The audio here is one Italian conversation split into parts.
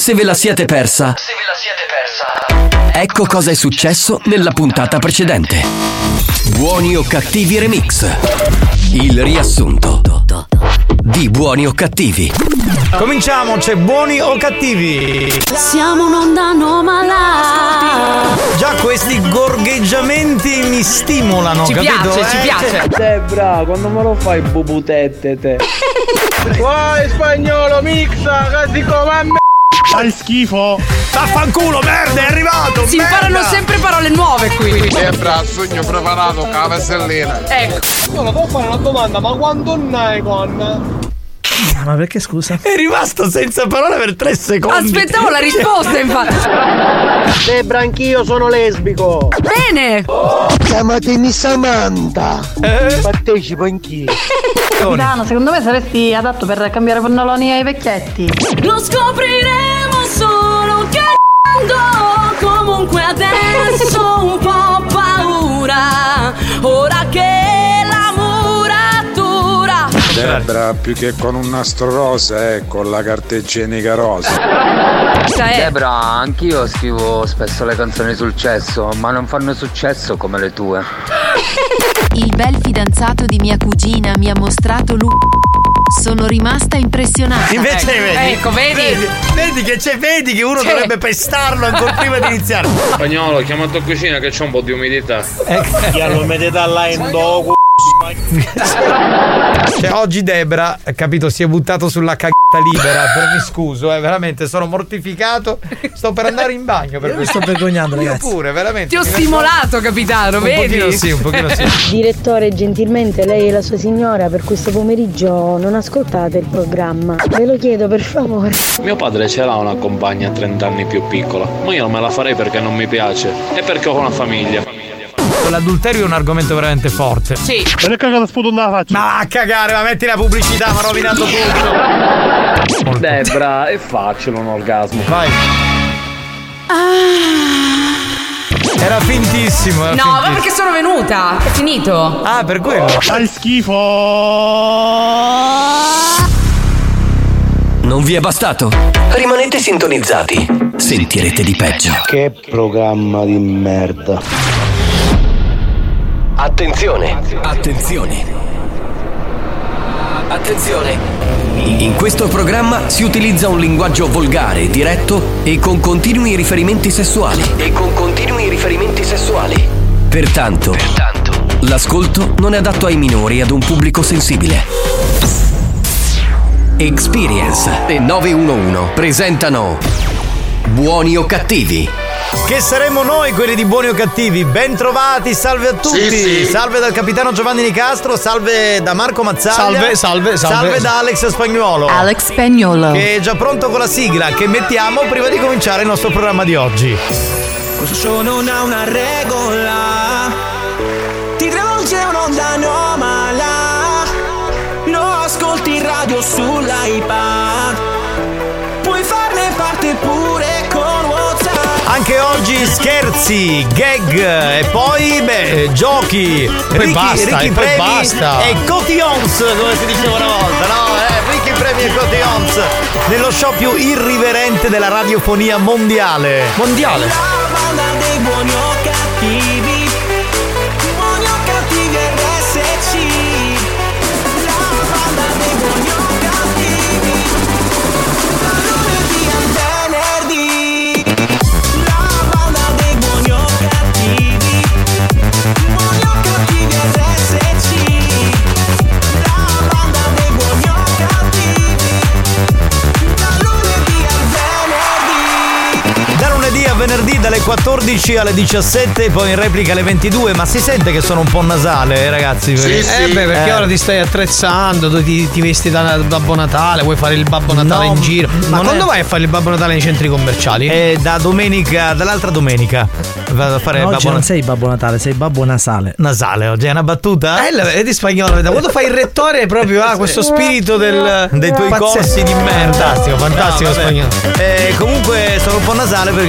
se ve la siete persa, ecco cosa è successo nella puntata precedente. Buoni o cattivi remix. Il riassunto di Buoni o cattivi. Cominciamo, c'è Buoni o cattivi. Siamo un'onda anomala. Già questi gorgheggiamenti mi stimolano, ci capito? Ci piace. Debra, quando me lo fai bubutette te? Vai spagnolo, mixa, così come me. Fai schifo. Vaffanculo, merda, è arrivato. Si imparano sempre parole nuove qui. Debra, sogno preparato, con la vesellina. Ecco. Io la devo fare una domanda, ma quando n'hai con? Ma perché scusa? È rimasto senza parole per 3 secondi. Aspettavo la risposta, infatti. Debra, anch'io sono lesbico. Bene. Chiamatemi Samantha. Partecipo anch'io. Capitano, secondo me saresti adatto per cambiare pannoloni ai vecchietti. Lo scopriremo solo cantando. Comunque adesso un po' paura. Ora che la muratura. Debra, più che con un nastro rosa, con la carta igienica rosa. Debra, anch'io scrivo spesso le canzoni sul cesso, ma non fanno successo come le tue. Il bel fidanzato di mia cugina mi ha mostrato Sono rimasta impressionata. Invece vedi che c'è, vedi che uno dovrebbe pestarlo ancora prima di iniziare. Spagnolo, chiama tua cucina che c'è un po' di umidità. Chi ha l'umidità là in dopo. Cioè, oggi Debra, capito, si è buttato sulla cagata libera. Però mi scuso, veramente sono mortificato. Sto per andare in bagno per questo. Mi sto vergognando, ragazzi. Io pure, veramente. Ti ho stimolato, capitano, vedi? Un pochino sì. Direttore, gentilmente lei e la sua signora per questo pomeriggio non ascoltate il programma. Ve lo chiedo per favore. Mio padre ce l'ha una compagna 30 anni più piccola, ma io non me la farei perché non mi piace e perché ho una famiglia. L'adulterio è un argomento veramente forte. Sì. Perché cagata sputo nella faccia? Ma va a cagare, ma metti la pubblicità, mi ha rovinato tutto. Debra, è facile un orgasmo. Vai. Era fintissimo. No, ma perché sono venuta? È finito. Ah, per quello. Fai schifo. Non vi è bastato? Rimanete sintonizzati. Sentirete di peggio. Che programma di merda. Attenzione. In questo programma si utilizza un linguaggio volgare, diretto e con continui riferimenti sessuali. Pertanto, l'ascolto non è adatto ai minori e ad un pubblico sensibile. Experience e 911 presentano Buoni o cattivi? Che saremo noi quelli di Buoni o cattivi. Ben trovati, salve a tutti. Sì. Salve dal capitano Giovanni Nicastro, salve da Marco Mazzaglia. Salve da Alex Spagnuolo. Che è già pronto con la sigla che mettiamo prima di cominciare il nostro programma di oggi. Questo show non ha una regola, ti travolge un'onda anomala. Lo ascolti in radio sull'iPad, puoi farne parte pure con WhatsApp. Anche oggi scherzi, gag e poi giochi, Ricky Premi e Cotillons, come si diceva una volta, no? Ricky Premi e Cotillons nello show più irriverente della radiofonia mondiale. La banda dei buoni o cattivi, buoni o cattivi RSC. La banda dei buoni o cattivi, da lunedì al venerdì. La banda dei buoni o cattivi, buoni o cattivi RSC. La banda dei buoni o cattivi, da lunedì al venerdì. Da lunedì a venerdì dalle 14 alle 17, poi in replica alle 22. Ma si sente che sono un po' nasale, ragazzi? Sì. Perché ora ti stai attrezzando, ti vesti da Babbo Natale, vuoi fare il Babbo Natale in giro. Ma quando vai a fare il Babbo Natale nei centri commerciali? Dall'altra domenica vado a fare il oggi Babbo non sei Babbo Natale, sei Babbo Nasale. Nasale, oggi è una battuta? Vedi spagnolo, da quando fai il rettore proprio questo spirito dei tuoi pazzesco. corsi di merda. Fantastico spagnolo. Comunque sono un po' nasale perché ho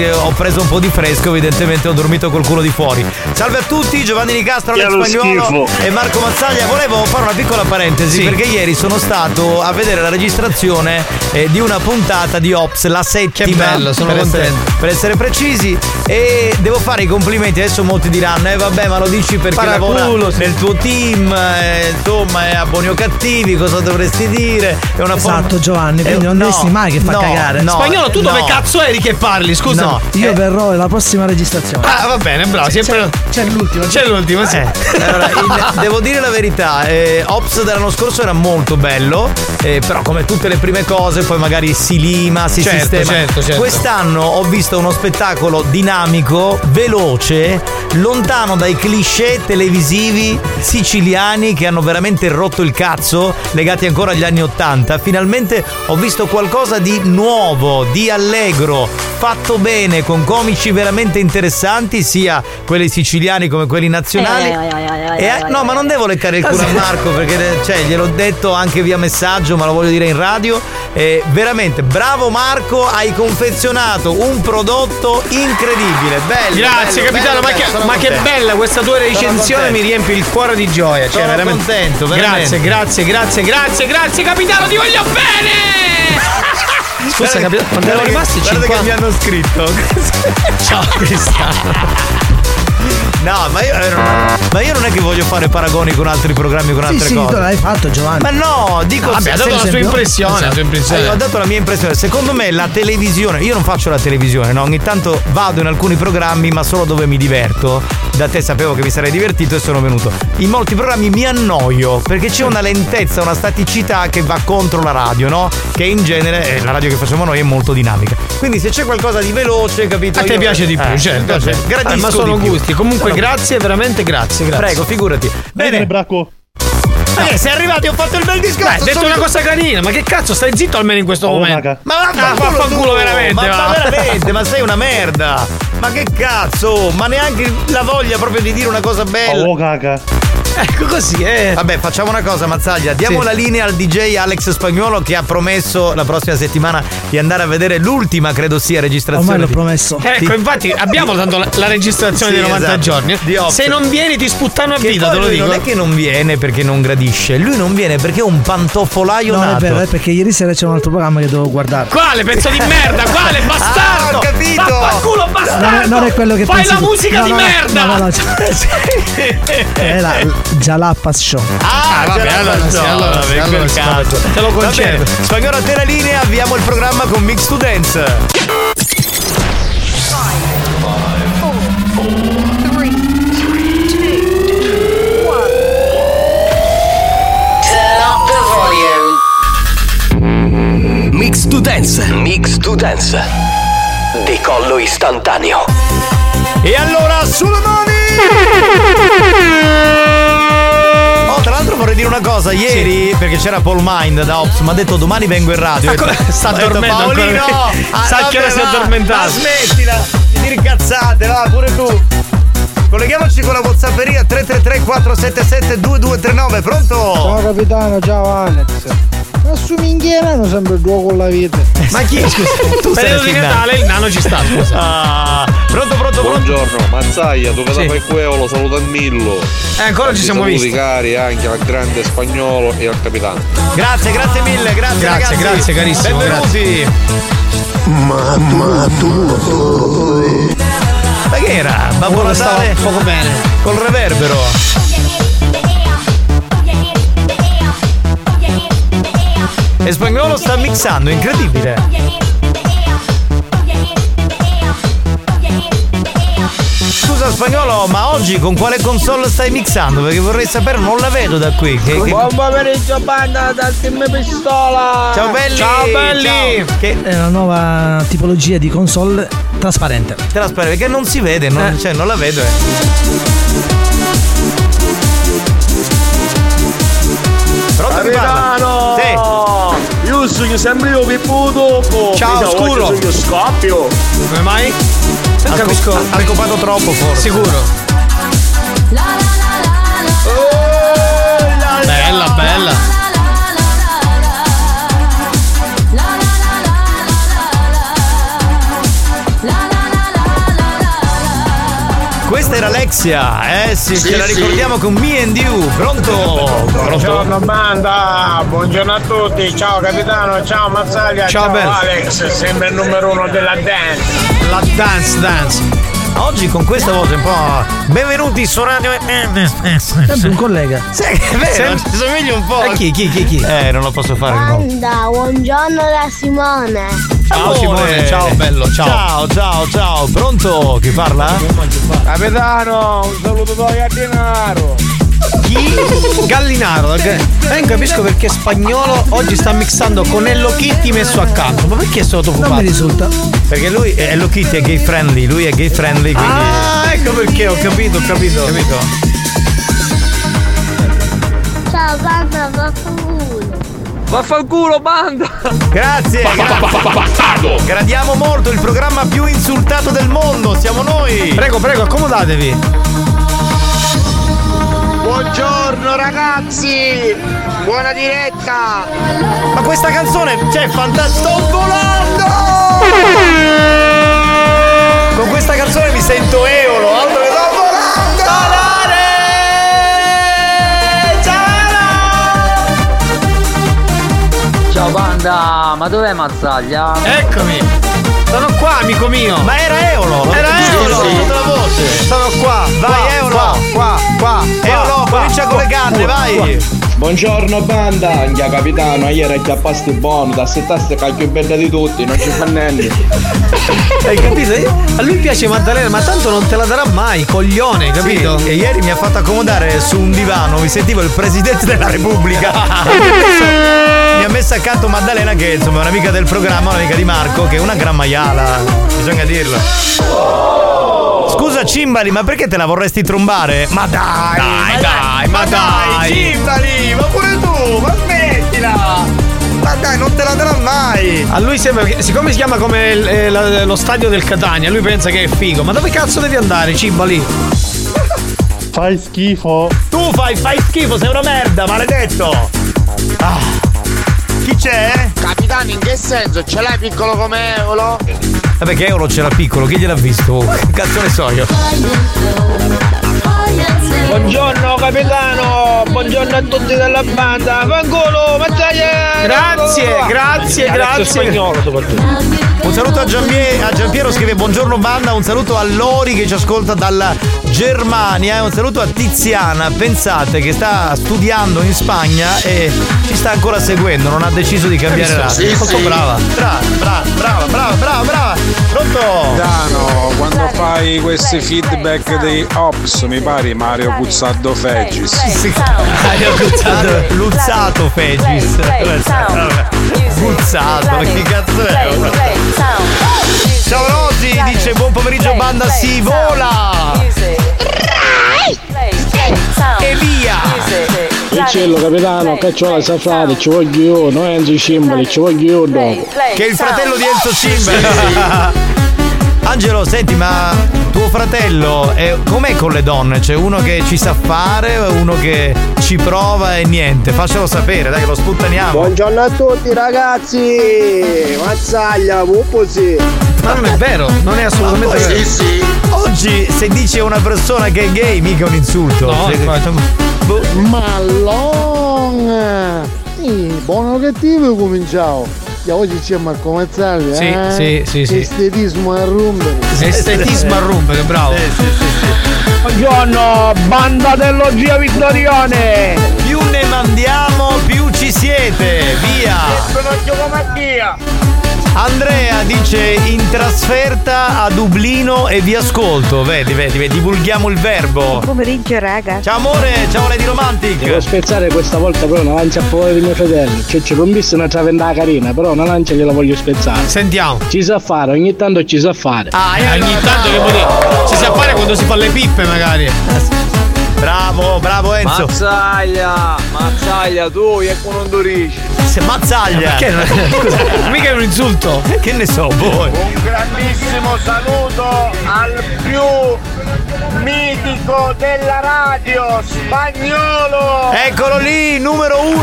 preso un po' di fresco, evidentemente ho dormito col culo di fuori. Salve a tutti, Giovanni Nicastro, Alex Spagnuolo e Marco Mazzaglia. Volevo fare una piccola parentesi perché ieri sono stato a vedere la registrazione di una puntata di Ops, la settima. Che bello, sono contento. Per essere precisi, e devo fare i complimenti. Adesso molti diranno vabbè, ma lo dici perché lavora nel tuo team, insomma è a buoni o cattivi, cosa dovresti dire? È una esatto, Giovanni, quindi non dovresti mai che fa cagare. Spagnolo, tu dove cazzo eri che parli? Scusa. No, io verrò alla prossima registrazione. Ah, va bene, bravo. C'è l'ultimo. C'è l'ultimo, sì. Allora, devo dire la verità, Ops dell'anno scorso era molto bello, però come tutte le prime cose poi magari si lima, si sistema. Certo. Quest'anno ho visto uno spettacolo dinamico, veloce, lontano dai cliché televisivi siciliani che hanno veramente rotto il cazzo, legati ancora agli anni '80. Finalmente ho visto qualcosa di nuovo, di allegro, fatto bene, con comici veramente interessanti, sia quelli siciliani come quelli nazionali. No, ma non devo leccare il culo a Marco perché gliel'ho detto anche via messaggio, ma lo voglio dire in radio. Veramente bravo Marco, hai confezionato un prodotto incredibile, bello. Grazie bello, capitano, bello, ma che bella questa tua recensione, mi riempie il cuore di gioia. Sono veramente contento, veramente. Grazie capitano, ti voglio bene. Scusa capitano, quando erano rimasti 50. Guarda che mi hanno scritto. Ciao Cristiano. No, ma io non è che voglio fare paragoni con altri programmi, con altre cose. Sì, tu l'hai fatto, Giovanni. Ma no, dico ha dato la sua impressione. Ho dato la mia impressione. Secondo me la televisione, io non faccio la televisione, no? Ogni tanto vado in alcuni programmi, ma solo dove mi diverto. Da te sapevo che mi sarei divertito e sono venuto. In molti programmi mi annoio perché c'è una lentezza, una staticità che va contro la radio, no? Che in genere la radio che facciamo noi è molto dinamica. Quindi se c'è qualcosa di veloce, capito? A te piace di più, certo. Gradisco ma sono di più. gusti. Comunque grazie, veramente grazie. Prego, figurati. Bene, Bracco. sei arrivati, ho fatto il bel discorso. Hai detto una cosa carina, ma che cazzo, stai zitto almeno in questo momento. Ma vaffanculo veramente. Ma veramente, ma sei una merda. Ma che cazzo, ma neanche la voglia proprio di dire una cosa bella. Oh caca. Ecco così, Vabbè, facciamo una cosa, Mazzaglia. Diamo la linea al DJ Alex Spagnuolo che ha promesso la prossima settimana di andare a vedere l'ultima, credo sia, registrazione. Ormai l'ho promesso. Ecco, infatti abbiamo tanto la registrazione dei 90 giorni. Se non vieni ti sputtano a vita, te lo dico. Non è che non viene perché non gradisce, lui non viene perché è un pantofolaio nato. No, è vero, è perché ieri sera c'è un altro programma che devo guardare. Quale pezzo di merda? Quale bastardo? Ho capito. Vaffanculo bastardo. Non è quello che fai pensi la tu. musica di merda. No. È la Jalapas Show. Vabbè, allora te lo concedo. Spagnolo a te la linea, avviamo il programma con Mix to Dance. Mix to Dance. Decollo istantaneo. E allora sulle mani! Tra l'altro vorrei dire una cosa, ieri perché c'era Paul Mind da Ops, mi ha detto domani vengo in radio. Sta dormendo Paolino, sa che ora si è addormentato. Smettila di dire cazzate, va pure tu. Colleghiamoci con la WhatsApperia 333 477 2239, pronto? Ciao capitano, ciao Alex. Ma su minchiera hanno sempre due con la vita. Ma chi? Scusa, tu periodo di Natale il nano ci sta, scusa. Pronto. Buongiorno, Mazzaglia, tu che fai quello, lo saluta il Millo. Ancora ci siamo visti. Cari anche al grande Spagnolo e al capitano. Grazie mille, grazie ragazzi. Grazie carissimo. Benvenuti. Mamma tu. Ma che era? Babbo Natale? Poco bene. Col reverbero. E Spagnolo sta mixando, incredibile. Scusa Spagnolo, ma oggi con quale console stai mixando? Perché vorrei sapere, non la vedo da qui. Buon pomeriggio banda dal team Pistola. Ciao belli. Ciao. Che è una nuova tipologia di console trasparente. Perché non si vede, non la vedo. Pronto che parla? Sì. Io sono sempre io Pippo dopo. Ciao scuro. Io scoppio. Come mai? Non capisco. Ha copato troppo forse. Sicuro. Bella. Alexia, sì, ce la ricordiamo con Me and You. Pronto? Buongiorno banda, buongiorno a tutti, ciao capitano, ciao Mazzaglia, ciao Alex, sempre il numero 1 della dance. La dance. Oggi con questa voce un po'. Benvenuti su Radio. Sempre un collega. Sì, è vero, ti somigli un po'. Chi? Non lo posso fare. Banda, buongiorno da Simone. Ciao Simone, ciao bello, ciao. Ciao. Pronto? Chi parla? Capitano, un saluto da Gallinaro. Chi? Gallinaro. Non capisco perché Spagnolo oggi sta mixando con Hello Kitty messo accanto. Ma perché è stato occupato? Non mi risulta. Perché lui Hello Kitty è gay friendly, lui è gay friendly, quindi. Ah, ecco perché, ho capito. Ciao banda, vaffanculo. Vaffanculo banda! Grazie! Bastardo! Gradiamo molto, il programma più insultato del mondo, siamo noi! Prego, accomodatevi! Buongiorno ragazzi! Buona diretta! Ma questa canzone, fantastica! Sto volando! Con questa canzone mi sento Eolo, altro che sto volando! Ciao banda, ma dov'è Mazzaglia? Eccomi! Sono qua, amico mio! Ma era Eolo! Tutta la voce! Sono qua! Vai Eolo! Qua! Eolo, comincia con le canne, vai! Buongiorno banda, anche capitano, ieri ti appasti buono, da settaste cacchio bella di tutti, non ci fa niente. Hai capito? A lui piace Maddalena, ma tanto non te la darà mai, coglione, capito? Sì, e ieri mi ha fatto accomodare su un divano, mi sentivo il presidente della Repubblica. Mi ha messo accanto Maddalena, che insomma è un'amica del programma, un'amica di Marco, che è una gran maiala, bisogna dirlo. Scusa Cimbali, ma perché te la vorresti trombare? Ma dai, Cimbali, ma pure tu, ma smettila! Ma dai, non te la darà mai! A lui sembra che, siccome si chiama come lo stadio del Catania, lui pensa che è figo. Ma dove cazzo devi andare, Cimbali? Fai schifo! Tu fai schifo, sei una merda, maledetto! Chi c'è? Capitano, in che senso? Ce l'hai piccolo come Eolo? Perché Eolo c'era piccolo, chi gliel'ha visto? Che cazzo ne so io? Buongiorno capitano, buongiorno a tutti della banda, Fangolo, Grazie. Spagnolo soprattutto. Un saluto a Giampiero, scrive buongiorno banda, un saluto a Lori che ci ascolta dalla Germania, un saluto a Tiziana, pensate che sta studiando in Spagna e ci sta ancora seguendo, non ha deciso di cambiare radio. Molto brava. Pronto? Dano, quando fai questi feedback dei Ops mi pare Mario Puzzardo Fegis. Luzzato Fegis. Puzzato, che cazzo è? Ciao Rosy, dice buon pomeriggio banda, si vola! E via! Uccello capitano, cacciola safrate, ci voglio io, noi Enzo Cimbali, ci voglio io dopo. Che è il fratello di Enzo Cimbali. Angelo, senti, ma tuo fratello com'è con le donne? C'è uno che ci sa fare, uno che ci prova e niente, faccelo sapere, dai che lo sputtaniamo. Buongiorno a tutti ragazzi, Mazzaglia, pupposi. Ma non è vero, non è assolutamente vero. Sì. Oggi se dice una persona che è gay mica un insulto. No, Mallon. Buono cattivo cominciamo. E oggi c'è Marco Mazzaglia. Sì. Estetismo a rompere. Estetismo a rompere, bravo. Sì. Buongiorno, banda dell'Ogia Vittorione. Più ne mandiamo, più ci siete. Via. Andrea dice in trasferta a Dublino e vi ascolto. Vedi, divulghiamo il verbo. Buon pomeriggio raga. Ciao amore, ciao Lady Romantic. Devo spezzare questa volta però una lancia a favore di mio fratello. Cioè ci rompisse una travenda carina, però una lancia gliela voglio spezzare. Sentiamo. Ci sa fare, ogni tanto ci sa fare. Ogni tanto che vuol dire? Ci sa fare quando si fa le pippe magari. Bravo Enzo. Mazzaglia, tu e con un dorici. Mazzaglia. Perché mica è un insulto. Che ne so, voi. Un grandissimo saluto al più mitico della radio, Spagnolo. Eccolo lì, numero 1.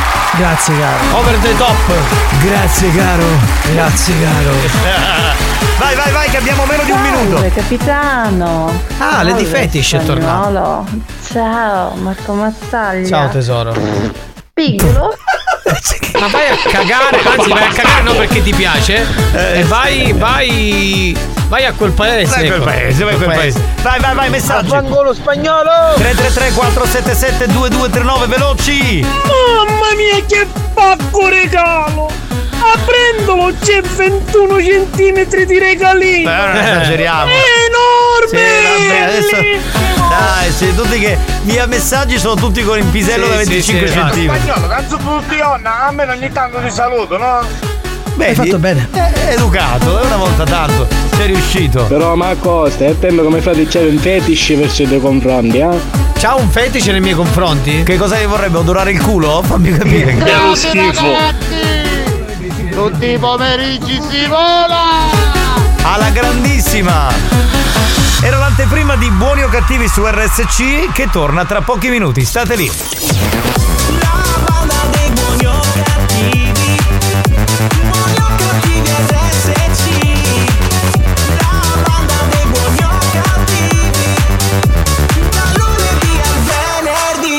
Grazie caro. Over the top. Grazie caro. Vai, che abbiamo meno di un minuto. Capitano. Ah, Lady Fetish è tornato. Ciao, Marco Mazzaglia. Ciao tesoro. Piccolo. Ma vai a cagare, anzi vai a cagare non perché ti piace. E vai a quel paese. Vai a quel paese. Vai, messaggi. Vangolo spagnolo. 333-477-2239, veloci. Mamma mia, che pacco regalo. Aprendolo c'è 21 centimetri di regalini. Non esageriamo. Enorme. Sì, vabbè, adesso dai, tutti che via messaggi sono tutti con il pisello da 25 centimetri. Spagnolo, cazzo tutti, a me ogni tanto ti saluto, no? Beh, hai fatto bene. Educato, una volta tanto sei riuscito. Però Marco, stai attento come frate c'è un fetish verso i tuoi confronti, C'ha un fetish nei miei confronti? Che cosa gli vorrebbe? Odorare il culo? Fammi capire. Che è lo schifo. Tutti i pomeriggi si vola! Alla grandissima! Era l'anteprima di Buoni o Cattivi su RSC che torna tra pochi minuti, state lì. La banda dei buoni o cattivi. Buoni o cattivi RSC. La banda dei buoni o cattivi. Da lunedì al venerdì.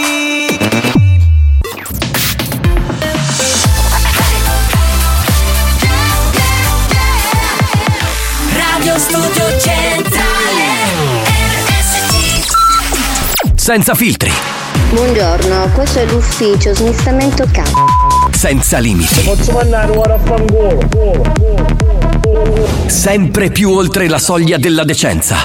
Radio Studio Centrale RSC. Senza filtri, Buongiorno, questo è l'ufficio smistamento senza limiti, Posso mandare ora a fangolo? sempre più oltre la soglia della decenza.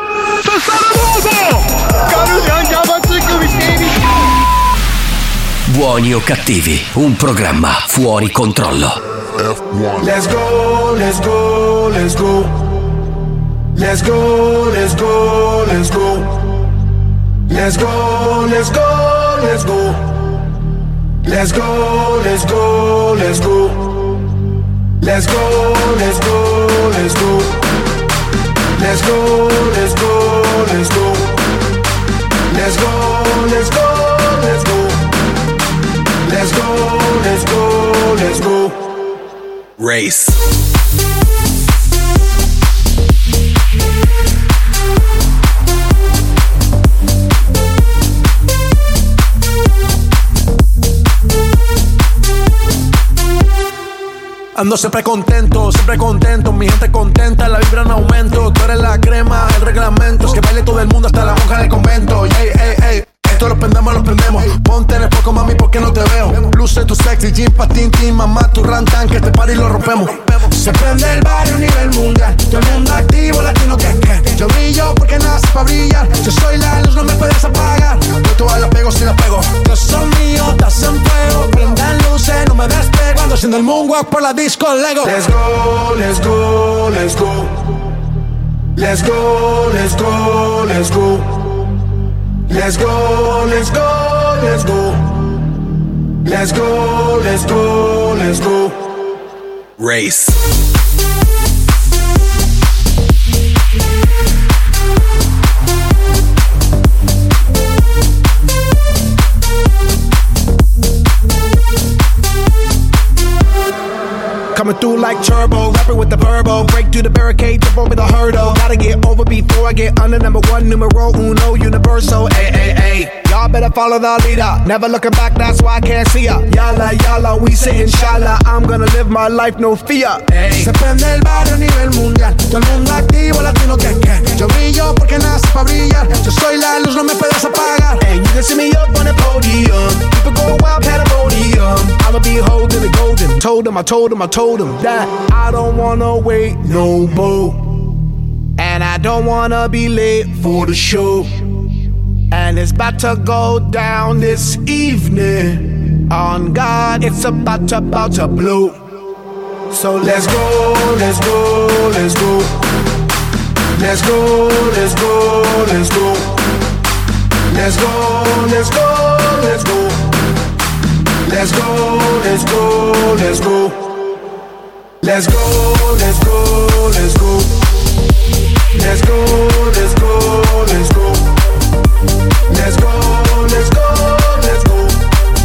Buoni o Cattivi, un programma fuori controllo. Let's go, let's go, let's go. Let's go, let's go, let's go. Let's go, let's go, let's go. Let's go, let's go, let's go. Let's go, let's go, let's go. Let's go, let's go, let's go. Let's go, let's go, let's go. Let's go, let's go, let's go. Race. Ando siempre contento, mi gente contenta, la vibra en aumento. Tú eres la crema, el reglamento, es que baile todo el mundo hasta la monja del convento. Ey, ey, ey, esto lo prendemos. Ponte en el foco, mami, porque no te veo. Luce tu sexy, jean, patín, team, mamá, tu rantan, que este party lo rompemos. Se prende el barrio a nivel mundial, todo el mundo activo, latino que. Yo brillo porque nací pa' brillar, yo soy la luz, no me puedes apagar. Yo todas las pego si las pego. Yo soy mío, estás en fuego, prendan luces, no me despego. Ando haciendo el moonwalk por la disco Lego. Let's go, let's go, let's go. Let's go, let's go, let's go. Let's go, let's go, let's go. Let's go, let's go, let's go. Race. Coming through like turbo, rapping with the verbo. Break through the barricade, jump over the hurdle. Gotta get over before I get under. Number one, numero uno, universal. Ay, ay, ay. Y'all better follow the leader. Never looking back, that's why I can't see ya. Yalla, yalla, we say inshallah. I'm gonna live my life, no fear. Ay. Se prende el barrio a nivel mundial. Todo el mundo activo, latino que. Yo brillo porque nací pa' brillar. Yo soy la luz, no me puedes apagar. Hey, you can see me up on the podium. People go wild, pandemonium. I'ma be holding the golden. Told him, I told him, I told him that I don't wanna wait no more. And I don't wanna be late for the show. And it's about to go down this evening. On God, it's about to blow. So let's go, let's go, let's go. Let's go, let's go, let's go. Let's go, let's go, let's go. Let's go, let's go, let's go. Let's go, let's go, let's go. Let's go, let's go, let's go. Let's go, let's go, let's go.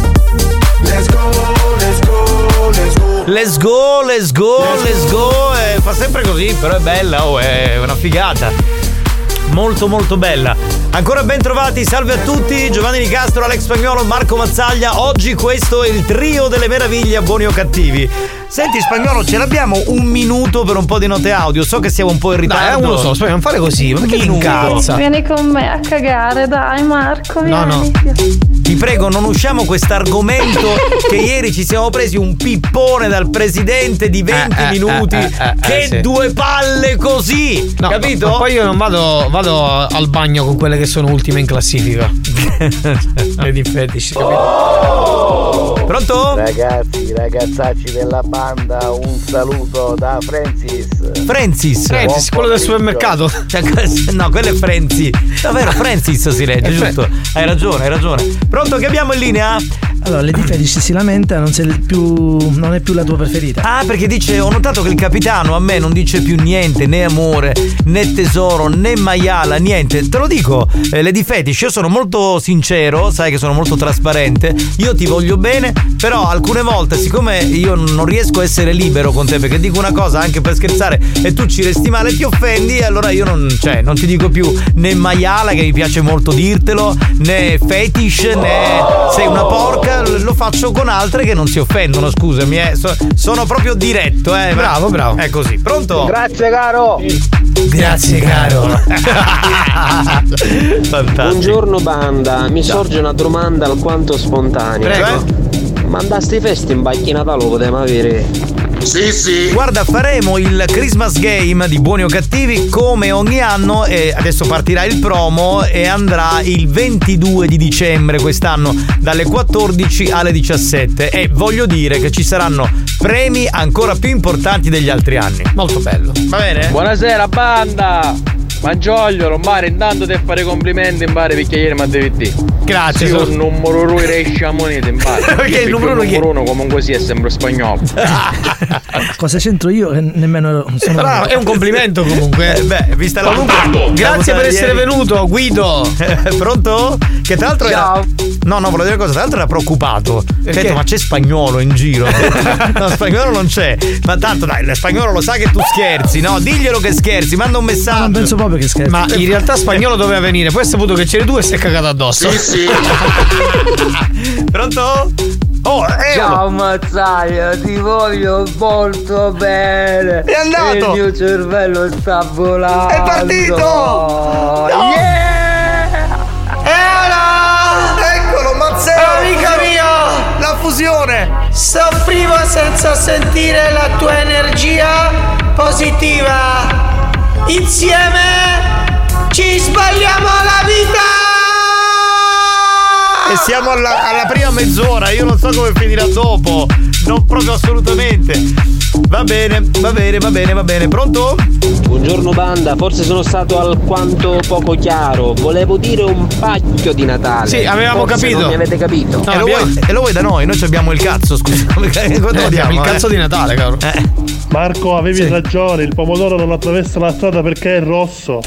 Let's go, let's go, let's go. Let's go, let's go, let's go. fa sempre così, però è bella, è una figata. Molto molto bella. Ancora ben trovati, salve a tutti, Giovanni Nicastro, Alex Spagnuolo, Marco Mazzaglia. Oggi questo è il trio delle meraviglie a buoni o cattivi. Senti Spagnuolo, ce l'abbiamo un minuto per un po' di note audio. So che siamo un po' in ritardo. Dai, lo so, non fare così, ma perché ti incazza? Vieni con me a cagare, dai Marco, vieni. No. Ti prego, non usciamo quest'argomento che ieri ci siamo presi un pippone dal presidente di 20 minuti. Che sì. Due palle così, no, capito? Ma poi io non vado al bagno con quelle che sono ultime in classifica. Le difettici, capito? Pronto? Ragazzacci della banda, un saluto da Francis, quello del supermercato. No, quello è Francis. Davvero Francis si legge, giusto? Hai ragione. Pronto, che abbiamo in linea? Allora, Lady Fetish si lamenta, non è più la tua preferita. Ah, perché dice, ho notato che il capitano a me non dice più niente, né amore, né tesoro, né maiala, niente. Te lo dico, Lady Fetish, io sono molto sincero, sai che sono molto trasparente, io ti voglio bene, però alcune volte, siccome io non riesco a essere libero con te, perché dico una cosa anche per scherzare e tu ci resti male, ti offendi, e allora io non ti dico più né maiala, che mi piace molto dirtelo, né fetish, né sei una porca. Lo faccio con altre che non si offendono, scusami, sono proprio diretto, Bravo. È così, pronto? Grazie caro. Fantastico. Buongiorno banda, mi sorge una domanda alquanto spontanea. Prego. Ma da sti feste in Bacchi Natale lo potremmo avere? Sì. Guarda, faremo il Christmas Game di Buoni o Cattivi come ogni anno, e adesso partirà il promo e andrà il 22 di dicembre quest'anno dalle 14 alle 17, e voglio dire che ci saranno premi ancora più importanti degli altri anni. Molto bello. Va bene? Buonasera banda. Mangioglio, Mare, intanto ti fare complimenti in bar perché ieri mi devi dire. Grazie. Sì, il numero 2 riesce a moneta in bar. Perché il numero 1 comunque è sempre spagnolo. Cosa c'entro io? Che nemmeno sono. Però è un complimento comunque. Vista la grazie per essere venuto, Guido. Pronto? Che tra l'altro ciao. No, volevo dire una cosa, tra l'altro era preoccupato. Detto, ma c'è Spagnolo in giro? No, Spagnolo non c'è. Ma tanto dai, il Spagnolo lo sa che tu scherzi, no? Diglielo che scherzi, manda un messaggio. Non penso proprio che scherzi. Ma in realtà Spagnolo doveva venire, poi ha saputo che c'eri tu e si è cagato addosso. Sì. Pronto? Ciao Mazzaglia, ti voglio molto bene. È andato. Il mio cervello sta volando. È partito. No. Yeah. Eccolo, Mazzeo, amica mia, la fusione. Soffrivo senza sentire la tua energia positiva. Insieme ci sbagliamo la vita. E siamo alla prima mezz'ora, io non so come finirà dopo, non proprio assolutamente. Va bene. Pronto? Buongiorno banda, forse sono stato alquanto poco chiaro. Volevo dire un pacchio di Natale. Sì, avevamo forse capito. Non mi avete capito. No, e lo vuoi da noi abbiamo il cazzo, scusa. Abbiamo il cazzo di Natale, caro. Marco, avevi ragione, il pomodoro non attraversa la strada perché è rosso.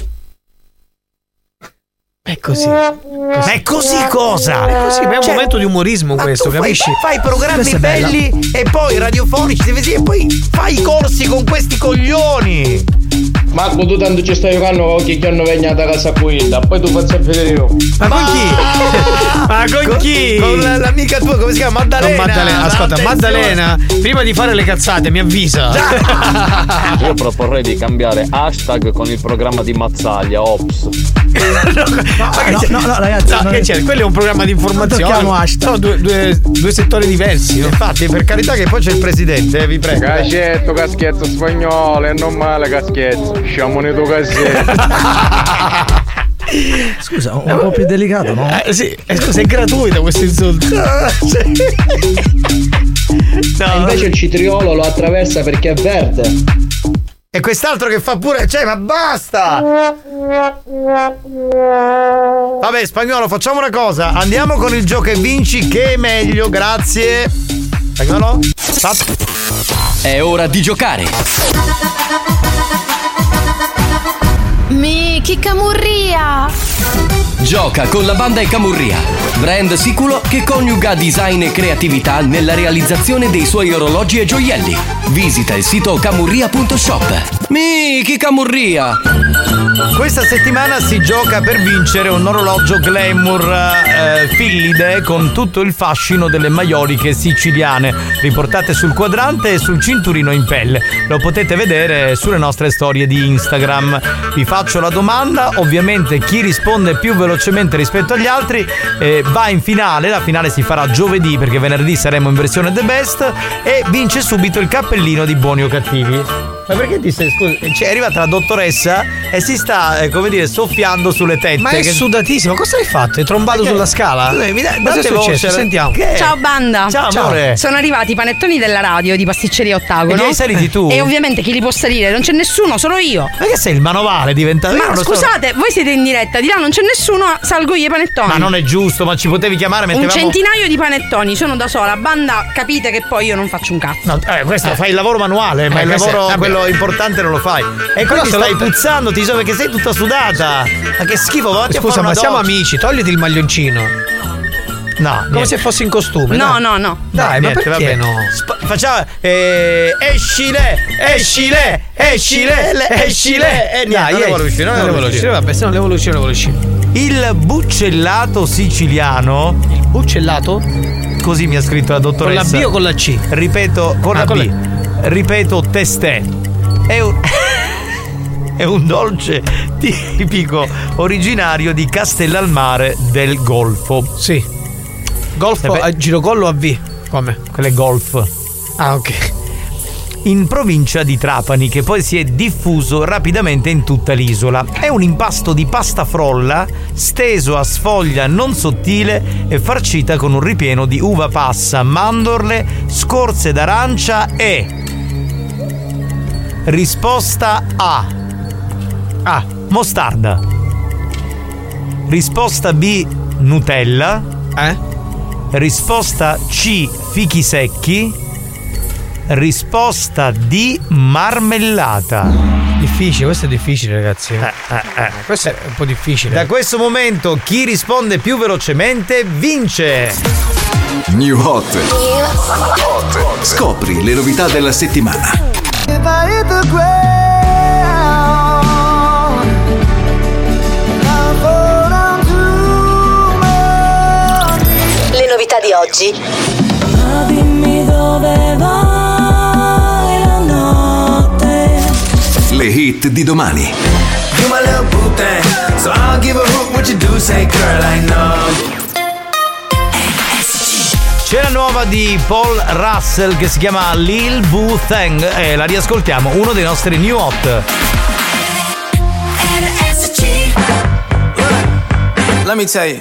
È così. Ma è così cosa? È così, ma è un momento di umorismo questo, capisci? Fai programmi belli e poi radiofonici, e poi fai i corsi con questi coglioni. Marco, tu tanto ci stai giocando con chi non venga da casa qui, poi tu faccia vedere io. Ma con chi? Ma con chi? Con l'amica tua, come si chiama? Maddalena. Ascolta, Maddalena, prima di fare le cazzate mi avvisa. Io proporrei di cambiare hashtag con il programma di Mazzaglia, Ops. No, ragazzi. Che c'è? Quello è un programma di informazione. Sono due settori diversi. No? Infatti, per carità, che poi c'è il presidente, vi prego. Cacetto, caschetto spagnolo, è normale caschetto. Sciamone tu cassetto. Scusa, un po' più delicato, no? Sì, scusa, è gratuito questo insulto. No, invece il citriolo lo attraversa perché è verde. E quest'altro che fa pure, ma basta! Vabbè, Spagnolo, facciamo una cosa. Andiamo con il gioco e vinci, che è meglio, grazie. Spagnolo? È ora di giocare. Mi chicamurria. Gioca con la banda e Camurria, brand sicuro che coniuga design e creatività nella realizzazione dei suoi orologi e gioielli. Visita il sito camurria.shop. Miki Camurria! Questa settimana si gioca per vincere un orologio Glamour Fillide con tutto il fascino delle maioliche siciliane, riportate sul quadrante e sul cinturino in pelle. Lo potete vedere sulle nostre storie di Instagram. Vi faccio la domanda, ovviamente chi risponde più velocemente rispetto agli altri va in finale. La finale si farà giovedì perché venerdì saremo in versione The Best e vince subito il cappellino di Buoni o Cattivi. Ma perché ti sei, scusa, è arrivata la dottoressa e si sta, soffiando sulle tette. Ma è sudatissimo, cosa hai fatto? Hai trombato sulla scala? Cosa è successo? Sentiamo. Ciao banda. Ciao amore. Sono arrivati i panettoni della radio di Pasticceria Ottagono. E li hai saliti tu? E ovviamente chi li può salire? Non c'è nessuno, solo io. Ma che sei il manovale diventato? Ma scusate, voi siete in diretta, di là non c'è nessuno, salgo io i panettoni. Ma non è giusto, ma ci potevi chiamare, un centinaio di panettoni, sono da sola. Banda, capite che poi io non faccio un cazzo. No, questo fai il lavoro manuale, ma il lavoro quello importante non lo fai. E quindi stai puzzando, ti so perché sei tutta sudata. Ma che schifo, scusa, ma siamo amici, togliti il maglioncino. No, come se fossi in costume. No. Dai, ma perché no? Facciamo escile. Dai, non devo uscire. Vabbè, se non devo uscire. Il buccellato siciliano. Il buccellato? Così mi ha scritto la dottoressa. Con la B o con la C? Ripeto, con la B. Ripeto, testè. È un dolce tipico originario di Castellalmare del Golfo. Sì. Golfo a girocollo a V. Come? Quello è golf. Ah, ok. In provincia di Trapani, che poi si è diffuso rapidamente in tutta l'isola. È un impasto di pasta frolla steso a sfoglia non sottile e farcita con un ripieno di uva passa, mandorle, scorze d'arancia e... Risposta A. Mostarda. Risposta B. Nutella. Risposta C. Fichi secchi. Risposta D. Marmellata. Difficile, questo è difficile, ragazzi. Questo è un po' difficile. Da questo momento chi risponde più velocemente vince. New Hot. Scopri le novità della settimana. Le novità di oggi. Ma dimmi dove vai la notte. Le hit di domani. You my little boo thing, so I'll give a hoot what you do, say girl I know. C'è la nuova di Paul Russell che si chiama Lil Boo Thang e la riascoltiamo, uno dei nostri new hot. Let me tell you.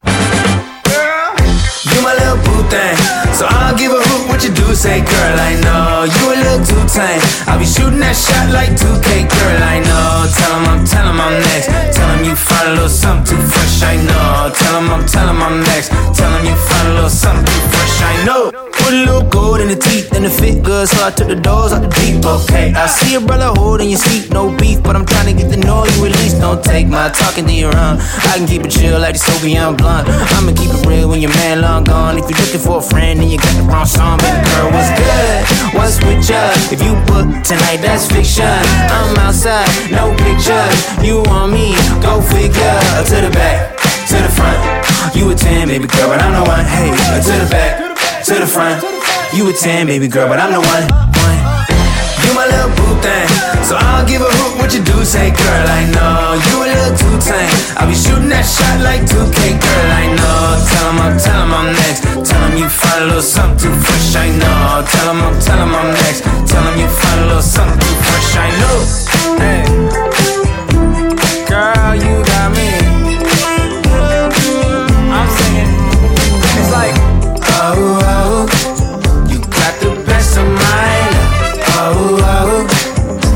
You my little boo thing, so I'll give a hoot what you do, say girl I know. You a little too tame, I'll be shooting that shot like 2K, girl I know. Tell him I'm next, tell him you find a little something too fresh, I know. Tell him I'm next, tell him you find a little something too fresh, I know. Put a little gold in the teeth and it fit good, so I took the doors out the deep, okay. I see a brother holding your seat, no beef, but I'm trying to get to know you at least. Don't take my talking to your own, I can keep it chill like the Soviet blunt. I'ma keep it real when your man long gone. If you're looking for a friend and you got the wrong song, baby girl, what's good? What's with ya? If you book tonight, that's fiction. I'm outside, no pictures. You want me? Go figure. To the back, to the front. You a 10, baby girl, but I'm the one. Hey, to the back, to the front. You a 10, baby girl, but I'm the one. You my little boo thing, so I'll give a hoot what you do, say girl I know. You a little too tame, I'll be shooting that shot like 2K, girl I know. Tell him I'm next, tell him you find a little something too fresh, I know. Tell him I'm next, tell him you find a little something too fresh, I know. Hey, girl you got me, I'm singing, it's like, oh, you got the best of mine. Oh,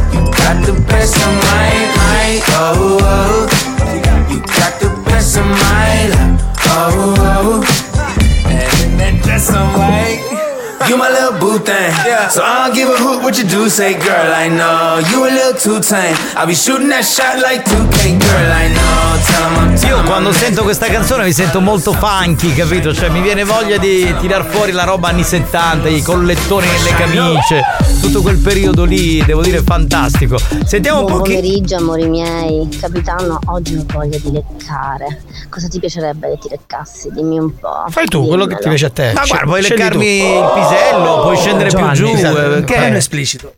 what you do, say girl, I know you a little too tame. I'll be shooting that shot like 2K, girl, I know. Tell 'em Io quando sento questa canzone mi sento molto funky, capito? Cioè mi viene voglia di tirar fuori la roba anni 70, i collettoni nelle camicie, tutto quel periodo lì, devo dire fantastico. Sentiamo un po' Buon pomeriggio, amori miei. Capitano, oggi ho voglia di leccare. Cosa ti piacerebbe che ti leccassi? Dimmi un po'. Fai tu quello che ti piace a te. Ma guarda, puoi leccarmi il pisello, puoi scendere Giovanni, più giù. esatto, Che è è? esplicito.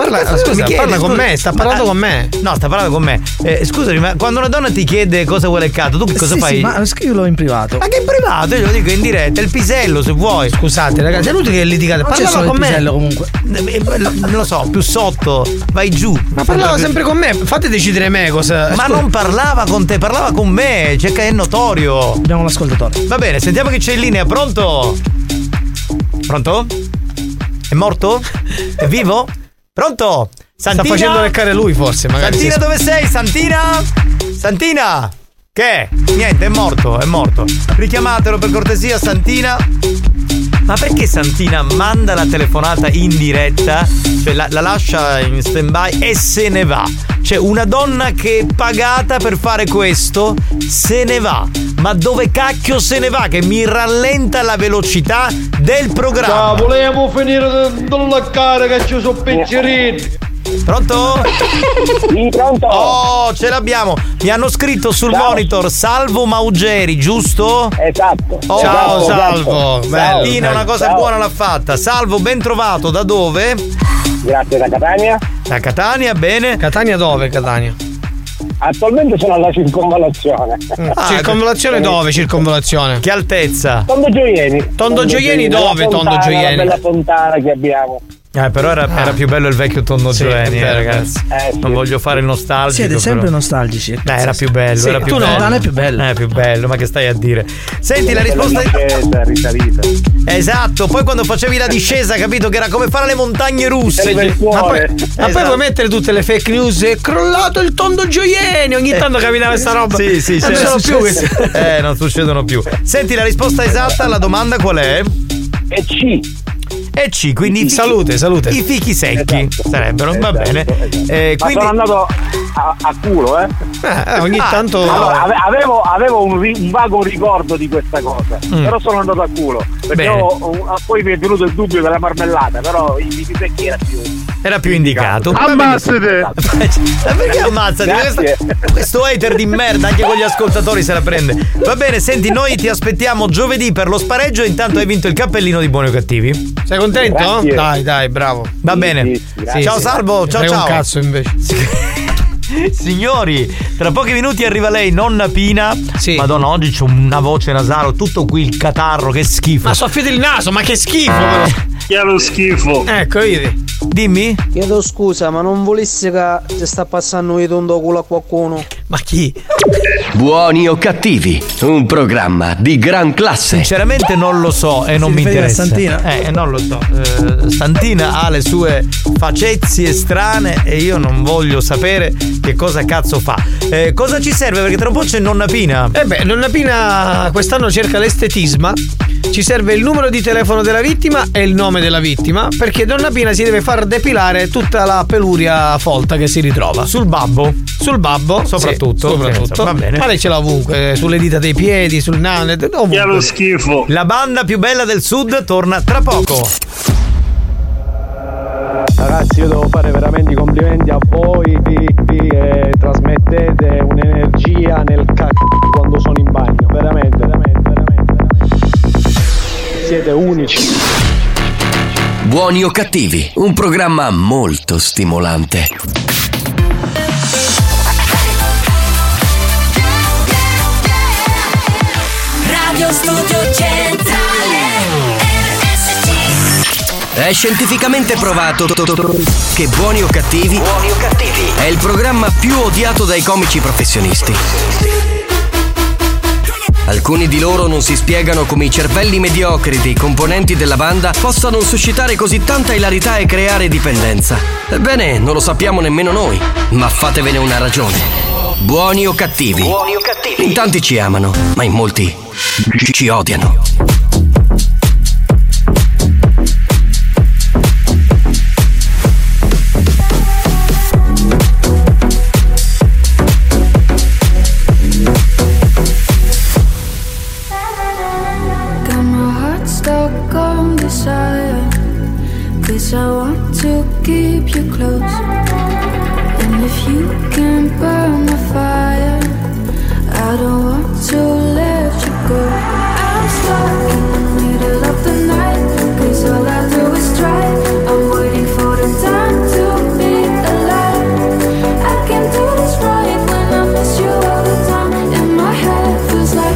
Parla con me, sta parlando con me. No, sta parlando con me. Scusami, ma quando una donna ti chiede cosa vuoi leccato, tu che cosa fai? Sì, ma scrivilo in privato. Ma che in privato? Io lo dico in diretta, il pisello se vuoi. Scusate ragazzi, è inutile che litigate. Non c'è Parlava solo con il me. pisello comunque. Non lo so, più sotto, vai giù. Ma parlava sempre con me, fate decidere me cosa. Ma non parlava con te, parlava con me, cioè che è notorio. Abbiamo l'ascoltatore. Va bene, sentiamo chi c'è in linea, pronto? Pronto? È morto? È vivo? Pronto? Santina? Sta facendo leccare lui forse, magari. Santina, dove sei? Santina? Santina? Che? Niente, è morto, è morto. Richiamatelo per cortesia, Santina. Ma perché Santina manda la telefonata in diretta, cioè la lascia in stand-by e se ne va? Cioè una donna che è pagata per fare questo se ne va. Ma dove cacchio se ne va? Che mi rallenta la velocità del programma. Ciao, volevo finire di leccare che ci sono piccerini. Pronto? Sì, pronto. Oh, ce l'abbiamo. Mi hanno scritto sul monitor Salvo Maugeri, giusto? Esatto. Oh, ciao Salvo. Santina una cosa buona l'ha fatta. Salvo, ben trovato. Da dove? Grazie, da Catania. Da Catania, bene. Catania dove, Catania? Attualmente sono alla circonvallazione. Circonvallazione dove? Circonvallazione? Che altezza? Tondo Gioieni. Tondo Gioieni dove? Tondo Gioieni? La bella fontana che abbiamo. Però era più bello il vecchio Tondo Gioieni, ragazzi. Sì. Non voglio fare il nostalgico. Siete sempre però nostalgici. Era più bello, Sì, era più tu bello. non è più bello. È più bello, ma che stai a dire? Senti, la risposta risalita. Esatto, poi quando facevi la discesa, capito che era come fare le montagne russe. Ma poi vuoi mettere tutte le fake news? È crollato il Tondo Gioieni. Ogni tanto capitava questa roba. Sì, non sono più queste. non succedono più. Senti, la risposta esatta alla domanda qual è? E C. E C, quindi i salute. I fichi secchi sarebbero, va bene. Ma Quindi sono andato a culo, ogni tanto. Allora, avevo un vago ricordo di questa cosa, però sono andato a culo. Perché poi mi è venuto il dubbio della marmellata, però i fichi secchi era più indicato. Ammazzate! Ma perché ammazzate? Questo hater di merda anche con gli ascoltatori se la prende. Va bene, senti, noi ti aspettiamo giovedì per lo spareggio. Intanto hai vinto il cappellino di Buoni o Cattivi. Sei contento? Grazie. Dai, bravo. Va bene. Sì, ciao Salvo, ciao. un cazzo invece. Signori, tra pochi minuti arriva lei, nonna Pina. Sì. Madonna, oggi c'ho una voce nasale, tutto qui il catarro, che schifo. Ma soffiate il naso, ma che schifo! Che lo schifo. Ecco, vedi. Dimmi? Chiedo scusa, ma non volessi che ti sta passando il tondo culo a qualcuno? Ma chi? Buoni o cattivi, un programma di gran classe. Sinceramente non lo so e non mi interessa. Santina? Non lo so. Santina ha le sue facezie strane e io non voglio sapere che cosa cazzo fa. Cosa ci serve? Perché tra un po' c'è nonna Pina. Nonna Pina quest'anno cerca l'estetisma. Ci serve il numero di telefono della vittima e il nome della vittima, perché nonna Pina si deve far depilare tutta la peluria folta che si ritrova. Sul babbo? Sul babbo, soprattutto. Soprattutto. Va bene. Ma lei ce l'ha ovunque, sulle dita dei piedi, sul naso, ovunque. Che lo schifo. La banda più bella del sud torna tra poco. Ragazzi, io devo fare veramente i complimenti a voi che trasmettete un'energia nel c***o quando sono in bagno, veramente. Siete unici. Buoni o cattivi, un programma molto stimolante. Radio Studio Centrale È scientificamente provato che Buoni o cattivi è il programma più odiato dai comici professionisti. Alcuni di loro non si spiegano come i cervelli mediocri dei componenti della banda possano suscitare così tanta ilarità e creare dipendenza. Ebbene, non lo sappiamo nemmeno noi, ma fatevene una ragione. Buoni o cattivi. In tanti ci amano, ma in molti ci odiano. you can burn the fire, I don't want to let you go. I'm stuck in the middle of the night, 'cause all I do is try. I'm waiting for the time to be alive. I can't do this right when I miss you all the time, and my head feels like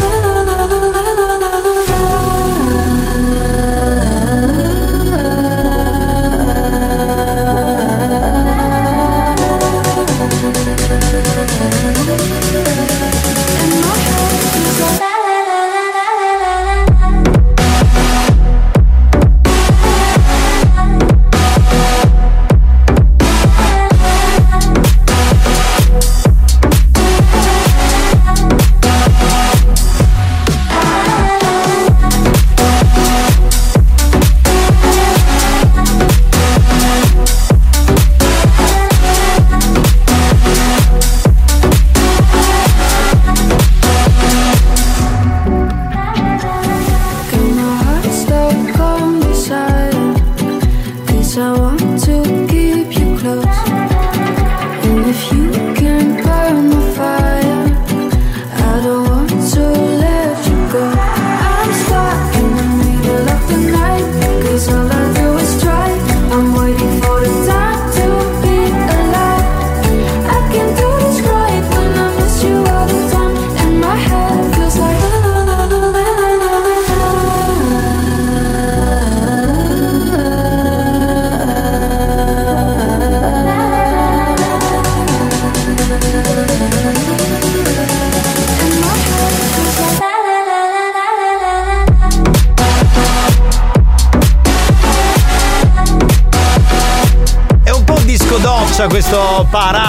questo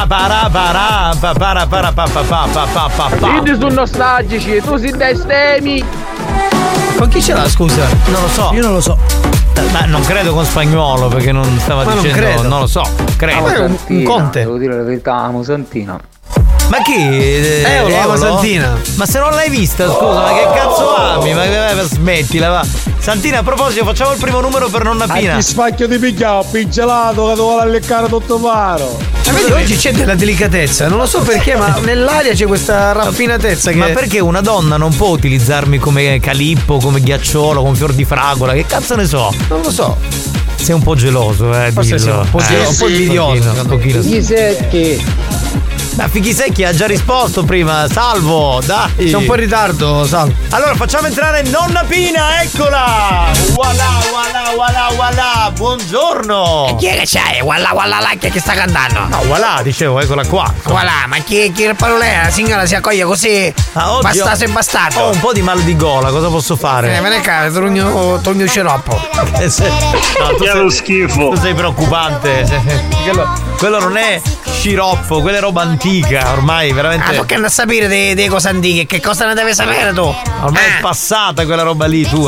Quindi sono nostalgici, tu sei dei stemi. Con chi ce l'ha, scusa? Non lo so. Io non lo so. Ma non credo con Spagnuolo, perché non stava Ma dicendo. non credo. Non lo so. Credo. Ma è un Conte. Devo dire la verità, amo Santina. Ma chi? Eolo Santina. Ma se non l'hai vista, scusa, ma che cazzo ami? Ma smettila, va. Santina, a proposito, facciamo il primo numero per nonna Pina. Ti spacchio di pigliao, piggelato, che devo leccare tutto paro. Ma vedi, oggi c'è della delicatezza, non lo so perché, ma nell'aria c'è questa raffinatezza che. Ma perché una donna non può utilizzarmi come calippo, come ghiacciolo, come fior di fragola? Che cazzo ne so? Non lo so. Sei un po' geloso, Forse dillo. sei un po' geloso, un po' invidioso. Un pochino. Gli secchi. Ma Fighissecchi ha già risposto prima, Salvo, dai. Sei un po' in ritardo, Salvo. Allora facciamo entrare nonna Pina, eccola! Voilà, buongiorno! E chi è che c'hai? Voilà, che sta cantando? No, voilà, dicevo, eccola qua. Voilà, ma chi è parolè? La signora si accoglie così? Bastato e bastardo. Ho un po' di mal di gola, cosa posso fare? Me ne cade, togno sciroppo. No, tu sei schifo. Tu sei preoccupante. Quello non è sciroppo, quella è roba antica, ormai veramente. Ah, perché non a sapere delle cose antiche? Che cosa ne deve sapere tu? Ormai è passata quella roba lì, tu.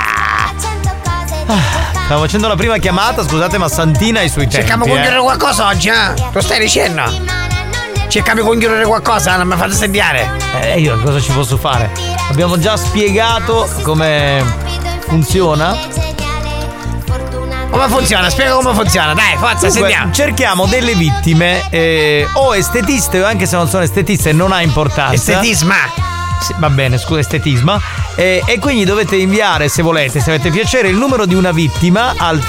Stiamo facendo la prima chiamata, scusate, ma Santina ha i suoi tempi. Cerchiamo di conchiudere qualcosa oggi, eh? Lo stai dicendo? Cerchiamo di conchiudere qualcosa, non mi fate sentire. Io cosa ci posso fare? Abbiamo già spiegato come funziona. Come funziona? Spiega come funziona, dai, forza, sentiamo. Cerchiamo delle vittime o estetiste, o anche se non sono estetiste non ha importanza. Estetisma. Sì, va bene, scusa, estetisma. E quindi dovete inviare, se volete, se avete piacere, il numero di una vittima al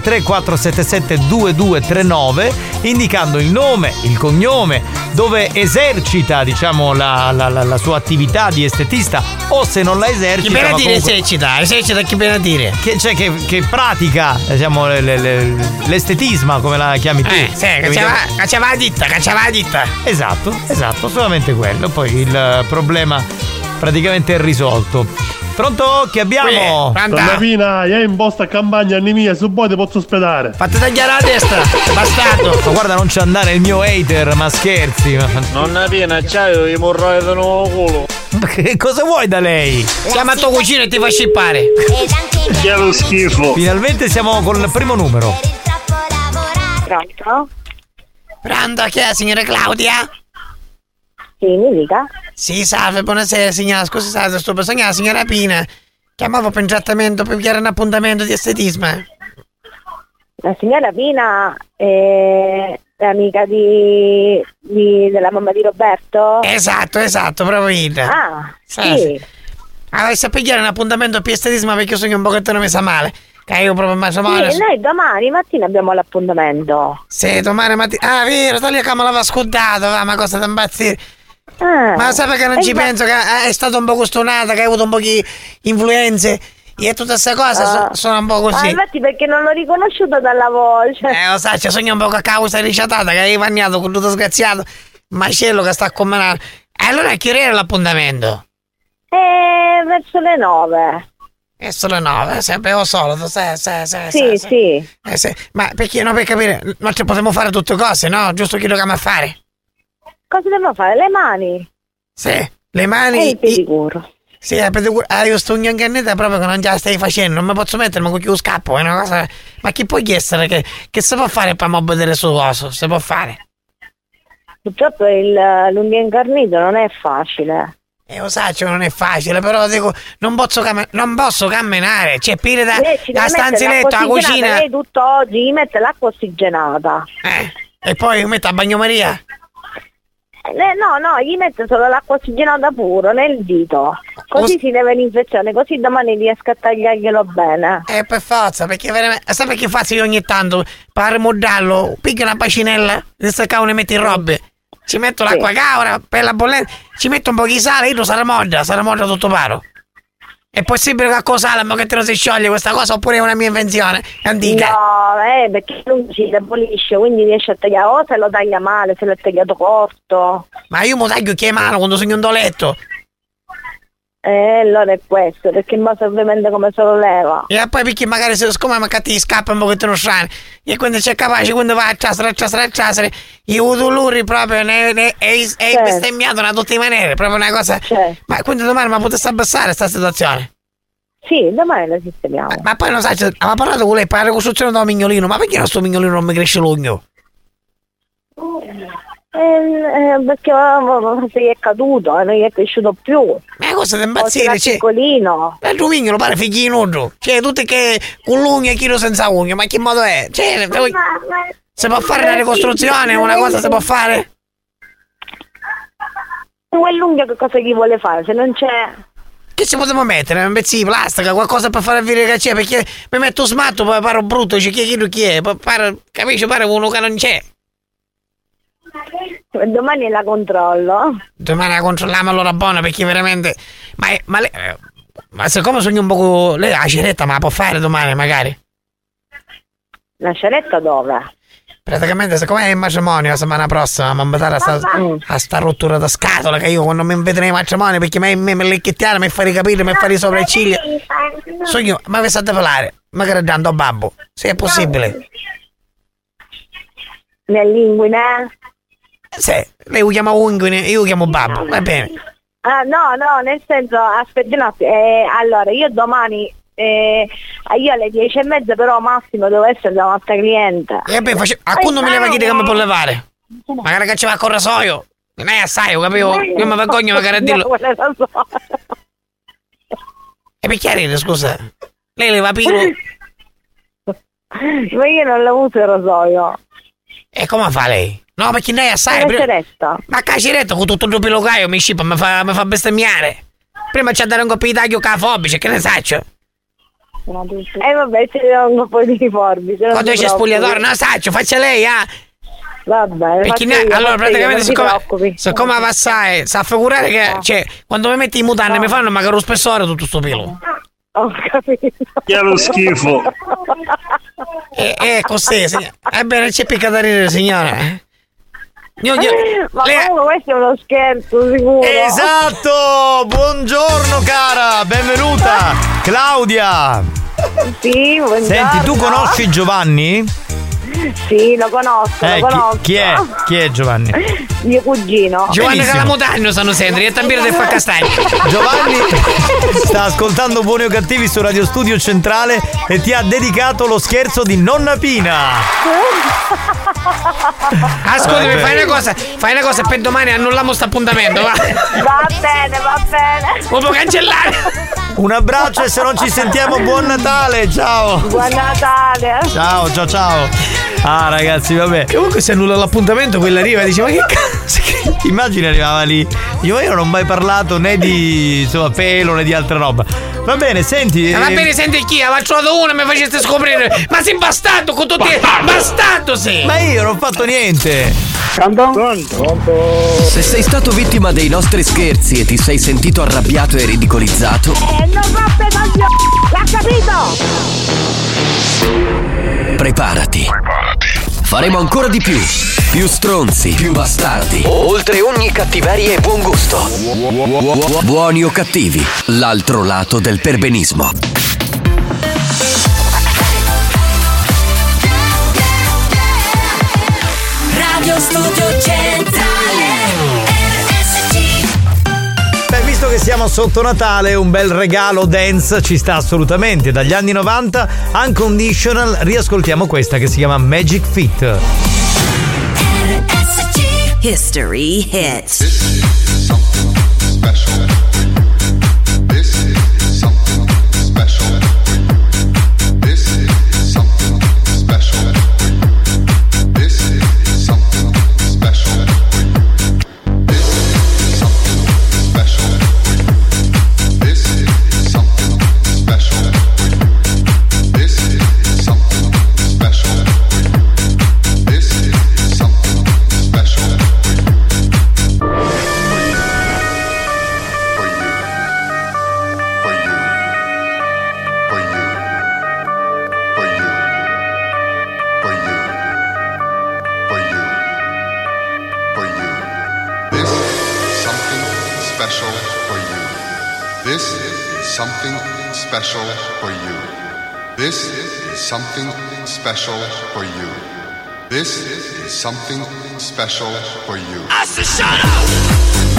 333-477-2239, indicando il nome, il cognome, dove esercita, diciamo, la sua attività di estetista, o se non la esercita. Chi per dire comunque, esercita chi per dire? Che pratica, diciamo, l'estetisma, come la chiami tu. Sì, cacciava la ditta. Esatto, solamente quello. Poi il problema praticamente è risolto. Pronto? Chi abbiamo? Donna Pina, io in posta campagna anni mia, su poi ti posso ospedare. Fate tagliare la testa, bastardo. Ma guarda, non c'è andare il mio hater, ma scherzi. Nonna Pina, c'hai i morroi di nuovo culo. Ma che cosa vuoi da lei? Chiama tuo cugino e ti fa scippare. Che è lo schifo. Finalmente siamo con il primo numero. Pronto? Pronto, chi è la signora Claudia? Sì, mi dica. Sì, salve, buonasera signora, scusi, sto pensando alla signora Pina. Chiamavo per un trattamento per chiedere un appuntamento di estetismo. La signora Pina È amica della mamma di Roberto? Esatto, proprio Ida. Ah, sì. Adesso a pigliare un appuntamento per estetismo perché io sono un pochettino messa male. Che io proprio mangio male. Sì, noi domani mattina abbiamo l'appuntamento. Sì, domani mattina. Ah, vero, togli che me l'aveva scordato, va, ma cosa da impazzire. Ma sai perché non ci penso che è stato un po' costonata, che hai avuto un po' di influenze. E tutte queste cose sono un po' così. Infatti perché non l'ho riconosciuto dalla voce. Lo sai, ci sogno un po' a causa ricciatata che hai bagnato con tutto sgraziato. Macello che sta a combinare. E allora a che ora era l'appuntamento? Verso le 9. Verso le 9, sempre lo solito, sì. Ma perché no, per capire, noi ci potremmo fare tutte cose, no? Giusto chi lo chiama a fare? Cosa dobbiamo fare? Le mani? Sì, le mani. E il pedicure. Sì, il pedicure. Io sto in cannetta proprio che non già stai facendo, non mi posso mettere con chi scappo, è una cosa. Ma chi può essere che si può fare per non vedere sul coso? Si può fare? Purtroppo l'unghia incarnito non è facile. Lo so, non è facile, però dico, non posso camminare, c'è pire da stanziletto, la cucina. Lei tutto oggi gli mette l'acqua ossigenata. E poi mette a bagnomaria? No, gli mette solo l'acqua ossigenata puro nel dito. Così si leva l'infezione, così domani riesco a tagliarglielo bene. Per forza, perché veramente. Sai perché faccio io ogni tanto? Per rimoddarlo, picchio una bacinella, se cavolo ne metti in robe. Ci metto l'acqua caura per la bollente, ci metto un po' di sale, io sarà morda tutto paro. È possibile che con sale ma che te lo si scioglie questa cosa oppure è una mia invenzione antica? No, perché non si demolisce, quindi riesce a tagliare, o se lo taglia male, se l'è tagliato corto. Ma io mi taglio che mano quando sono in doletto. Allora è questo, perché in base ovviamente come se lo leva. E poi perché magari siccome ti scappa un pochettino strano, e quindi c'è capace quando va a ciasare, io dolori proprio e bestemmiato da tutte le maniere, proprio una cosa. Ma quindi domani ma potesse abbassare questa situazione? Sì, domani la sistemiamo. Ma poi non sai, aveva parlato con lei per la ricostruzione del mignolino, ma perché questo mignolino non mi cresce l'ugno? Perché sei è caduto, non gli è cresciuto più. Ma cosa da impazzire? Piccolino. Il tuo mignolo pare figlino nudo. Cioè, tutte che con l'ugno e chilo senza unghie, ma che modo è? Cioè, si può fare una ricostruzione, una cosa si può fare? Quell'unghia che cosa gli vuole fare? Se non c'è. Che ci potremmo mettere? Un pezzo di plastica, qualcosa per fare vedere che c'è, perché mi metto smatto, poi paro brutto, c'è chi è, capisci? Pare uno che non c'è. Domani la controllo. Domani la controlliamo allora buona perché veramente. Ma siccome sogno un po'. Lei la ceretta ma la può fare domani magari? La ceretta dove? Praticamente siccome è il matrimonio la settimana prossima mi invitare a sta rottura da scatola che io quando mi vedrei il matrimonio perché mi lecchettare, mi fare capire, mi fare sopra i ciglia. Sogno, ma vi state a parlare? Magari dando a babbo, se è possibile. Nell'inguine? Sì, lei lo chiama unguine, io lo chiamo babbo, va bene. No, nel senso, aspetti no, allora io domani io alle 10:30 però massimo devo essere da un'altra cliente. E beh, a quando mi leva chiedere che mi può levare? Magari che ci va a corrasoio. Non è assai, lo capivo? Io mi vergogno magari a dirlo. E perché ride, scusa? Lei leva pilo? Ma io non la uso il rasoio. E come fa lei? No, perché lei assai. La ceretta. Ma che ceretta con tutto il pilogaio mi scippa, mi fa bestemmiare. Prima c'è da dare un po' di taglio cafobici, che ne saccio? Vabbè, ci do un po' di forbici. Quando c'è spogliatore, no, saccio, faccia lei, Vabbè, perché allora praticamente siccome Avassai sa figurare che cioè quando mi metti i mutande mi fanno magari lo spessore tutto sto pelo. Ho capito. Che è lo schifo. Così, ebbene c'è picca da ridere, signora. Ma comunque questo è uno scherzo sicuro. Esatto, buongiorno cara, benvenuta Claudia. Sì, buongiorno. Senti, tu conosci Giovanni? Sì, lo conosco, lo conosco. Chi è Giovanni? Mio cugino. Giovanni Calamutano sanno sempre, e tambire del fa castagno. Giovanni sta ascoltando Buoni o Cattivi su Radio Studio Centrale e ti ha dedicato lo scherzo di Nonna Pina. Ascoltami, fai una cosa per domani annulliamo sto appuntamento, va? Va bene. Lo può cancellare? Un abbraccio e se non ci sentiamo buon Natale, ciao. Buon Natale. Ciao. Ah, ragazzi, vabbè. Comunque si annulla l'appuntamento, quella arriva e dice: ma che cazzo? Immagini arrivava lì. Io non ho mai parlato né di insomma pelo né di altra roba. Va bene, senti. Va bene, senti chi? Ha trovato uno e mi faceste scoprire. Ma sei bastardo con tutti. Bastardo sei! Ma io non ho fatto niente. Se sei stato vittima dei nostri scherzi e ti sei sentito arrabbiato e ridicolizzato, non roppe coglioni! L'ha capito! preparati. Faremo ancora di più. Più stronzi, più bastardi. Oltre ogni cattiveria e buon gusto. Buoni o cattivi, l'altro lato del perbenismo. Radio Studio Centrale RSC. Beh, visto che siamo sotto Natale, un bel regalo dance ci sta assolutamente. Dagli anni 90, Unconditional, riascoltiamo questa che si chiama Magic Fit. History Hits. Something special for you. This is something special for you. I said shut up!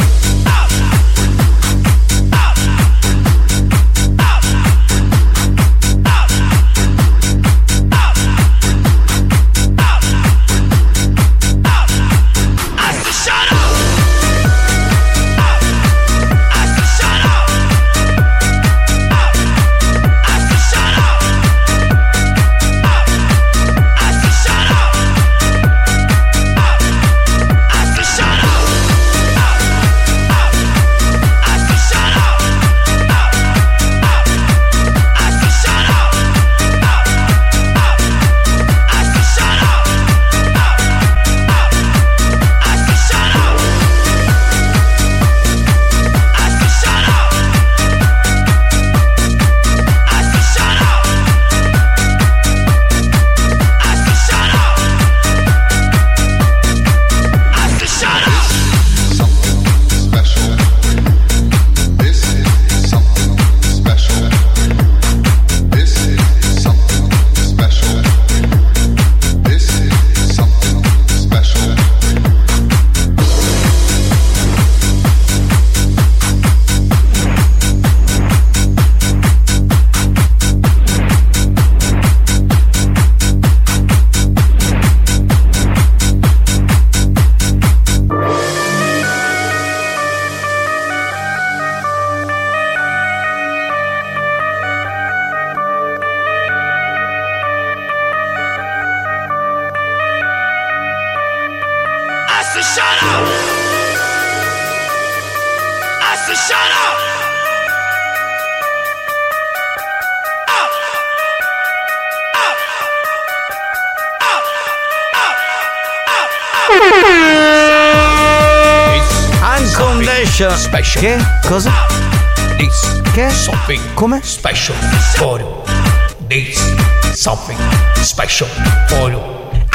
Special. Che? Cosa? This. Che? Something. Come? Special for you. This. Something special for you.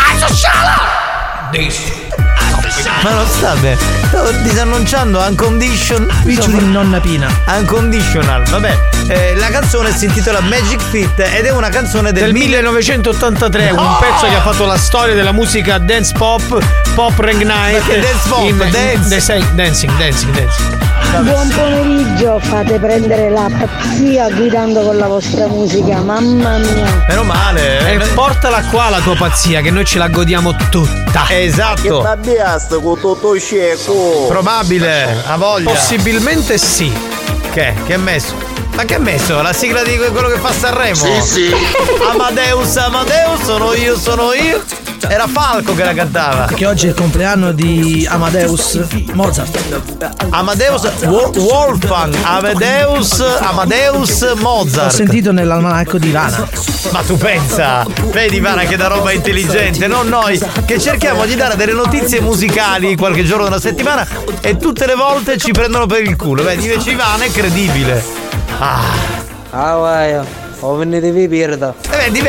This. Ma non sta bene. Stavo disannunciando Unconditional. Featuring Nonna Pina. Unconditional. Vabbè, la canzone si intitola Magic Fit ed è una canzone del 1983, un pezzo che ha fatto la storia della musica dance pop reg night. Dance pop, dancing. Buon pomeriggio, fate prendere la pazzia guidando con la vostra musica, mamma mia. Meno male. E portala qua la tua pazzia, che noi ce la godiamo tutta. Esatto. Con tutto cieco. Probabile, a voglia. Possibilmente sì. Che hai messo? Ma che ha messo? La sigla di quello che fa Sanremo? Sì. Amadeus, sono io. Era Falco che la cantava. Che oggi è il compleanno di Amadeus Mozart. Amadeus Wolfgang, Amadeus Mozart. L'ho sentito nell'almanacco di Ivana. Ma tu pensa, vedi Ivana che da roba intelligente, non noi che cerchiamo di dare delle notizie musicali qualche giorno della settimana e tutte le volte ci prendono per il culo. Vedi, invece Ivana è credibile. Vai. Ho venite vi perda. Vedi.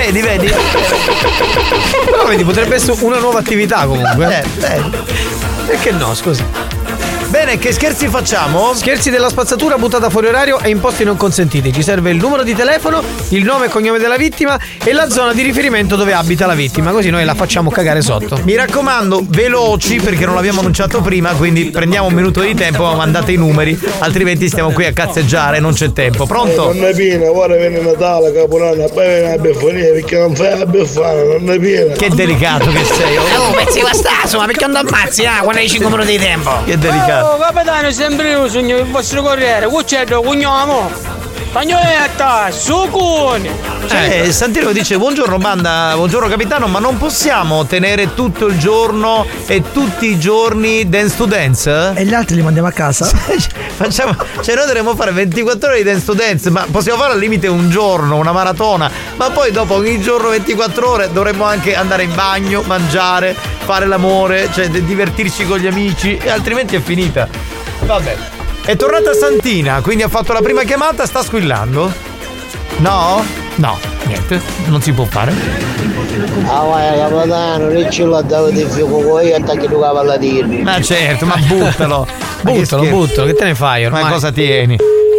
Però vedi, potrebbe essere una nuova attività comunque. Perché no, scusa. Bene, che scherzi facciamo? Scherzi della spazzatura buttata fuori orario e in posti non consentiti. Ci serve il numero di telefono, il nome e cognome della vittima e la zona di riferimento dove abita la vittima, così noi la facciamo cagare sotto. Mi raccomando, veloci perché non l'abbiamo annunciato prima, quindi prendiamo un minuto di tempo, ma mandate i numeri, altrimenti stiamo qui a cazzeggiare, non c'è tempo. Pronto? Non è piena, ora viene Natale, Capodanno, poi viene la beffonia perché non fai la beffana, non è piena. Che delicato che sei. Pezzi bastasso, ma perché non ammazzi, quando hai 5 minuti di tempo? Che delicato. Oh, capitano, sempre io sogno il vostro corriere. Uccello, cugniamo. Pagnoletta, sucuni. Santino dice buongiorno banda, buongiorno capitano, ma non possiamo tenere tutto il giorno e tutti i giorni Dance to Dance? E gli altri li mandiamo a casa? Facciamo, cioè noi dovremmo fare 24 ore di Dance to Dance, ma possiamo fare al limite un giorno, una maratona, ma poi dopo ogni giorno 24 ore dovremmo anche andare in bagno, mangiare, fare l'amore, cioè divertirci con gli amici, e altrimenti è finita. Vabbè. È tornata Santina, quindi ha fatto la prima chiamata, sta squillando? No? No, niente, non si può fare. Vai, capitano, ricci la dava di fiuco con io attacchi tu cavallatirmi. Ma certo, ma buttalo. buttalo, che te ne fai ormai? Ma cosa tieni?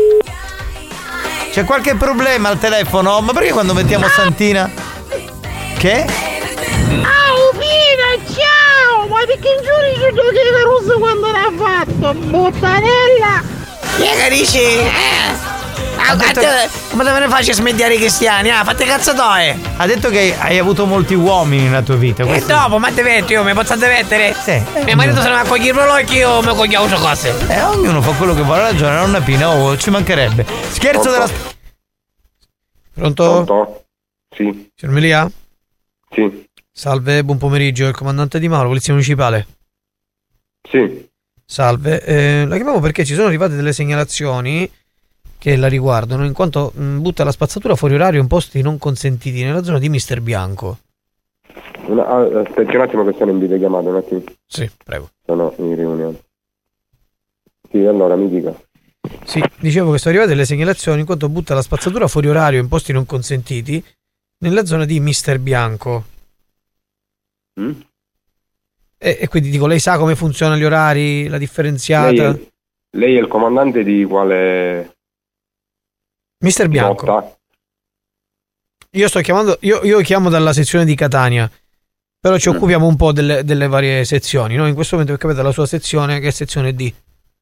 C'è qualche problema al telefono? Ma perché quando mettiamo Santina? Che? Pina, ciao! Ma perché in giuri ci giochi rosso quando l'ha fatto? Buttanella! Che dici? Come te ne faccio smediare i cristiani? Fate cazzatoie! Ha detto che hai avuto molti uomini nella tua vita. E dopo, ma te vetti, io mi posso mettere? Sì. Mio marito se ne va a cogliere il orologio, io mi coglio altre cose. Ognuno fa quello che vuole, ragione, nonna Pina, ci mancherebbe. Scherzo della... Pronto? Sì. Signor Melia? Sì. Salve, buon pomeriggio, il comandante Di Mauro, Polizia Municipale. Sì. Salve, la chiamavo perché ci sono arrivate delle segnalazioni che la riguardano, in quanto butta la spazzatura fuori orario in posti non consentiti nella zona di Mister Bianco. Aspetti un attimo che sono in videochiamata, un attimo. Sì, prego. Sono in riunione. Sì, allora mi dica. Sì, dicevo che sono arrivate delle segnalazioni in quanto butta la spazzatura fuori orario in posti non consentiti nella zona di Mister Bianco. E quindi dico, lei sa come funzionano gli orari, la differenziata? Lei è il comandante di quale... Mister Bianco. Lotta? Io sto chiamando, io chiamo dalla sezione di Catania, però ci occupiamo un po' delle varie sezioni, no? In questo momento capite la sua sezione, che è sezione D.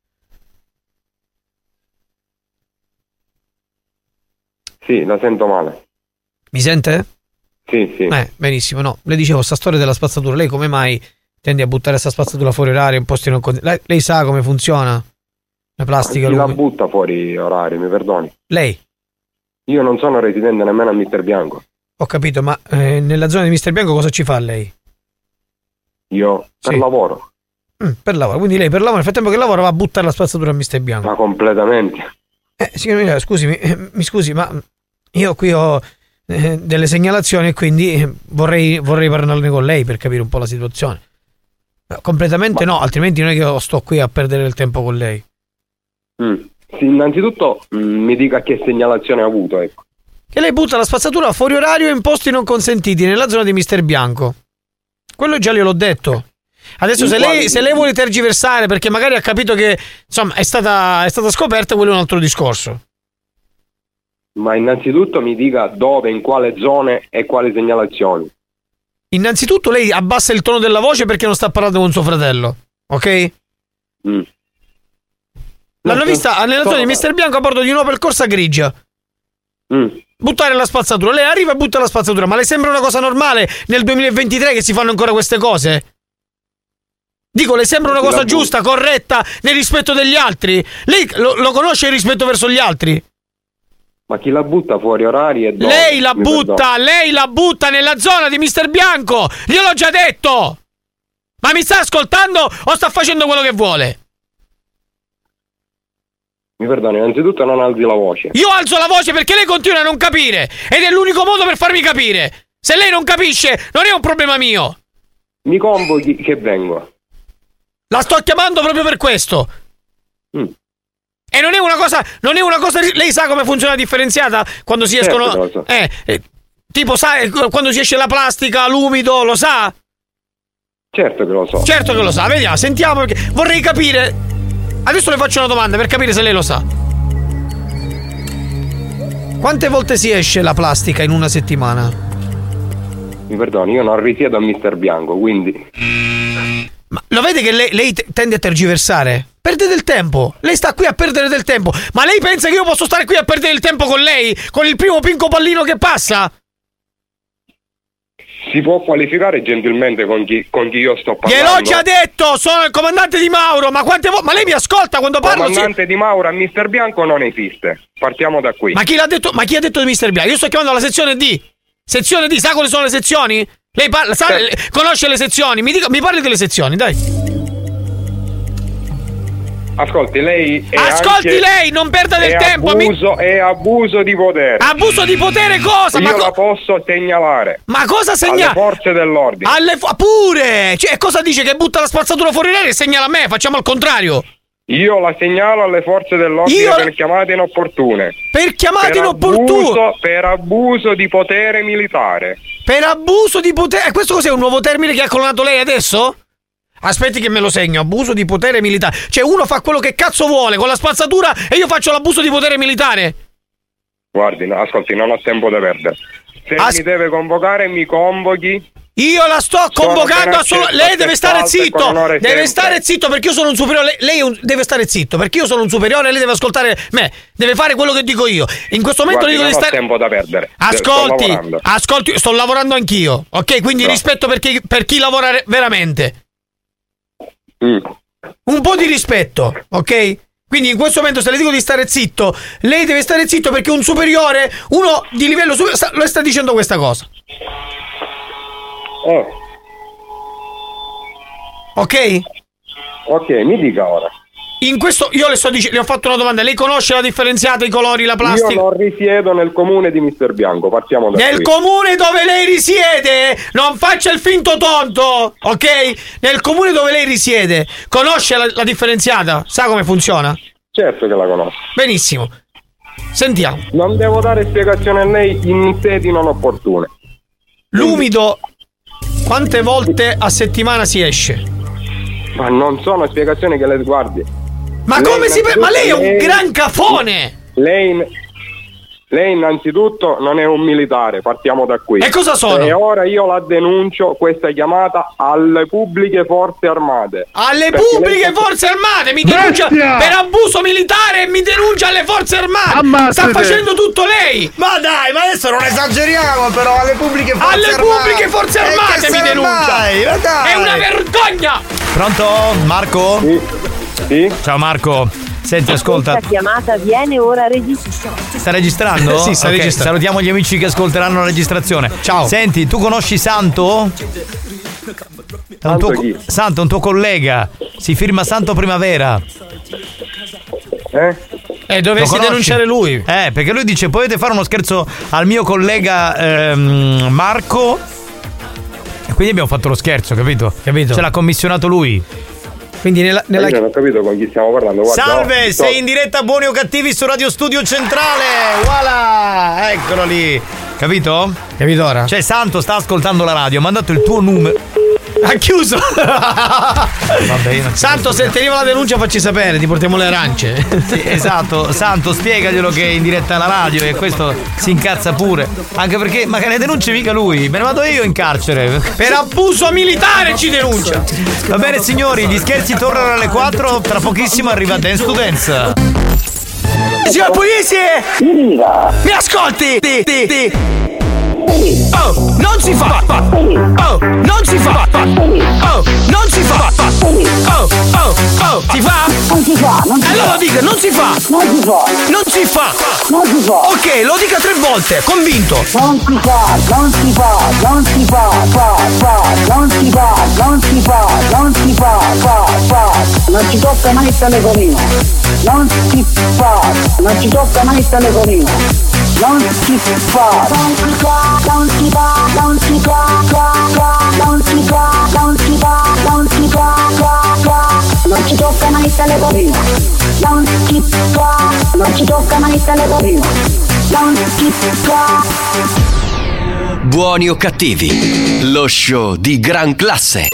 Sì, la sento male. Mi sente? Sì. Benissimo, no. Le dicevo, sta storia della spazzatura, lei come mai tende a buttare sta spazzatura fuori orario in posti non consentiti? Lei sa come funziona? La plastica? Chi la butta fuori orario, mi perdoni? Lei? Io non sono residente nemmeno a Mister Bianco. Ho capito, ma nella zona di Mister Bianco cosa ci fa lei? Io? Per lavoro. Per lavoro, quindi lei per lavoro, nel frattempo che lavora va a buttare la spazzatura a Mister Bianco. Ma completamente. Signor, mi scusi, ma io qui ho delle segnalazioni e quindi vorrei parlarne con lei per capire un po' la situazione. Completamente no, altrimenti non è che io sto qui a perdere il tempo con lei. Sì, innanzitutto mi dica che segnalazione ha avuto, ecco. Che lei butta la spazzatura fuori orario in posti non consentiti nella zona di Mister Bianco. Quello già gliel'ho detto. Adesso se lei vuole tergiversare perché magari ha capito che insomma è stata scoperta, quello è un altro discorso. Ma innanzitutto mi dica dove, in quale zone e quali segnalazioni. Innanzitutto lei abbassa il tono della voce perché non sta parlando con suo fratello, ok? L'hanno vista nella zona di Mister Bianco a bordo di un Opel Corsa grigia. Buttare la spazzatura. Lei arriva e butta la spazzatura. Ma le sembra una cosa normale nel 2023 che si fanno ancora queste cose? Dico, le sembra una cosa giusta, corretta, nel rispetto degli altri? Lei lo conosce il rispetto verso gli altri? Ma chi la butta fuori orari e dove? Lei la butta nella zona di Mister Bianco! Gliel'ho già detto! Ma mi sta ascoltando o sta facendo quello che vuole? Mi perdoni, innanzitutto non alzi la voce. Io alzo la voce perché lei continua a non capire ed è l'unico modo per farmi capire. Se lei non capisce, non è un problema mio. Mi convochi che vengo. La sto chiamando proprio per questo. E non è una cosa. Lei sa come funziona la differenziata? Quando si escono. Certo, tipo, sai, quando si esce la plastica, l'umido, lo sa? Certo che lo so. Certo che lo sa, vediamo, sentiamo perché vorrei capire. Adesso le faccio una domanda per capire se lei lo sa. Quante volte si esce la plastica in una settimana? Mi perdoni, io non risiedo a Mister Bianco, quindi. Ma lo vede che lei tende a tergiversare? Perde del tempo. Lei sta qui a perdere del tempo. Ma lei pensa che io posso stare qui a perdere il tempo con lei? Con il primo pinco pallino che passa? Si può qualificare gentilmente con chi io sto parlando? Gliel'ho già detto, sono il comandante Di Mauro. Ma quante volte? Ma lei mi ascolta quando parlo? Il comandante Di Mauro a Mister Bianco non esiste. Partiamo da qui. Ma chi l'ha detto? Ma chi ha detto di Mister Bianco? Io sto chiamando la sezione D. Sezione D, sa quali sono le sezioni? Lei parla, sa, conosce le sezioni? Mi parli delle sezioni, dai. Ascolti, lei lei, non perda del tempo. È abuso di potere. Abuso di potere cosa? Io la posso segnalare. Ma cosa segnala? Alle forze dell'ordine. Pure! Cioè, cosa dice? Che butta la spazzatura fuori l'aria e segnala a me? Facciamo al contrario. Io la segnalo alle forze dell'ordine per chiamate inopportune. Per chiamate inopportune? Per abuso di potere militare. Per abuso di potere? Questo cos'è, un nuovo termine che ha colonato lei adesso? Aspetti che me lo segno, abuso di potere militare. Cioè uno fa quello che cazzo vuole con la spazzatura e io faccio l'abuso di potere militare? Guardi, ascolti, non ho tempo da perdere. Se mi deve convocare, mi convochi. Io la sto convocando lei deve stare zitto. Deve stare zitto perché io sono un superiore. Lei deve stare zitto perché io sono un superiore e lei deve ascoltare me. Deve fare quello che dico io. In questo momento Guardi, dico di stare. Non ho tempo da perdere. Ascolti, sto lavorando anch'io. Ok, quindi rispetto per chi lavora veramente. Un po' di rispetto, ok? Quindi in questo momento se le dico di stare zitto, lei deve stare zitto perché un superiore, uno di livello superiore, le sta dicendo questa cosa. Ok? Ok, mi dica ora. In questo io le ho fatto una domanda. Lei conosce la differenziata, i colori, la plastica? Io non risiedo nel comune di Mister Bianco. Partiamo da nel comune dove lei risiede, non faccia il finto tonto, ok? Nel comune dove lei risiede, conosce la differenziata? Sa come funziona? Certo che la conosco. Benissimo. Sentiamo. Non devo dare spiegazioni a lei in sedi non opportune. L'umido quante volte a settimana si esce? Ma non sono spiegazioni che le guardi. Ma come ma lei è un gran cafone! Lei innanzitutto non è un militare, partiamo da qui. E cosa sono? E ora io la denuncio questa chiamata alle pubbliche forze armate. Alle pubbliche forze armate? Mi denuncia per abuso militare e mi denuncia alle forze armate! Ammazzate. Sta facendo tutto lei! Ma dai, ma adesso non esageriamo però, alle pubbliche forze armate! Alle pubbliche forze armate mi denuncia! Ma dai. È una vergogna! Pronto? Marco? Sì. Ciao Marco. Senti, ascolta. Questa chiamata viene ora registrata. Sta registrando? Sì, sta registrando. Salutiamo gli amici che ascolteranno la registrazione. Ciao. Senti, tu conosci Santo? Santo, un tuo collega. Si firma Santo Primavera. Dovresti denunciare lui. Perché lui dice: potete fare uno scherzo al mio collega Marco. E quindi abbiamo fatto lo scherzo, capito? Ce l'ha commissionato lui. Quindi Io non ho capito con chi stiamo parlando. Guarda, salve, sei in diretta Buoni o Cattivi su Radio Studio Centrale. Voilà, eccolo lì. Capito? Capito ora? Cioè Santo sta ascoltando la radio, ha mandato il tuo numero. Ha chiuso. Vabbè, Santo, se ti arriva la denuncia facci sapere, ti portiamo le arance. Sì, esatto. Santo, spiegaglielo che è in diretta alla radio e questo si incazza pure. Anche perché ma che ne denuncia mica lui, me ne vado io in carcere. Per abuso militare ci denuncia. Va bene signori, gli scherzi tornano alle 4, tra pochissimo arriva Dance to Dance. Signor Pugliese! Mi ascolti? Oh, non si fa! Oh, non si fa! Oh, non si fa! Oh, oh, oh! Oh, si fa? Non si fa, non si allora fa. dica, non si fa. Non si fa. Non si fa. Non si fa. Ok, lo dica 3 volte, convinto. Non si fa, non si fa, non si fa, non si fa, non si fa, non si fa. Non ci tocca mai il telefonino. Non si fa, non ci tocca mai il telefonino. Non si fa. Non si fa, non si fa, non si fa, non si fa, non si fa, non si fa. Non ci tocca mai il telefonino. Non si fa, non ci tocca mai il telefonino. Non si fa. Buoni o cattivi, lo show di gran classe.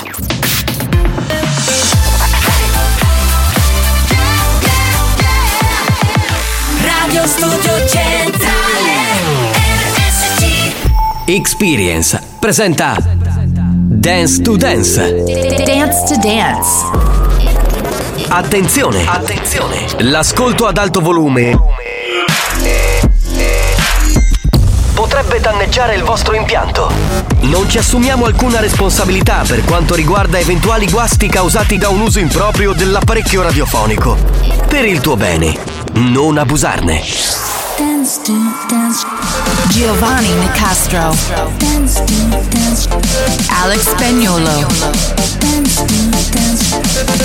Radio Studio Centrale RSC. Experience presenta Dance to Dance. Dance to Dance. Attenzione, attenzione. L'ascolto ad alto volume potrebbe danneggiare il vostro impianto. Non ci assumiamo alcuna responsabilità per quanto riguarda eventuali guasti causati da un uso improprio dell'apparecchio radiofonico. Per il tuo bene, non abusarne. Dance to Dance. Giovanni Nicastro. Dance to Dance. Alex Spagnuolo. Dance to Dance.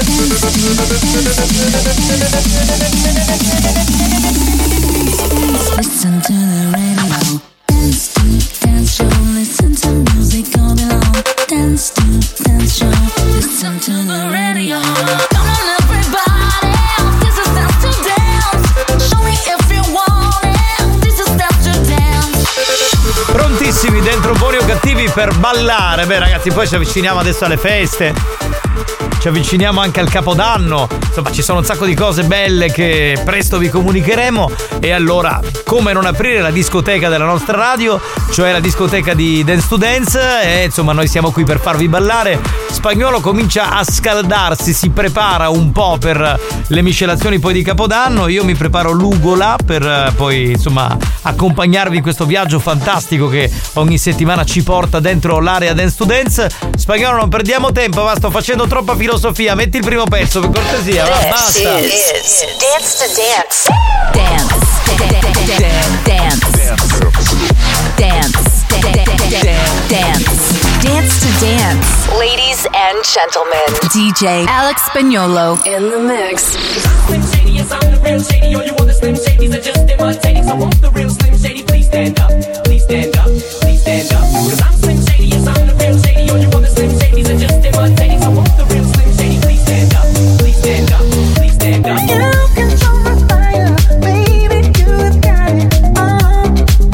Listen to the radio. Dance to Dance Show. Listen to music all day long. Dance to Dance Show. Listen to the radio. Come on everybody, this is Dance to Dance. Show me if you want it. This is Dance to Dance. Prontissimi dentro Buoni o Cattivi per ballare. Beh ragazzi, poi ci avviciniamo adesso alle feste, ci avviciniamo anche al Capodanno, insomma ci sono un sacco di cose belle che presto vi comunicheremo. E allora, come non aprire la discoteca della nostra radio, cioè la discoteca di Dance to Dance, e insomma noi siamo qui per farvi ballare. Spagnuolo comincia a scaldarsi, si prepara un po' per le miscelazioni poi di Capodanno. Io mi preparo l'ugola per poi insomma accompagnarvi in questo viaggio fantastico che ogni settimana ci porta dentro l'area Dance to Dance. Spagnuolo, non perdiamo tempo, va, sto facendo troppa filosofia, metti il primo pezzo per cortesia, va, basta. Dance to Dance. Dance. Dance. Dance. Dance. Dance to Dance. Ladies and gentlemen, DJ Alex Spagnuolo in the mix. Slim Shady is I'm the real Shady. All you other Slim Shadys are just imitating. So won't the real Slim Shady please stand up? Please stand up. Please stand up. 'Cause I'm Slim Shady, yes I'm the real Shady. All you other Slim Shadys are just imitating. So won't the real Slim Shady please stand up? Please stand up. Please stand up. You control my fire, baby, you have got it all.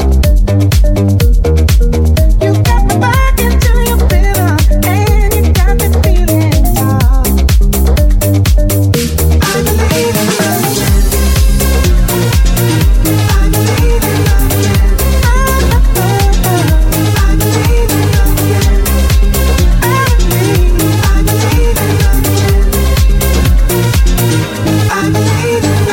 You got my back until you feel it, and you got me feeling all. I believe in love. I believe in love. I believe in love. I believe in love. I believe in love. I believe in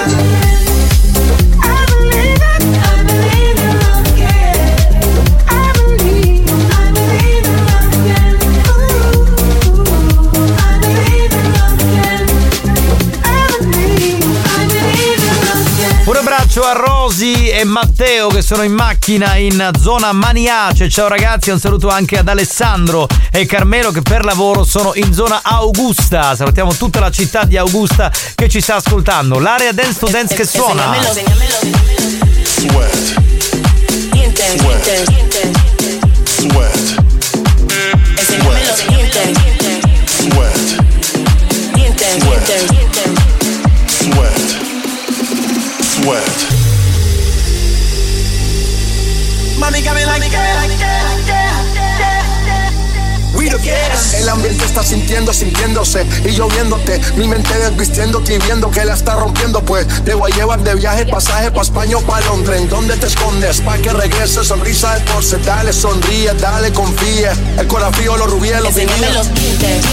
love, yeah. I believe in love again. Ooh, I believe in love again. I believe in love again. Un abbraccio a Rosy e Matteo che sono in macchina in zona Maniace. Ciao ragazzi, un saluto anche ad Alessandro e Carmelo che per lavoro sono in zona Augusta. Salutiamo tutta la città di Augusta che ci sta ascoltando. L'area Dance to Dance che suona. Sweat. Sweat. Mommy got me like we don't care. El ambiente está sintiéndose y yo viéndote, mi mente desvistiéndote y viendo que la está rompiendo. Pues te voy a llevar de viaje, pasaje pa' España o pa' Londres. ¿En dónde te escondes? Pa' que regrese, sonrisa de porce. Dale, sonríe, dale, confíe. El corazón frío, los rubíes, los Enséñame vinil. los dientes.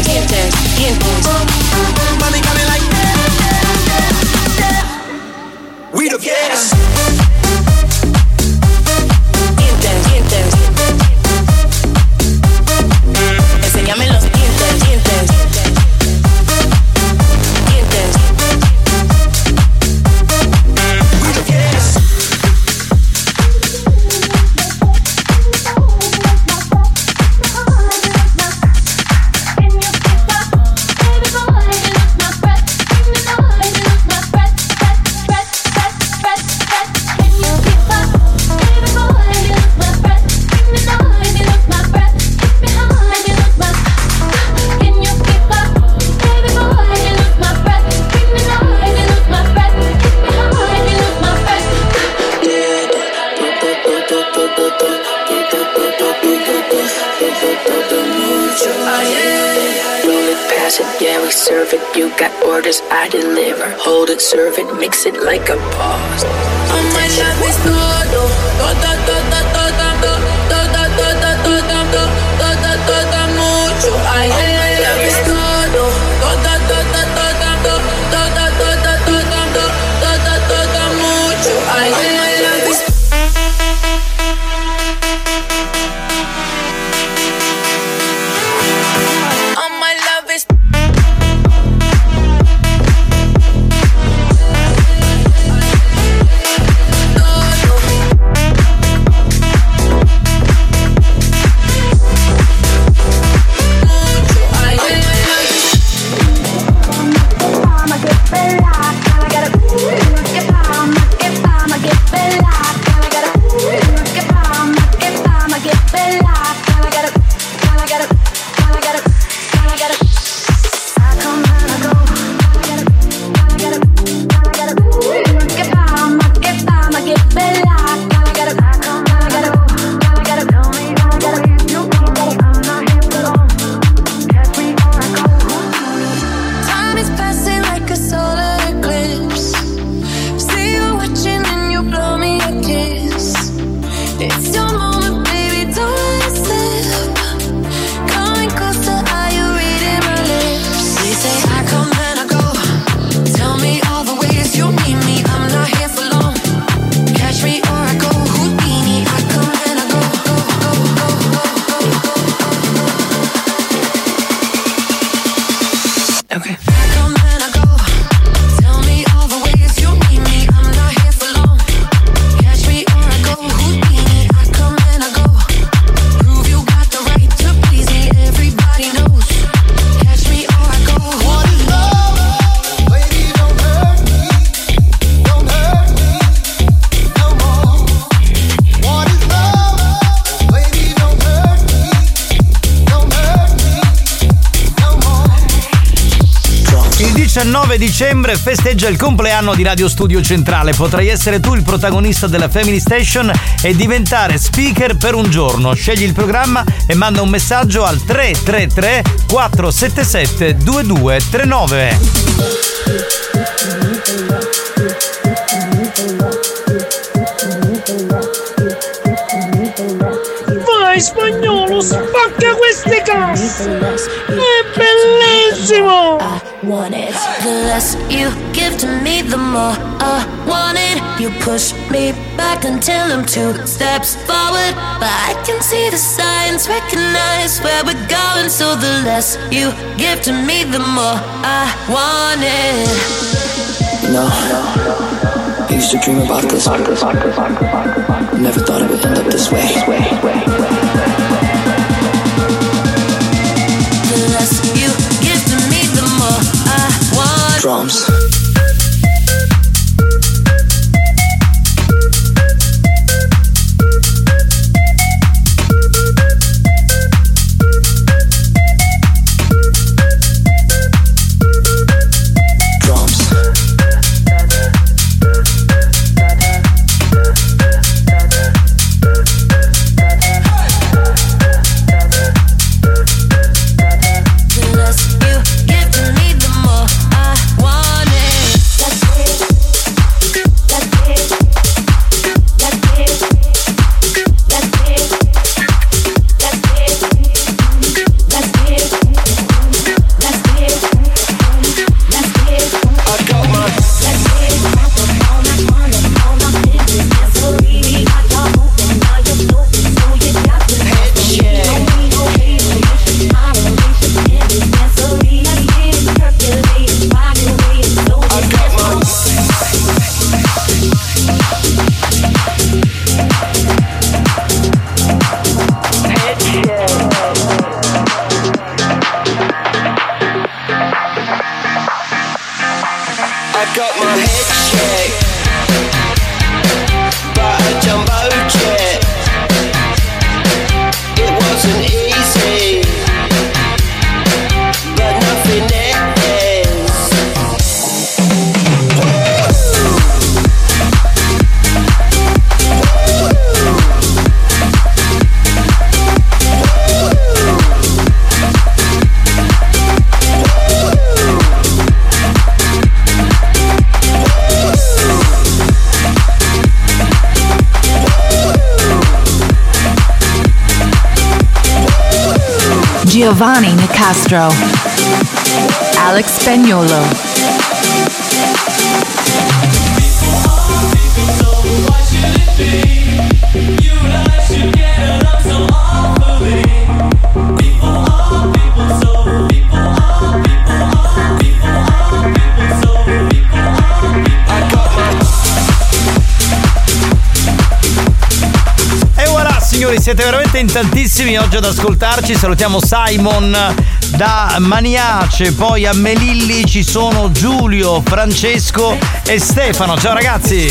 Mommy got me like we don't care. Enséñame los dientes. serve it. You got orders, I deliver. Hold it, serve it, mix it like a boss. Oh my love is todo, todo, todo, todo, todo, todo, todo, todo, todo, mucho. Ay, my love is todo, todo, todo, todo, todo, todo, todo, todo, todo, mucho. Ay, my love is Il 19 dicembre festeggia il compleanno di Radio Studio Centrale. Potrai essere tu il protagonista della Family Station e diventare speaker per un giorno. Scegli il programma e manda un messaggio al 333 477 2239. Vai spagnolo, spacca queste casse! È bellissimo! Want it. The less you give to me, the more I want it. You push me back until I'm 2 steps forward, but I can see the signs, recognize where we're going. So the less you give to me, the more I want it. You know, I used to dream about this. Never thought it would end up this way. The less you give to me, the more I want. Drums. Giovanni Nicastro, Alex Spagnolo. Signori, siete veramente in tantissimi oggi ad ascoltarci. Salutiamo Simon da Maniace, poi a Melilli ci sono Giulio, Francesco e Stefano. Ciao ragazzi.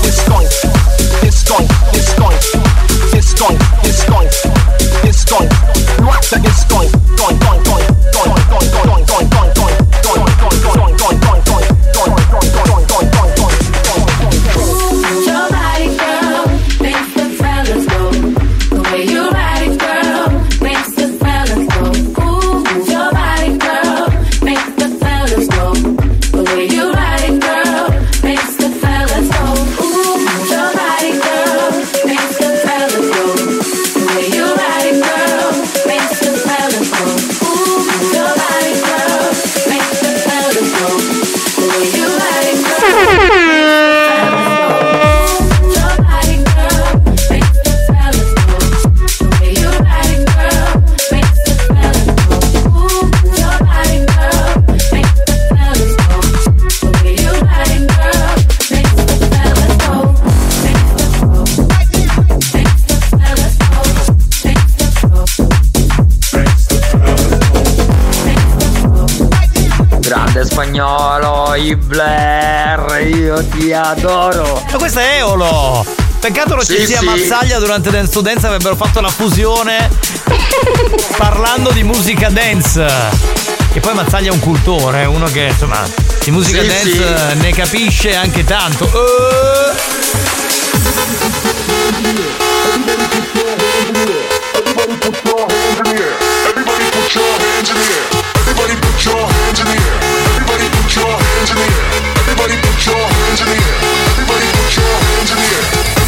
Spagnolo, i Blair, io ti adoro. Ma questo è Eolo. Peccato non ci sia Mazzaglia durante Dance to Dance, avrebbero fatto la fusione parlando di musica dance. E poi Mazzaglia è un cultore, uno che insomma di musica dance ne capisce anche tanto. Everybody put your hands in the air. Everybody put your hands in the air. Everybody put your hands in the air. Everybody put your hands in the air.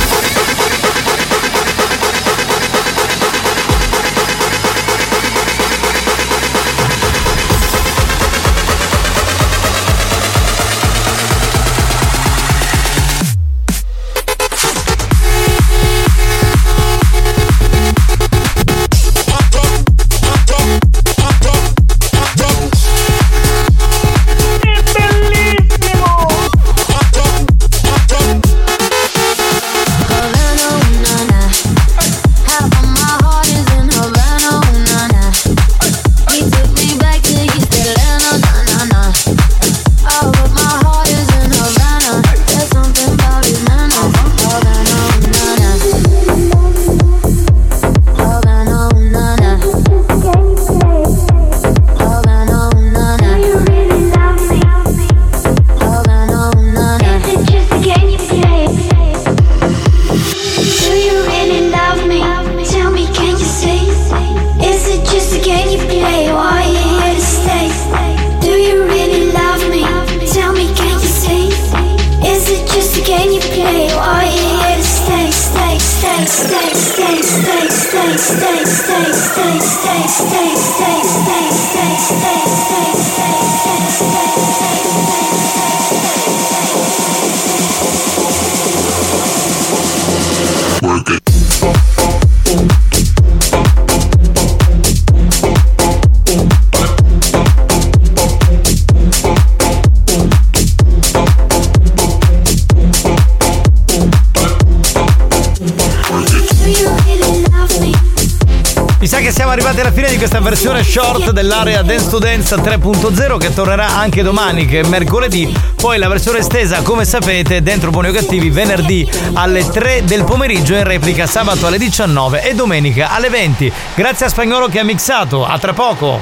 Arrivati alla fine di questa versione short dell'area Dance to Dance 3.0 che tornerà anche domani, che è mercoledì. Poi la versione estesa, come sapete, dentro Buoni o Cattivi venerdì alle 3 del pomeriggio, in replica sabato alle 19 e domenica alle 20. Grazie a Spagnolo che ha mixato. A tra poco.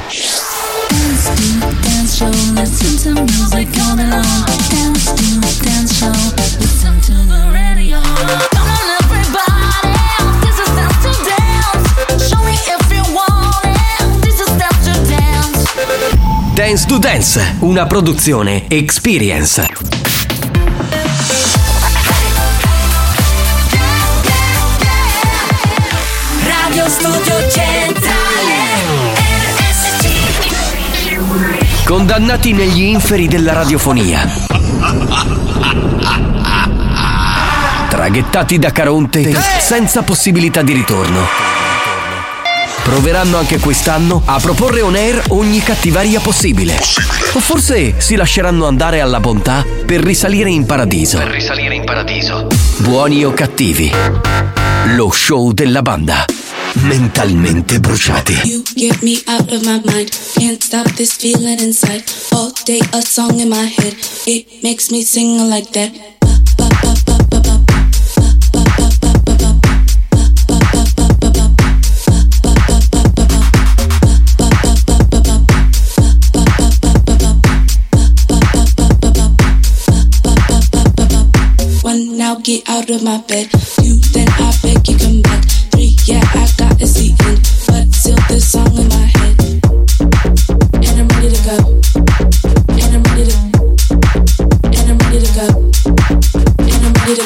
Dance to Dance, una produzione Experience. Radio Studio Centrale RSC. condannati negli inferi della radiofonia, traghettati da Caronte senza possibilità di ritorno. Proveranno anche quest'anno a proporre on air ogni cattiveria possibile. O forse si lasceranno andare alla bontà per risalire in paradiso. Buoni o cattivi, lo show della banda. Mentalmente bruciati. You get me out of my mind. Can't stop this feeling inside. All day a song in my head. It makes me sing like that. One, now get out of my bed. Two, then I beg you come back. Three, yeah, I got a seat in, but still this song in my head. And I'm ready to go. And I'm ready to. And I'm ready to go. And I'm ready to.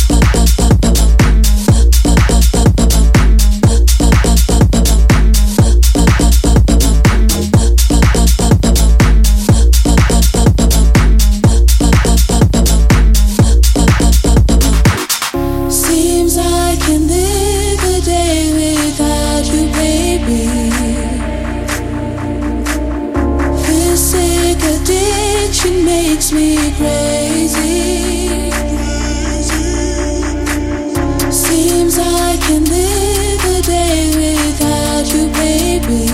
Seems I can live a day without you, baby. Physic addiction makes me crazy. Seems I can live a day without you, baby.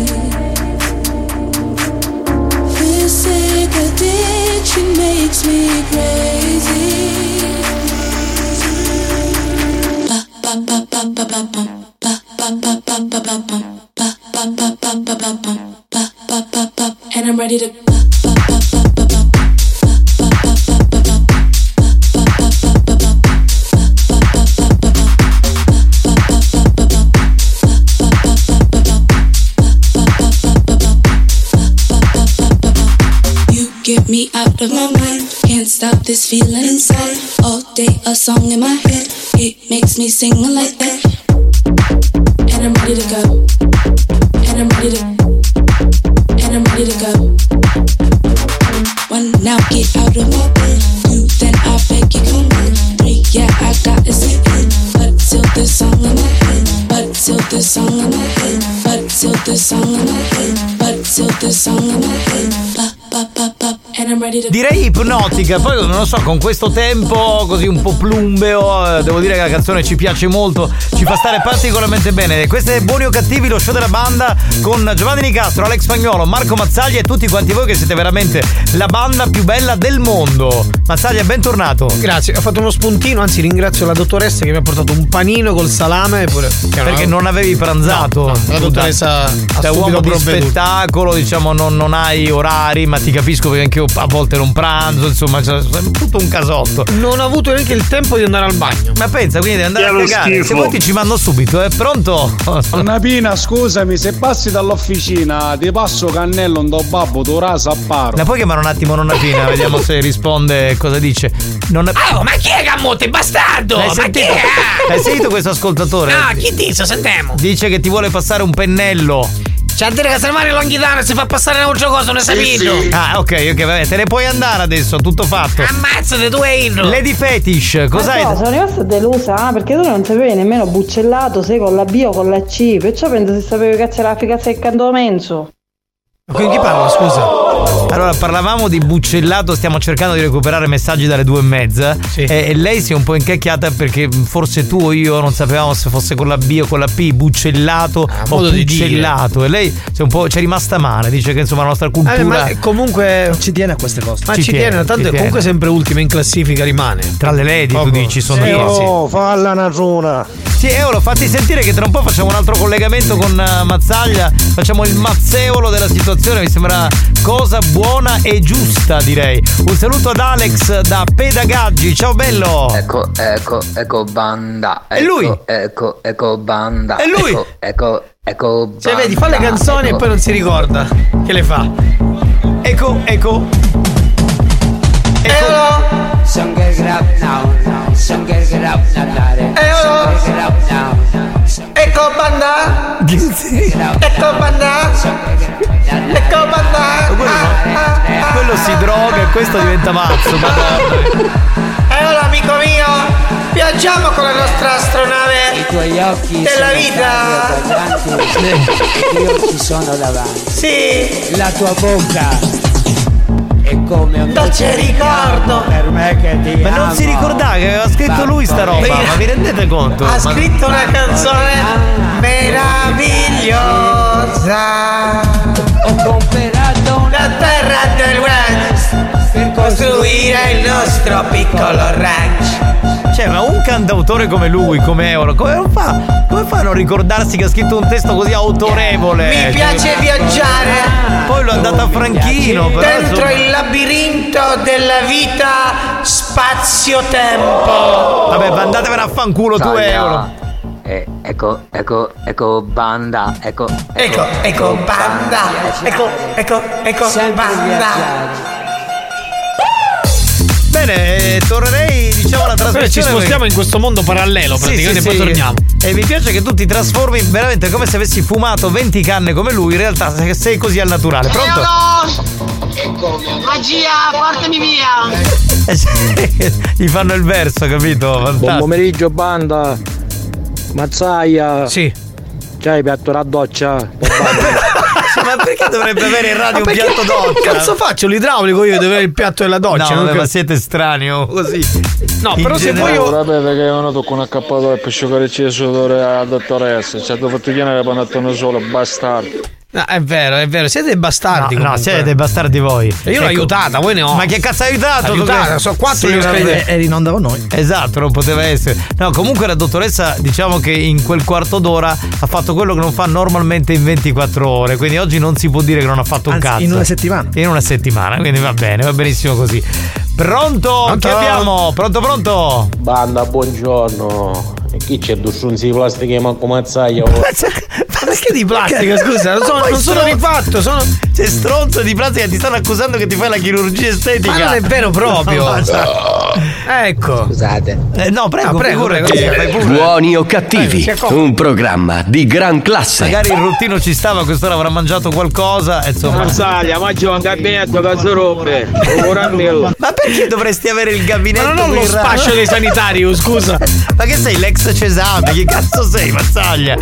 Physic addiction makes me crazy. And I'm ready to. You get me out of my mind. Can't stop this feeling inside. All day a song in my head. It makes me sing like that. And I'm ready to go. And I'm ready to. And I'm ready to go. One, now get out of my bed. Two, then I beg you come back. Three, yeah, I got a seat in, but still this song in my head. But still this song in my head. But still this song in my head. But still this song in my head. And I'm ready to. Direi ipnotica, poi non lo so, con questo tempo così un po' plumbeo, devo dire che la canzone ci piace molto, ci fa stare particolarmente bene. Questo è Buoni o Cattivi, lo show della banda con Giovanni Nicastro, Alex Spagnuolo, Marco Mazzaglia e tutti quanti voi che siete veramente la banda più bella del mondo. Mazzaglia, bentornato. Grazie, ho fatto uno spuntino, anzi ringrazio la dottoressa che mi ha portato un panino col salame pure. Perché non avevi pranzato. No, la dottoressa da uomo di spettacolo, diciamo, non hai orari, ma ti capisco perché anche io a volte non pranzo, insomma, c'è tutto un casotto. Non ho avuto neanche il tempo di andare al bagno. Ma pensa, quindi devi andare a cagare. Schifo. Se vuoi ti ci mando subito, pronto? Annapina, scusami, se passi dall'officina ti passo cannello un do babbo, tu rasa a paro. La puoi chiamare un attimo nonna Pina, vediamo se risponde cosa dice. Ma chi è Gammotti, bastardo? Ma chi è? Hai sentito questo ascoltatore? No, chi dice? Sentiamo. Dice che ti vuole passare un pennello. C'ha a dire che se ne va in Longhitano e si fa passare un'altra cosa, non è sapito. Sì. Ah, ok, vabbè, te ne puoi andare adesso, tutto fatto. Ammazzate, tu e il Lady Fetish, cos'hai? No, sono rimasta delusa, perché tu non sapevi nemmeno buccellato, sei con la B o con la C, perciò penso se sapevi che c'era la figazza del candomento. Ma con chi parla, scusa? Allora, parlavamo di buccellato, stiamo cercando di recuperare messaggi dalle 2:30 e lei si è un po' incacchiata perché forse tu o io non sapevamo se fosse con la B o con la P, buccellato o buccellato, e lei c'è rimasta male, dice che insomma la nostra cultura ma comunque ci tiene a queste cose. Ma ci tiene, tanto è comunque sempre ultima in classifica rimane. Tra le lady tu dici, sono io. Falla una zona. Sì, Eolo, fatti sentire che tra un po' facciamo un altro collegamento con Mazzaglia, facciamo il mazzeolo della situazione, mi sembra cosa buona e giusta, direi. Un saluto ad Alex da Pedagaggi, ciao bello. Ecco banda. E lui? Ecco banda. E lui? Ecco banda. Cioè vedi, fa le canzoni e poi non si ricorda che le fa. Ecco. Some girl get up now. Some girl get up now. Some girl get up now. Ecco banda. Ecco banda. Ecco banda. quello si droga e questo diventa mazzo. E allora, amico mio, viaggiamo con la nostra astronave I tuoi occhi della sono vita. Io ci sono davanti. Sì. La tua bocca è come un dolce ricordo per me che ti Ma non si ricordava che aveva scritto lui sta roba, ma vi rendete conto? Ha scritto una canzone meravigliosa. Ho comprato una terra del West per costruire il nostro piccolo ranch. Cioè, ma un cantautore come lui, come Euro, come fa a non ricordarsi che ha scritto un testo così autorevole? Mi piace viaggiare. Poi l'ho andata a Franchino, però dentro il labirinto della vita spazio-tempo. Vabbè, andatevene a fanculo tu, Euro. Ecco, banda, ecco, banda, ecco, banda. Bene, tornerei, diciamo, alla trasmissione. Ci spostiamo in questo mondo parallelo, praticamente, sì, poi torniamo. E mi piace che tu ti trasformi veramente come se avessi fumato 20 canne come lui, in realtà sei così al naturale. Pronto? Magia, portami via. Gli fanno il verso, capito? Fantastico. Buon pomeriggio, banda. Mazzaia. Sì. C'hai piatto la doccia? Ma perché dovrebbe avere in radio un piatto doccia? Che cazzo faccio? L'idraulico io devo avere il piatto della doccia. No, ma siete strani così. No, però se poi io. Sapete che è venuto con un accappatore per asciugare il sudore alla dottoressa. Ci ha dovuto chiamare per andare solo, bastardo. No, è vero, siete dei bastardi. No, siete dei bastardi voi. E io l'ho aiutata, voi ne ho. Ma che cazzo hai aiutato? Sono 4 che eri in onda con noi. Esatto, non poteva essere. No, comunque la dottoressa, diciamo che in quel quarto d'ora ha fatto quello che non fa normalmente in 24 ore. Quindi oggi non si può dire che non ha fatto un cazzo. In una settimana. In una settimana, quindi va bene, va benissimo così. Pronto? Che abbiamo? Pronto? Banda, buongiorno. E chi c'è due stronzi di plastica manco Mazzaia? Ma perché di plastica? Scusa, non sono rifatto, C'è stronzo di plastica, ti stanno accusando che ti fai la chirurgia estetica. Ma non è vero proprio. Ecco. Scusate. No, prego. Fai pure. Buoni o cattivi, un programma di gran classe. Magari il routino ci stava, a quest'ora avrà mangiato qualcosa, insomma. Mazzaglia, mangia un gabinetto che si rompe. Ma perché dovresti avere il gabinetto? Ma non lo spaccio dei sanitari, scusa. Ma che sei, l'ex Cesame? Che cazzo sei, Mazzaglia?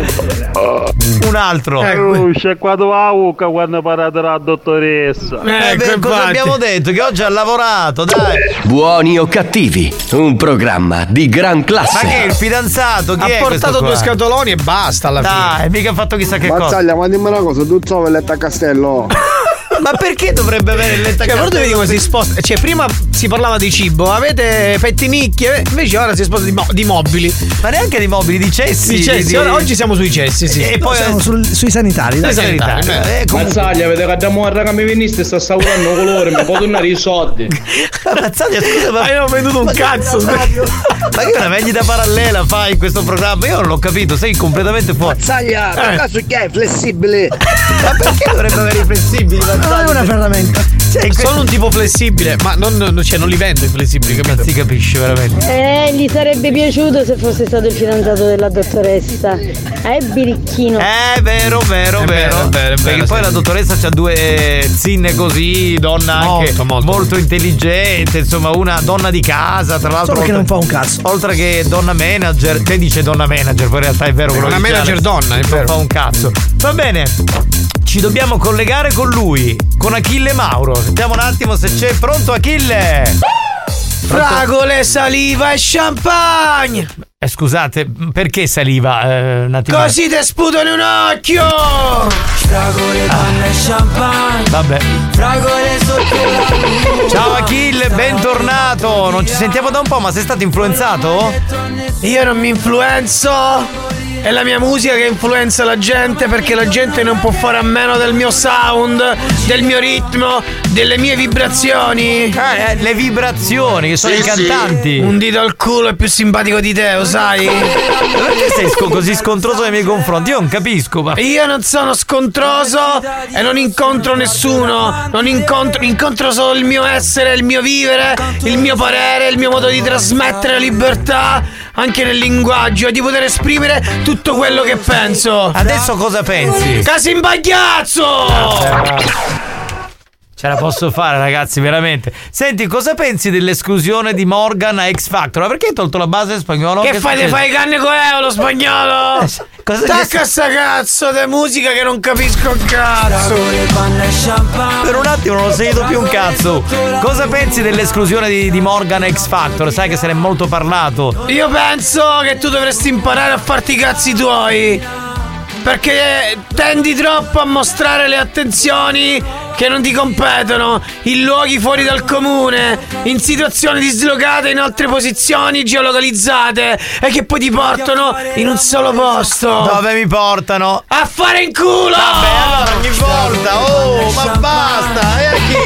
Un altro. C'è quando va Uca quando parate la dottoressa. Cosa abbiamo detto? Che oggi ha lavorato, dai. Buoni o cattivi, un programma di gran classe. Ma che è il fidanzato? Chi ha è portato 2 scatoloni e basta alla fine. Dai, mica ha fatto chissà che cosa. Mazzaglia, ma dimmi una cosa, tu trovi il letto a Castello? Ma perché dovrebbe avere il letto a Cioè, Castello? però vedi come si sposta. Cioè, prima si parlava di cibo, avete pettinicchie, invece ora si sposta di mobili. Ma neanche di mobili, di cessi. Di cessi. Oggi siamo sui cessi, sì. E poi siamo sui sanitari. Sui sanitari. Mazzaglia, vedete che abbiamo un raga mi veniste sta saurando colore, mi può tornare i soldi. Mazzaglia, scusa, ma io ho venduto un cazzo. Ma che una vendita parallela fai in questo programma? Io non l'ho capito, sei completamente fuori. Mazzaglia, per caso che è flessibile? Ma perché dovrebbe avere i flessibili? Non è una ferramenta. Sono un tipo flessibile, ma non li vendo i flessibili, capito? Non si capisce veramente. Gli sarebbe piaciuto se fosse stato il fidanzato della dottoressa. È birichino. Vero. Perché poi la dottoressa c'ha 2 zinne così, donna anche molto intelligente, insomma, una donna di casa, tra l'altro. Solo che non fa un cazzo. Oltre che donna manager, te dice donna manager, poi in realtà è vero quello che una manager donna, è vero. Non fa un cazzo. Va bene. Ci dobbiamo collegare con lui, con Achille Mauro. Sentiamo un attimo se c'è. Pronto Achille? Fragole, saliva e champagne. Scusate, perché saliva? Un attimo. Così te sputo in un occhio. Fragole, panna e champagne. Vabbè. Fragole sotto la luce. Ciao Achille, bentornato. Non ci sentiamo da un po', ma sei stato influenzato? Io non mi influenzo. È la mia musica che influenza la gente, perché la gente non può fare a meno del mio sound, del mio ritmo, delle mie vibrazioni. Le vibrazioni, che sono i cantanti. Un dito al culo è più simpatico di te, lo sai? Perché sei così scontroso nei miei confronti? Io non capisco. Ma io non sono scontroso e non incontro nessuno. Incontro solo il mio essere, il mio vivere, il mio parere, il mio modo di trasmettere libertà anche nel linguaggio e di poter esprimere tutto quello che penso. Adesso cosa pensi? Casimbagliazzo! Ce la posso fare, ragazzi, veramente. Senti, cosa pensi dell'esclusione di Morgan a X Factor? Ma perché hai tolto la base spagnolo? Che fai? Fai canne con lo spagnolo? Tacca sta cazzo di musica che non capisco un cazzo. Per un attimo non ho sentito più un cazzo. Cosa pensi dell'esclusione di Morgan a X Factor? Sai che se ne è molto parlato. Io penso che tu dovresti imparare a farti i cazzi tuoi, perché tendi troppo a mostrare le attenzioni che non ti competono in luoghi fuori dal comune, in situazioni dislocate in altre posizioni geolocalizzate e che poi ti portano in un solo posto. Dove mi portano? A fare in culo! Vabbè, allora ogni volta, ma basta!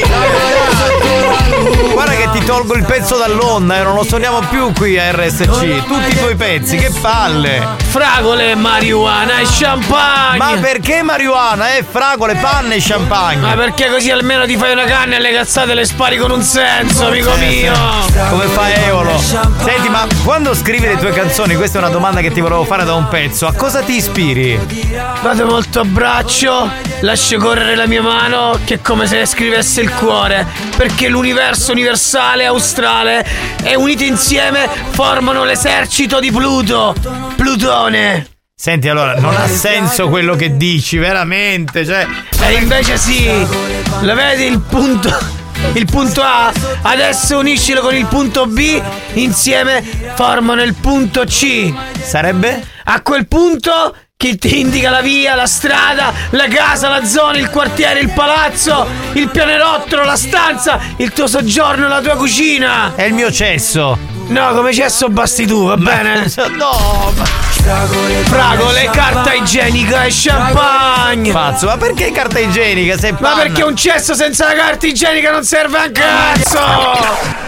Guarda che ti tolgo il pezzo dall'onda e non lo suoniamo più qui a RSC. Tutti i tuoi pezzi, che palle! Fragole, marijuana e champagne! Ma perché marijuana? Fragole, panne e champagne! Ma perché così almeno ti fai una canna e le cazzate le spari con un senso, amico mio! Come fa Eolo? Senti, ma quando scrivi le tue canzoni, questa è una domanda che ti volevo fare da un pezzo, a cosa ti ispiri? Vado molto a braccio, lascio correre la mia mano che è come se scrivesse il cuore, perché l'universo universale australe e unite insieme formano l'esercito di Plutone. Senti, allora, non ha senso quello che dici, veramente, cioè. E invece sì, lo vedi il punto A? Adesso uniscilo con il punto B, insieme formano il punto C. Sarebbe? A quel punto che ti indica la via, la strada, la casa, la zona, il quartiere, il palazzo, il pianerottolo, la stanza, il tuo soggiorno, la tua cucina. È il mio cesso. No, come cesso basti tu, va bene? No, fragole, carta igienica e champagne. Pazzo, ma perché carta igienica? Sei panna? Ma perché un cesso senza la carta igienica non serve a un cazzo!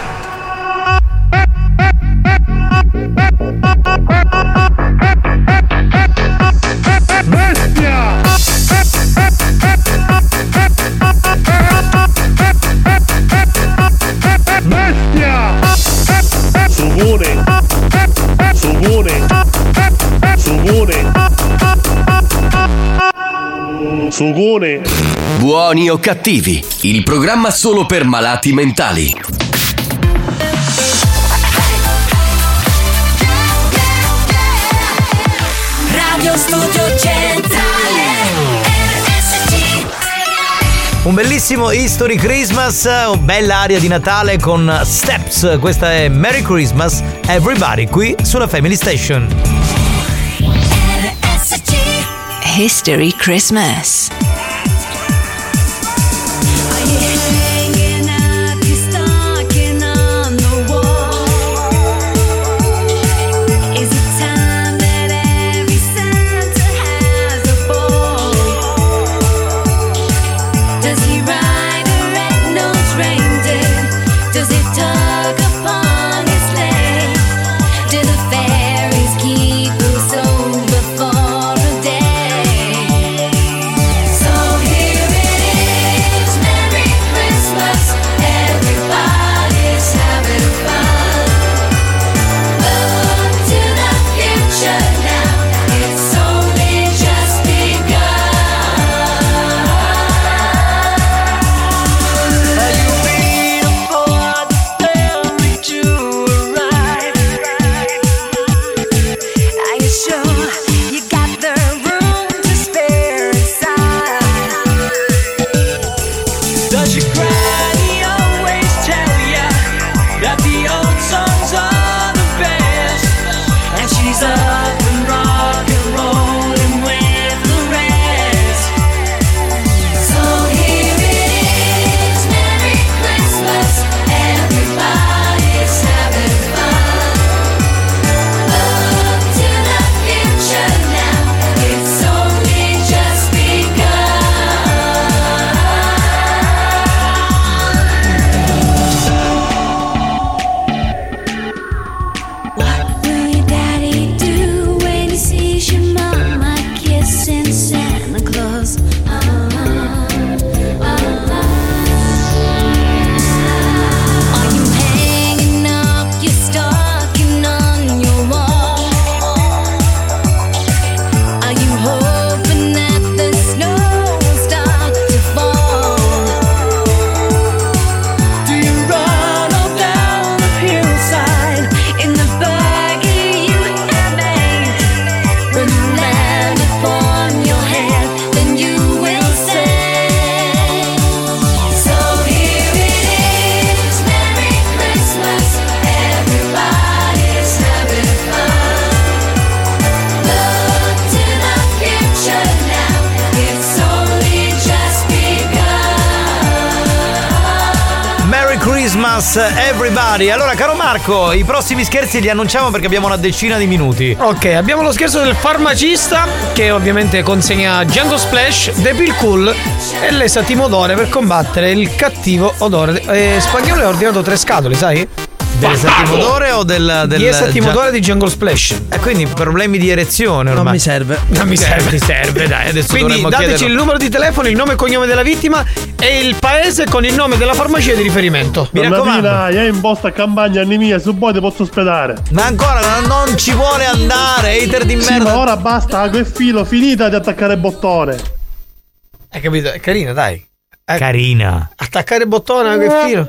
Bestia! Bestia! Sugone! Sugone! Sugone! Sugone! Buoni o cattivi, il programma solo per malati mentali. Radio Studio Centrale RSC. Un bellissimo History Christmas, bella aria di Natale con Steps. Questa è Merry Christmas Everybody qui sulla Family Station. RSC. History Christmas. Dance Everybody. Allora, caro Marco, i prossimi scherzi li annunciamo perché abbiamo una decina di minuti. Ok, abbiamo lo scherzo del farmacista che ovviamente consegna Django Splash, Devil Cool e l'esa Timodore per combattere il cattivo odore. Spagnolo ha ordinato 3 scatole, sai? Dell'esa Timodore o del L'esa Timodore di Jungle Splash. E quindi problemi di erezione ormai. Non mi serve. Non mi serve. Ti serve, dai, adesso Quindi dateci chiederlo. il numero di telefono, il nome e cognome della vittima e il paese con il nome della farmacia di riferimento. Mi raccomando. Io in posta campagna anni mia, su poi ti posso ospedare. Ma ancora non ci vuole andare, hater di merda. Sì, ma ora basta, quel filo, finita di attaccare il bottone. Hai capito? È carina, dai. Carina. Attaccare il bottone che filo.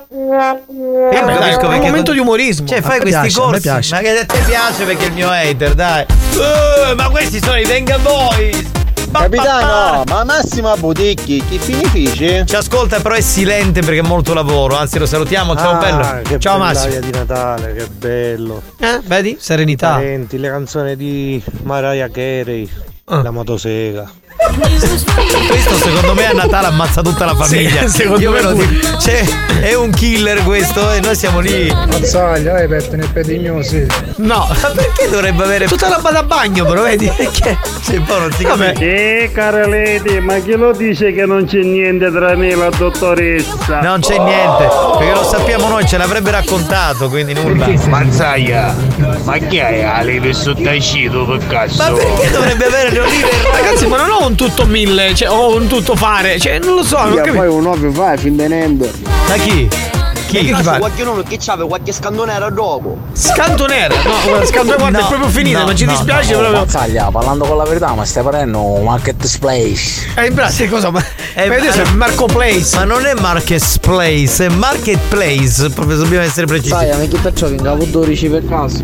Io dai, capisco un perché momento di umorismo. Cioè, fai questi corsi. Ma che a te piace perché è il mio hater, dai. Ma questi sono i Venga Boys. Capitano, ma Massimo Buticchi, che finifici? Ci ascolta, però è silente perché è molto lavoro. Anzi, lo salutiamo. Ciao, bello. Che Ciao, Massimo. di Natale, che bello. Vedi? Serenità. Parenti, le canzoni di Mariah Carey, la motosega. Questo secondo me a Natale ammazza tutta la famiglia. Sì, secondo io me ve lo dico. Cioè, è un killer questo e noi siamo lì. Mazzaglia, hai aperto nel pedignosi. No, ma perché dovrebbe avere tutta la da bagno, però vedi? Perché? Sì, poi non si capisce. Cara Lady, ma chi lo dice che non c'è niente tra me e la dottoressa? Non c'è niente, perché lo sappiamo noi, ce l'avrebbe raccontato, quindi nulla. Mazzaglia, ma chi hai l'olive sottacito per caso? Ma perché dovrebbe avere le olive? Ragazzi, ma non ho un tutto 1000, cioè ho un tutto fare, cioè non lo so, non capisco. Poi un ovvio fai fin tenendo. Ma chi? Chi fa? Qualche nome che c'ave qualche scantonera dopo. Scantonera? No, scantonera guarda, No, è proprio finita, no, ma ci no, dispiace no, proprio. Mazzaglia, parlando con la verità, ma stai parendo un marketplace. In braccio cosa? Ma adesso è Marco Place. Ma non è Marketplace, è Marketplace, proprio dobbiamo essere precisi. Sai, ma chi perciò venga a 12 per caso?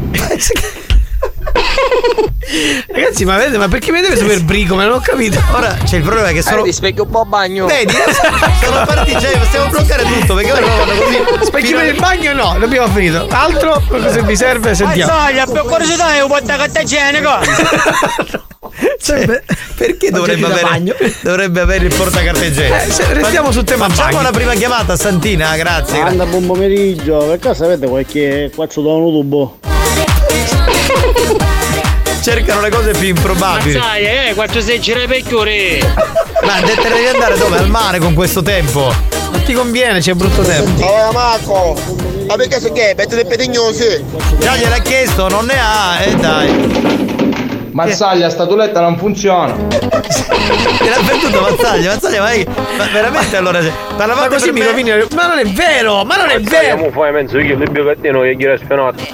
Ragazzi, ma vedete, ma perché mi deve sapere brico? Ma non ho capito. Ora c'è il problema che sono. Ti specchio un po' a bagno. Vedi, sono partiti, cioè, possiamo bloccare tutto perché ora vanno così. Specchi per il bagno no, l'abbiamo finito. Altro, se vi serve, sentiamo. Mazzaglia, per curiosità è un po' da carta igienica. Perché dovrebbe avere il portacarta igienica? Restiamo sul tema Facciamo bagni. la prima chiamata, Santina, grazie. Anda, buon pomeriggio. Per caso avete qualche quattro da un tubo? Cercano le cose più improbabili. Mazzaglia, 4-6 gira per chiudere. Ma te ne devi andare dove? Al mare con questo tempo? Non ti conviene, c'è brutto tempo. Oh Marco, ma perché se che? Pezzo del petignosi. Già gliel'ha chiesto, non ne ha, dai. Mazzaglia, statuletta non funziona. Gliel'ha venduto Mazzaglia, ma veramente allora Ma così mi rovini. Ma non è vero, ma non è vero. Siamo fai mezzo io il bigottino che gira spinato.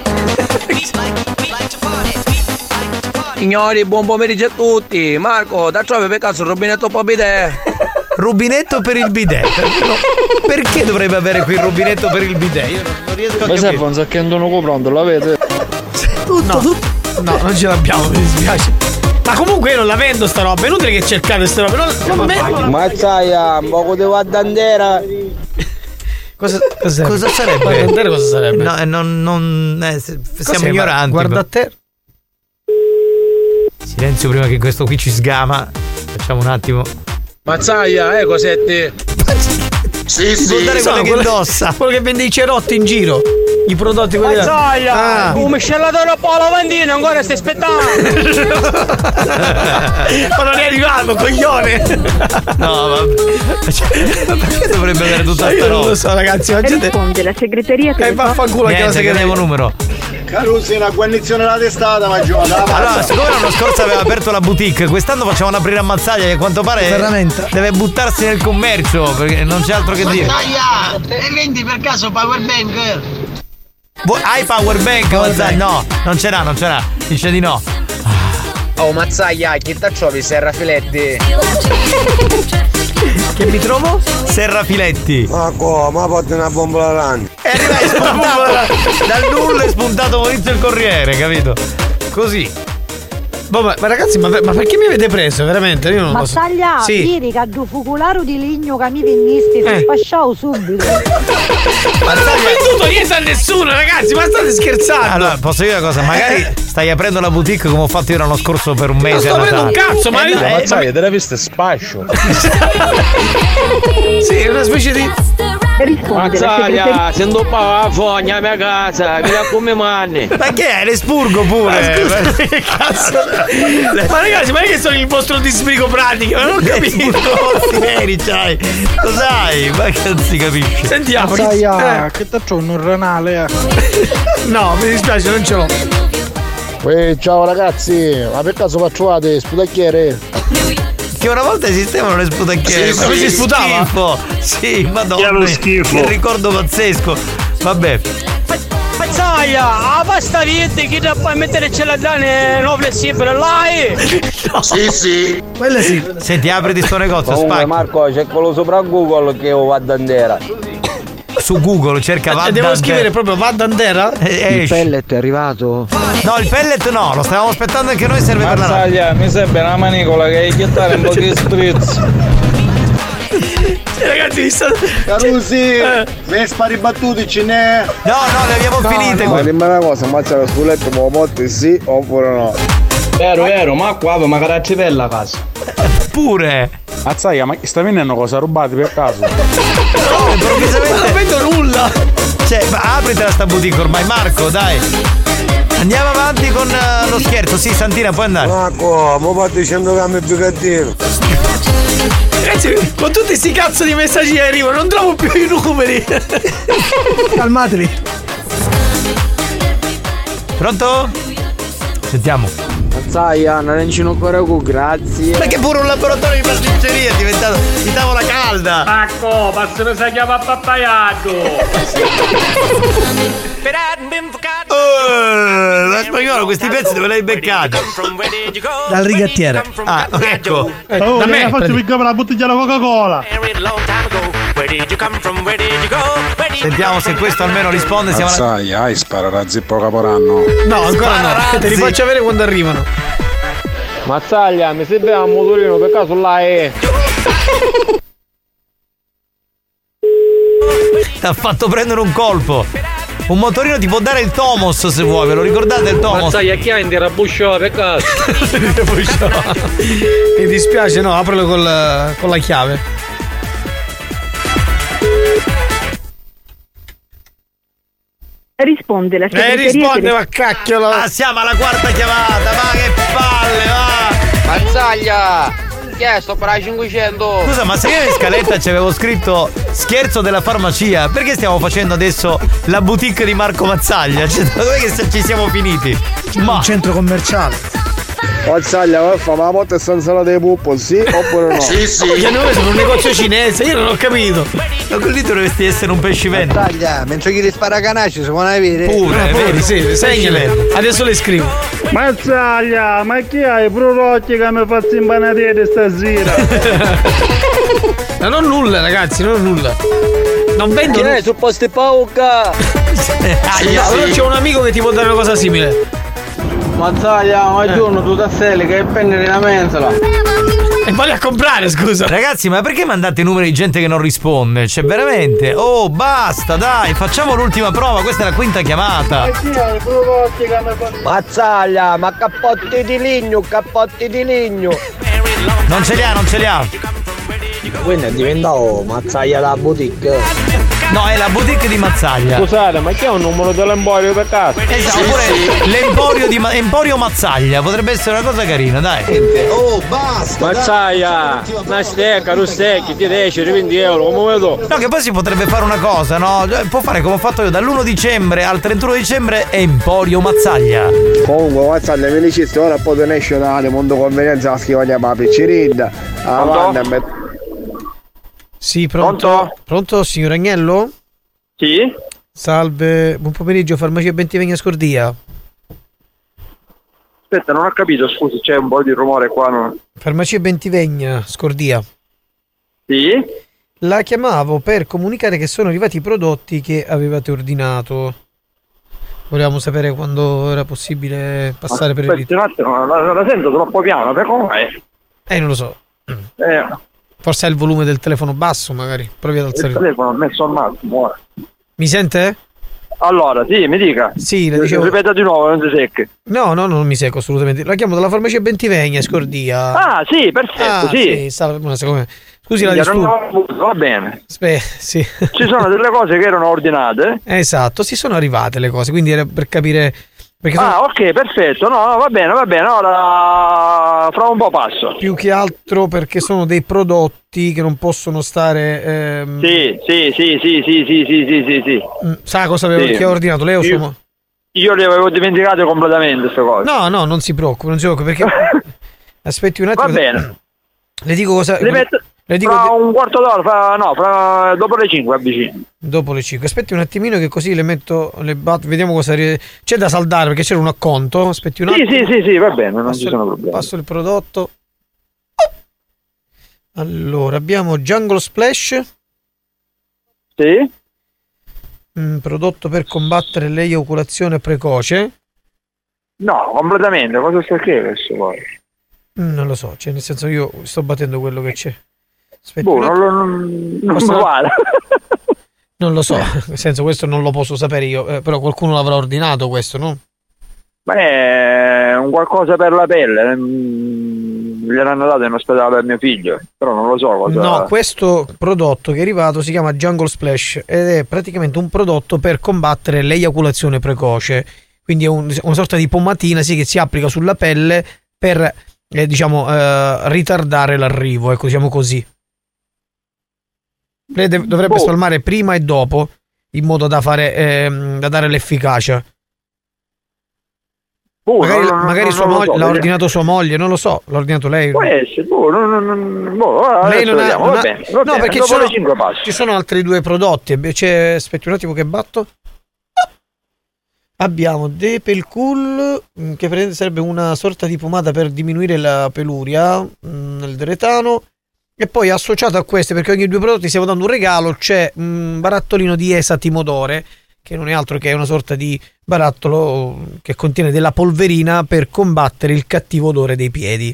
Signori, buon pomeriggio a tutti. Marco, da trovi per caso il rubinetto po' bidet? Rubinetto per il bidet. No, perché dovrebbe avere qui il rubinetto per il bidet? Io non riesco a capire. Ma serve un sacchendone pronto, l'avete? No, non ce l'abbiamo, mi dispiace. Ma comunque io non la vendo sta roba, è inutile che cercate queste robe. Non Mazzaia, un poco di guardandera. Cosa sarebbe? Guardandera cosa sarebbe? No, siamo ignoranti. Guarda a te. Silenzio prima che questo qui ci sgama. Facciamo un attimo. Mazzaia, cosetti. Sì, quello che indossa. Quello che vende i cerotti in giro. I prodotti quelli là. Mazzaia, un miscellatore un po' lavandino, ancora stai aspettando. Ma non è arrivato, coglione. No, vabbè. Ma perché dovrebbe avere tutta questa roba? Io non lo roba? so, ragazzi. Risponde la segreteria che vaffanculo anche la segreteria. Numero. Carusi, una guarnizione alla testata, ma allora, siccome l'anno scorso aveva aperto la boutique, quest'anno facciamo aprire a Mazzaglia che a quanto pare deve buttarsi nel commercio perché non c'è altro che dire. Mazzaglia, e vendi per caso power bank? Hai power bank, Mazzaglia? No, non ce l'ha, dice di no. Oh Mazzaglia, chi t'acciove Serra Filetti? Che mi trovo? Serra Filetti. Ma come? Ma porta una bombola randi. E arriva spuntato dal nulla, è spuntato Maurizio il Corriere, capito? Così. Boh, ma ragazzi, ma perché mi avete preso? Veramente? Io non lo so. Mazzaglia, ieri che du fucularo di legno che mi vennisti, ti spasciavo subito. Ma non ho venduto niente a nessuno, ragazzi, ma state scherzando? Allora, posso dire una cosa? Magari stai aprendo la boutique come ho fatto io l'anno scorso per un mese. Non sto aprendo un cazzo, ma Mazzaglia, te l'hai vista spascio? Sì, è una specie di Mazzaglia, sento la fogna a mia casa, mi la come manni. Ma che è? L'espurgo pure. Ma che cazzo? Ma ragazzi, ma è che sono il vostro disbrigo pratico? Ma non ho capito. Seri, c'hai. Cos'hai? Ma che non si capisce? Sentiamo. Che t'ho un renale? No, mi dispiace, non ce l'ho. Ciao ragazzi, ma per caso facciate sputacchiere? Che una volta esistevano le sputacchiere, Sì, ma sì, si sputava? schifo. Sì, madonna. Che lo schifo. Che ricordo pazzesco. Vabbè. Mazzaglia, la pasta verde che da poi mettere celadane non flessibile, là. No. Sì. Quella sì. Senti, apriti sto negozio, Comunque spacchi. Marco, c'è quello sopra Google che io vado andera. Su Google cerca Van Devo Dandera. scrivere proprio Van Dandera? Il pellet è arrivato? No, il pellet no, lo stavamo aspettando anche noi, serve per la Mazzaglia, mi serve una manicola che hai chiattare un po' di spritz. Ragazzi, mi sta... Carusi, me spari battuti ce n'è? No, le abbiamo finite. Ma dimmi una cosa, ammazza la sculetto, ma motte sì oppure no? Vero, ma qua ma caraccivella a casa. Pure. Mazzaglia, ma sta venendo cosa rubate per caso? No, improvvisamente non vedo nulla. Cioè, apritela sta boutique ormai, Marco, dai. Andiamo avanti con lo scherzo. Sì, Santina, puoi andare. Marco, mo fate 100 grammi più cattivo. Ragazzi, con tutti sti cazzo di messaggi che arrivano, non trovo più i numeri. Calmatevi. Pronto? Sentiamo. Mazzaglia, un arancino Coracu, grazie. Ma che pure un laboratorio di pasticceria è diventato di tavola calda. Marco, passano si chiama pappayato. La spagnolo, questi pezzi dove l'hai beccati? Dal rigattiere. Ah, ecco. Da me faccio piccare la bottiglia di Coca-Cola. Sentiamo se questo almeno risponde. Siamo Sai, hai sparato a zippo caporanno. No, ancora no. Te li faccio avere quando arrivano. Mazzaglia, mi serve un motorino per caso là è. T'ha fatto prendere un colpo. Un motorino ti può dare il Tomos se vuoi, ve lo ricordate il Tomos? Mazzaglia, chi ha indira busciò per caso? Mi dispiace, no, aprilo con la chiave. Risponde la segreteria. Risponde, ma cacchio. Ah, siamo alla quarta chiamata, ma che palle, va! Mazzaglia, chiesto per la 500. Scusa, ma se io in scaletta ci avevo scritto scherzo della farmacia, perché stiamo facendo adesso la boutique di Marco Mazzaglia? Cioè, dov'è che ci siamo finiti? Ma un centro commerciale. Mazzaglia, ma fa la motte senza la dei puppo, sì oppure no? Sì. Perché noi sono un negozio cinese, io non ho capito. Ma così dovresti essere un pescivendolo. Mazzaglia, mentre chi ti spara canacci, se vuoi avere. Pure, vedi, sì, segnale. Adesso le scrivo. Mazzaglia, ma chi hai prodotti che mi fazzi imbanatete stasera? Ma non nulla, ragazzi, non nulla. Non vendo. Che è supposti pauca? Allora c'è un amico che ti può dare una cosa simile. Mazzaglia, ma giorno tu tasselli che penni nella mensola. E vai a comprare, scusa. Ragazzi, ma perché mandate numeri di gente che non risponde? Cioè, veramente? Oh, basta, dai, facciamo l'ultima prova, questa è la quinta chiamata. Mazzaglia, ma cappotti di legno. Non ce li ha. Quindi è diventato Mazzaglia la boutique. No, è la boutique di Mazzaglia. Scusate, ma chi ha un numero dell'Emporio per caso? Esatto, oppure l'Emporio di Emporio Mazzaglia, potrebbe essere una cosa carina, dai. Oh, basta! Mazzaglia, una stecca, due stecchi, 10, 20 euro, come vedo? No, che poi si potrebbe fare una cosa, no? Può fare come ho fatto io, dall'1 dicembre al 31 dicembre Emporio Mazzaglia. Comunque, Mazzaglia, mi dicesti ora poi te ne esce dal mondo convenienza la schivaglia ma piccirinda. Avanti, Sì, pronto? Pronto, signor Agnello? Sì. Salve, buon pomeriggio, farmacia Bentivegna Scordia. Aspetta, non ho capito, scusi, c'è un po' di rumore qua, no? Farmacia Bentivegna Scordia. Sì? La chiamavo per comunicare che sono arrivati i prodotti che avevate ordinato. Volevamo sapere quando era possibile passare per il ritiro. Un attimo, la sento troppo piano, per come è? Non lo so. Forse è il volume del telefono basso, magari. Provi ad alzare il telefono ho messo al massimo ora. Mi sente? Allora, sì, mi dica. Sì, le dicevo. Ripeta di nuovo, non si secchi. No, non mi secco assolutamente. La chiamo dalla farmacia Bentivegna, Scordia. Ah, sì, perfetto, sì. Scusi, Scusi la disturbo. Va bene. Sì. Ci sono delle cose che erano ordinate. Esatto, si sono arrivate le cose, quindi era per capire. Ok, perfetto. No, va bene. Ora fra un po' passo. Più che altro perché sono dei prodotti che non possono stare. Sì. Sa cosa avevo che ho ordinato? Lei o suo? Io le avevo dimenticate completamente queste cose. No, non si preoccupi perché. Aspetti un attimo. Va bene. Le dico cosa. Le dico fra un quarto d'ora, dopo le 5 avvicino. Dopo le 5. Aspetti un attimino che così le metto vediamo cosa c'è da saldare perché c'era un acconto. Aspetti un attimo. Sì, va bene, non ci sono problemi. Passo il prodotto. Allora, abbiamo Jungle Splash. Sì. Prodotto per combattere l'eiaculazione precoce. No, completamente. Cosa sta che questo poi? Non lo so, cioè nel senso io sto battendo quello che c'è. Aspetta, non vale. Non lo so, nel senso questo non lo posso sapere io, però qualcuno l'avrà ordinato questo, no? Ma è un qualcosa per la pelle. Gliel'hanno dato in ospedale per mio figlio, però non lo so cosa. No, questo prodotto che è arrivato si chiama Jungle Splash ed è praticamente un prodotto per combattere l'eiaculazione precoce. Quindi è una sorta di pomatina che si applica sulla pelle per ritardare l'arrivo, ecco, diciamo così. Lei dovrebbe spalmare prima e dopo in modo da dare l'efficacia. Magari sua moglie l'ha ordinato sua moglie, non lo so, l'ha ordinato lei. Può essere, lei non ha, va bene, no, perché ci sono altri due prodotti. Aspetti un attimo che batto. Abbiamo Depelcool, che sarebbe una sorta di pomata per diminuire la peluria nel deretano. E poi associato a queste, perché ogni due prodotti stiamo dando un regalo, c'è un barattolino di esatimodore, che non è altro che una sorta di barattolo che contiene della polverina per combattere il cattivo odore dei piedi.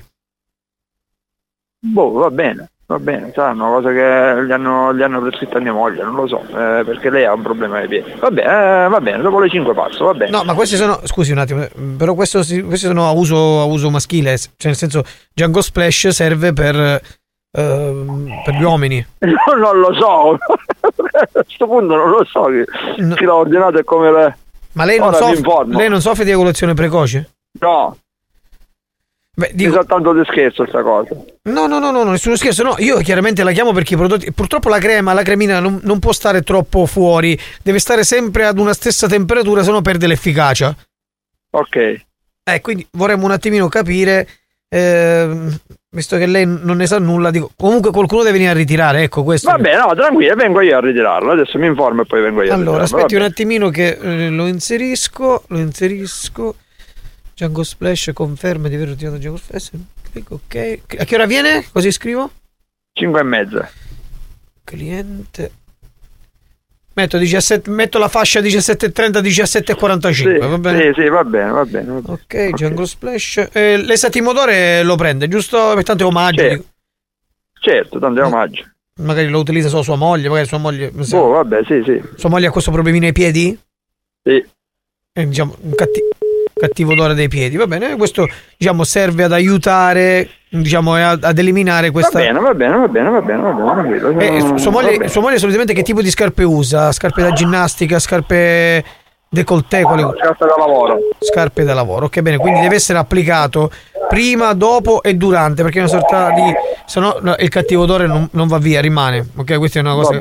Va bene, sarà una cosa che gli hanno prescritto a mia moglie, non lo so, perché lei ha un problema ai piedi. Va bene, dopo le 5 passo, va bene. No, ma questi sono, scusi un attimo, però questi sono a uso maschile, cioè nel senso Jungle Splash serve per gli uomini. Non lo so. A questo punto non lo so chi l'ha ordinato e come l'è. Ma lei non soffre di eiaculazione precoce? No. Beh, dico soltanto di scherzo sta cosa. No, nessuno scherzo. No, io chiaramente la chiamo perché i prodotti, purtroppo la cremina non può stare troppo fuori, deve stare sempre ad una stessa temperatura, se no perde l'efficacia. Ok. Quindi vorremmo un attimino capire, visto che lei non ne sa nulla, dico, comunque qualcuno deve venire a ritirare, ecco questo. Vabbè, no, tranquillo, vengo io a ritirarlo, adesso mi informo e poi vengo io a ritirarlo. Allora, aspetti un attimino che lo inserisco. Jungle Splash conferma di aver ritirato Jungle Splash. Ok. A che ora viene? Così scrivo? 5:30. Cliente. Metto la fascia 17:30, 17:45. Va bene? Sì, va bene. Ok, Jungle Splash. L'esatimodore lo prende, giusto? Per tanto è omaggio. Certo, tanto è omaggio. Magari lo utilizza solo sua moglie, magari sua moglie. Vabbè, sì. Sua moglie ha questo problemino ai piedi? Sì. Diciamo un cattivo odore dei piedi, va bene, questo serve ad aiutare, ad eliminare questa. Va bene, tranquillo. Sua moglie solitamente che tipo di scarpe usa? Scarpe da ginnastica, scarpe décolleté? Scarpe da lavoro. Scarpe da lavoro, ok, bene, quindi deve essere applicato prima, dopo e durante, perché è una sorta di, se no il cattivo odore non va via, rimane, ok, questa è una cosa.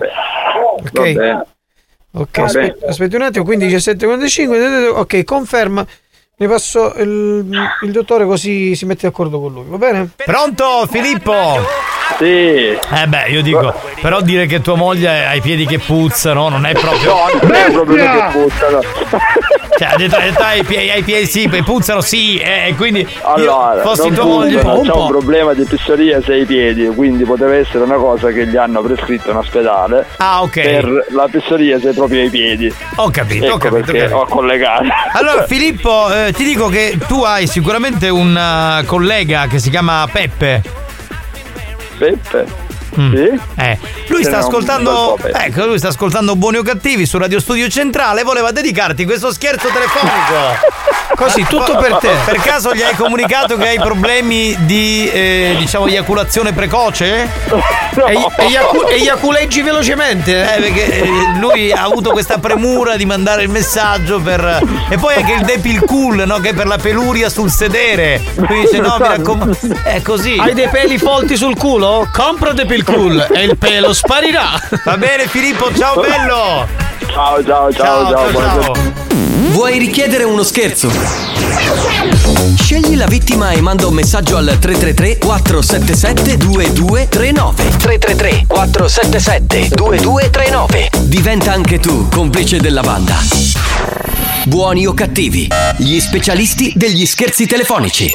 Ok, aspetti un attimo, quindi 17:45, ok, conferma. Ne passo il dottore così si mette d'accordo con lui, va bene? Pronto, Filippo? Sì. Io dico, però dire che tua moglie ha i piedi che puzzano non è proprio. No, non è proprio che puzzano. Cioè, ha detto hai i piedi sì, puzzano sì, quindi allora, fossi tua moglie c'è un problema di psoriasi ai piedi, quindi poteva essere una cosa che gli hanno prescritto in ospedale. Ok. Per la psoriasi proprio ai piedi. Ho capito, perché ho collegato. Allora, Filippo, ti dico che tu hai sicuramente un collega che si chiama Peppe. Lui sta ascoltando. Ecco, lui sta ascoltando Buoni o Cattivi su Radio Studio Centrale e voleva dedicarti questo scherzo telefonico. Così, tutto per te. Per caso gli hai comunicato che hai problemi di diciamo eiaculazione precoce? Eiaculeggi velocemente? Perché lui ha avuto questa premura di mandare il messaggio per. E poi anche il Depil Cool, no? Che è per la peluria sul sedere. Quindi dice no, mi raccomando. È così. Hai dei peli folti sul culo? Compra Depil Cool e il pelo sparirà. Va bene Filippo, ciao bello. Ciao. Vuoi richiedere uno scherzo? Scegli la vittima e manda un messaggio al 333 477 2239. 333 477 2239. Diventa anche tu complice della banda. Buoni o Cattivi, gli specialisti degli scherzi telefonici.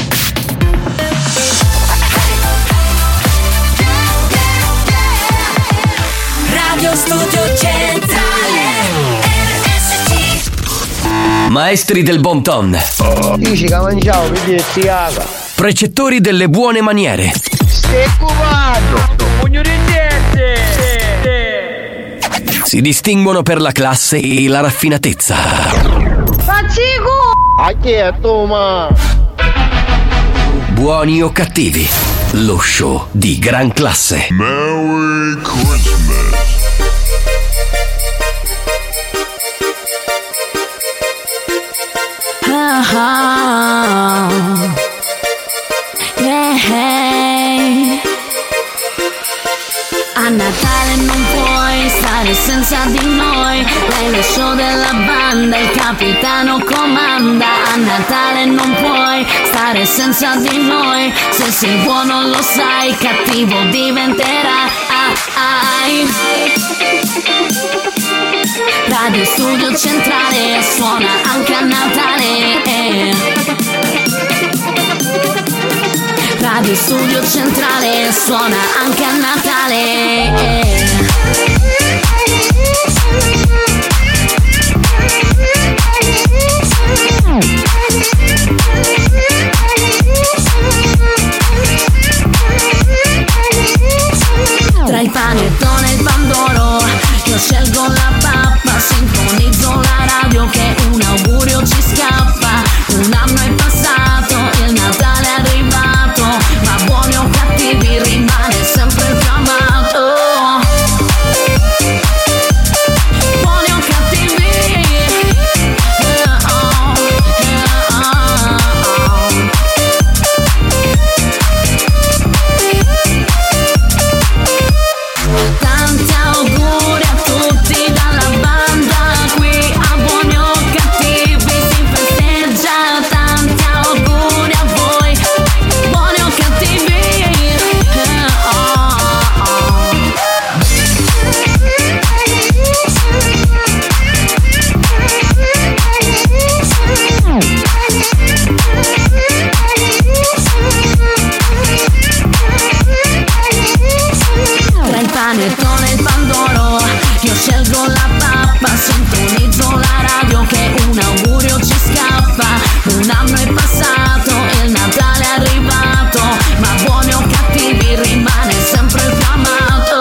Radio Studio Centrale RSC. Maestri del bon ton. Dici che mangiavo, mi dici Precettori delle buone maniere. Stai cubando. Si distinguono per la classe e la raffinatezza. Faccico! A chi è tu, ma? Buoni o Cattivi, lo show di gran classe. Merry Christmas. A Natale non puoi stare senza di noi. Lei è lo show della banda, il capitano comanda. A Natale non puoi stare senza di noi. Se sei buono lo sai, cattivo diventerai. Radio Studio Centrale suona anche a Natale. Radio Studio Centrale suona anche a Natale. Tra il panettone e il pandoro io scelgo la pappa, sintonizzo la radio che un augurio ci scappa. Un anno è passato, il Natale è arrivato, ma buoni o cattivi rimane sempre il più amato. Buoni o cattivi. Tanti auguri a tutti dalla banda, qui a Buoni o Cattivi si festeggia. Tanti auguri a voi, buoni o cattivi. Tra il panettone e il pandoro io scelgo la pappa, sintonizzo la radio che un augurio ci scappa. Un anno è passato, il Natale è arrivato, ma buoni o cattivi rimane sempre il più amato.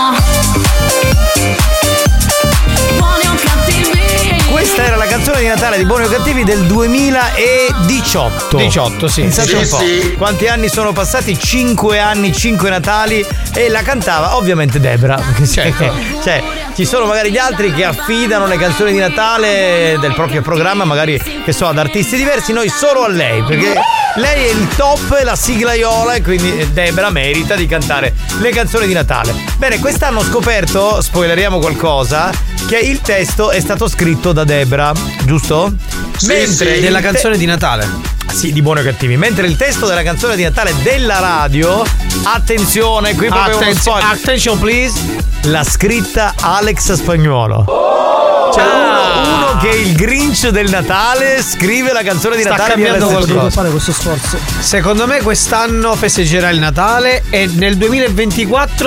Buoni o cattivi. Questa era la canzone di Natale di Buoni o Cattivi del 2018. 18, sì. Pensate un po'. Quanti anni sono passati? 5 anni, 5 Natali. E la cantava ovviamente Debra. Cioè, ci sono magari gli altri che affidano le canzoni di Natale del proprio programma, magari che so, ad artisti diversi. Noi solo a lei, perché lei è il top, la siglaiola, e quindi Debra merita di cantare le canzoni di Natale. Bene, quest'anno ho scoperto, spoileriamo qualcosa, che il testo è stato scritto da Debra, giusto? Mentre della canzone di Natale. Sì, di Buoni o Cattivi. Mentre il testo della canzone di Natale della radio, attenzione, qui proprio uno spoiler. Attention please. L'ha scritta Alex Spagnuolo. Cioè uno che è il Grinch del Natale scrive la canzone di Natale. Sta cambiando qualcosa. Devo fare questo sforzo. Secondo me quest'anno festeggerà il Natale e nel 2024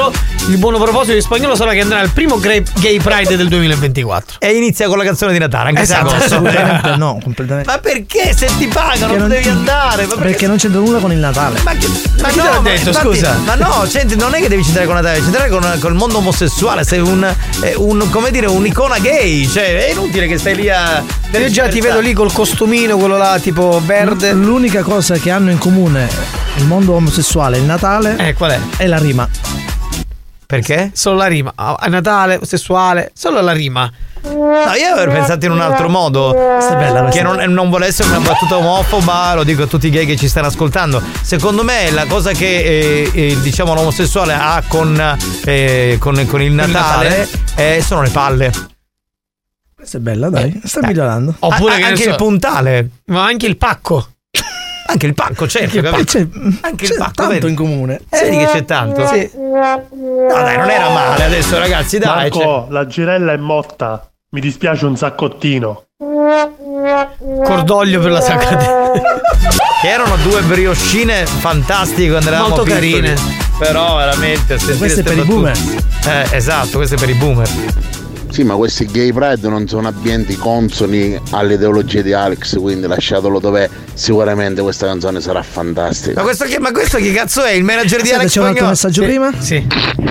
il buono proposito di Spagnolo sarà che andrà al primo Gay Pride del 2024. E inizia con la canzone di Natale, anche se assolutamente no, completamente. Ma perché se ti pagano non devi andare? Perché non c'entra nulla con il Natale. Ma chi te l'ha detto, infatti, scusa? Ma no, senti, non è che devi centrare con Natale, devi centrare con il mondo omosessuale. Sei come dire, un'icona gay. Cioè, è inutile che stai lì a. Io già ti vedo lì col costumino, quello là tipo verde. L'unica cosa che hanno in comune il mondo omosessuale e il Natale qual è? È la rima. Perché? Solo la rima. A Natale, sessuale, solo la rima. No, io avevo pensato in un altro modo. Questa è bella, che non vuole essere una battuta omofoba, lo dico a tutti i gay che ci stanno ascoltando. Secondo me la cosa che diciamo l'omosessuale ha con il Natale sono le palle. Questa è bella, dai. Sta migliorando. Oppure anche il puntale. Ma anche il pacco. Anche il pacco, certo. Anche il pacco tanto vedi? In comune. Vedi che c'è tanto? Sì. No, dai, non era male adesso, ragazzi, dai. Marco, la girella è morta. Mi dispiace un saccottino. Cordoglio per la sacra. Che erano due brioscine fantastiche quando eravamo molto piccoli. carine. Però veramente. Questo è per i boomer. Esatto, questo è per i boomer. Sì, ma questi gay pride non sono ambienti consoni alle ideologie di Alex, quindi lasciatelo dov'è, sicuramente questa canzone sarà fantastica. Ma questo che cazzo è? Il manager di Alex? C'è un altro messaggio prima? Sì.